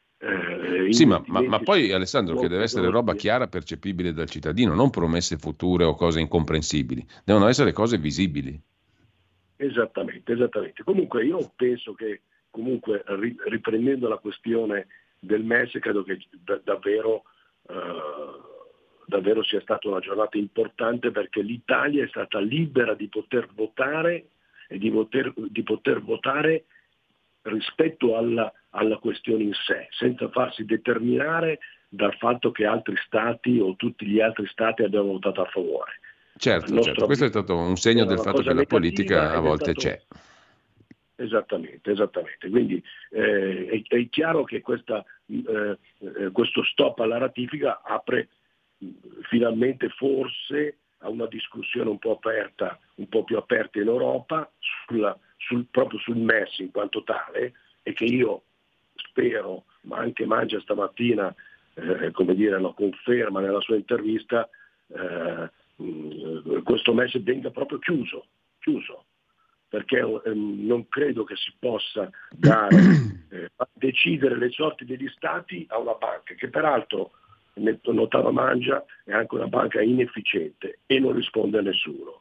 Eh, sì, ma, ma, ma poi Alessandro, che deve essere roba chiara, percepibile dal cittadino, non promesse future o cose incomprensibili, devono essere cose visibili. Esattamente, esattamente. Comunque io penso che comunque riprendendo la questione del M E S, credo che d- davvero, eh, davvero sia stata una giornata importante, perché l'Italia è stata libera di poter votare e di poter, di poter votare rispetto alla, alla questione in sé, senza farsi determinare dal fatto che altri stati o tutti gli altri stati abbiano votato a favore. Certo, certo. Questo è stato un segno del fatto che la politica a volte stato... c'è. Esattamente, esattamente. Quindi eh, è, è chiaro che questa, eh, questo stop alla ratifica apre finalmente forse a una discussione un po' aperta, un po' più aperta in Europa sulla, sul, proprio sul M E S in quanto tale, e che io spero, ma anche Mangia stamattina eh, come dire, lo conferma nella sua intervista, eh, questo M E S venga proprio chiuso, chiuso. perché eh, non credo che si possa dare, eh, decidere le sorti degli stati a una banca, che peraltro notava Mangia è anche una banca inefficiente e non risponde a nessuno.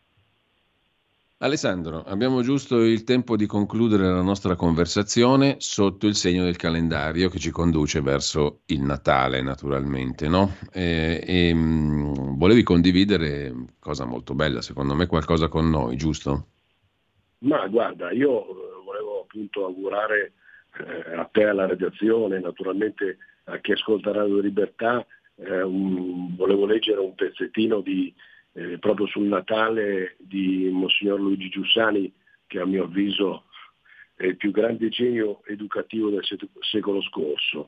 Alessandro, abbiamo giusto il tempo di concludere la nostra conversazione sotto il segno del calendario che ci conduce verso il Natale, naturalmente, no? E, e mh, volevi condividere, cosa molto bella, secondo me, qualcosa con noi, giusto? Ma guarda, io volevo appunto augurare eh, a te, alla redazione, naturalmente a chi ascolta Radio Libertà, eh, un, volevo leggere un pezzettino di Eh, proprio sul Natale di Monsignor Luigi Giussani, che a mio avviso è il più grande genio educativo del secolo scorso,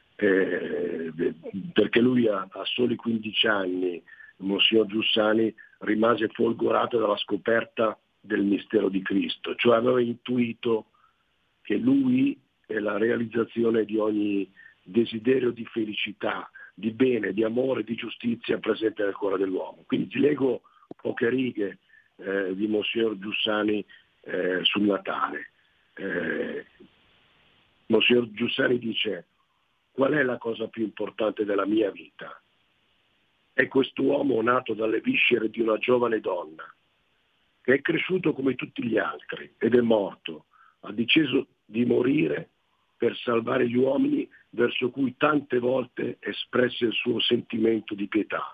eh, perché lui a, a soli quindici anni, Monsignor Giussani, rimase folgorato dalla scoperta del mistero di Cristo, cioè aveva intuito che lui è la realizzazione di ogni desiderio di felicità, di bene, di amore, di giustizia presente nel cuore dell'uomo. Quindi ti leggo poche righe eh, di Monsignor Giussani eh, sul Natale. Eh, Monsignor Giussani dice: qual è la cosa più importante della mia vita? È quest'uomo nato dalle viscere di una giovane donna, che è cresciuto come tutti gli altri ed è morto, ha deciso di morire per salvare gli uomini verso cui tante volte espresse il suo sentimento di pietà.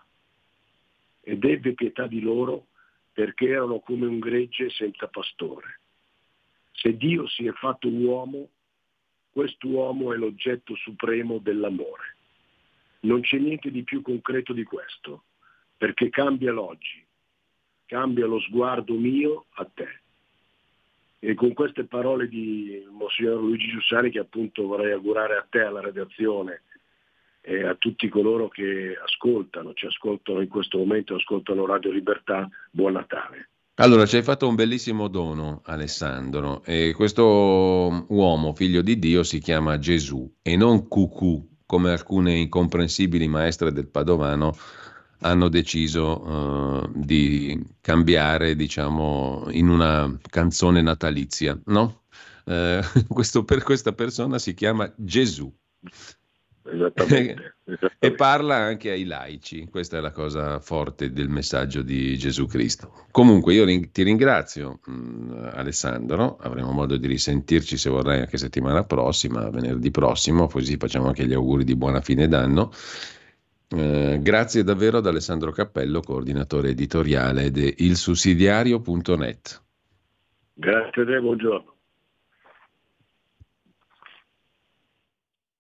Ed ebbe pietà di loro perché erano come un gregge senza pastore. Se Dio si è fatto uomo, quest'uomo è l'oggetto supremo dell'amore. Non c'è niente di più concreto di questo, perché cambia l'oggi, cambia lo sguardo mio a te. E con queste parole di Monsignor Luigi Giussani, che appunto vorrei augurare a te, alla redazione e a tutti coloro che ascoltano, ci ascoltano in questo momento, ascoltano Radio Libertà, buon Natale. Allora, ci hai fatto un bellissimo dono, Alessandro, e questo uomo, figlio di Dio, si chiama Gesù e non Cucù, come alcune incomprensibili maestre del Padovano hanno deciso uh, di cambiare, diciamo, in una canzone natalizia, no? Uh, questo per questa persona si chiama Gesù. Esattamente, esattamente. E parla anche ai laici, questa è la cosa forte del messaggio di Gesù Cristo. Comunque io ring- ti ringrazio mh, Alessandro, avremo modo di risentirci se vorrai anche settimana prossima, venerdì prossimo, così facciamo anche gli auguri di buona fine d'anno. Eh, grazie davvero ad Alessandro Cappello, coordinatore editoriale di il sussidiario punto net. Grazie a te, buongiorno.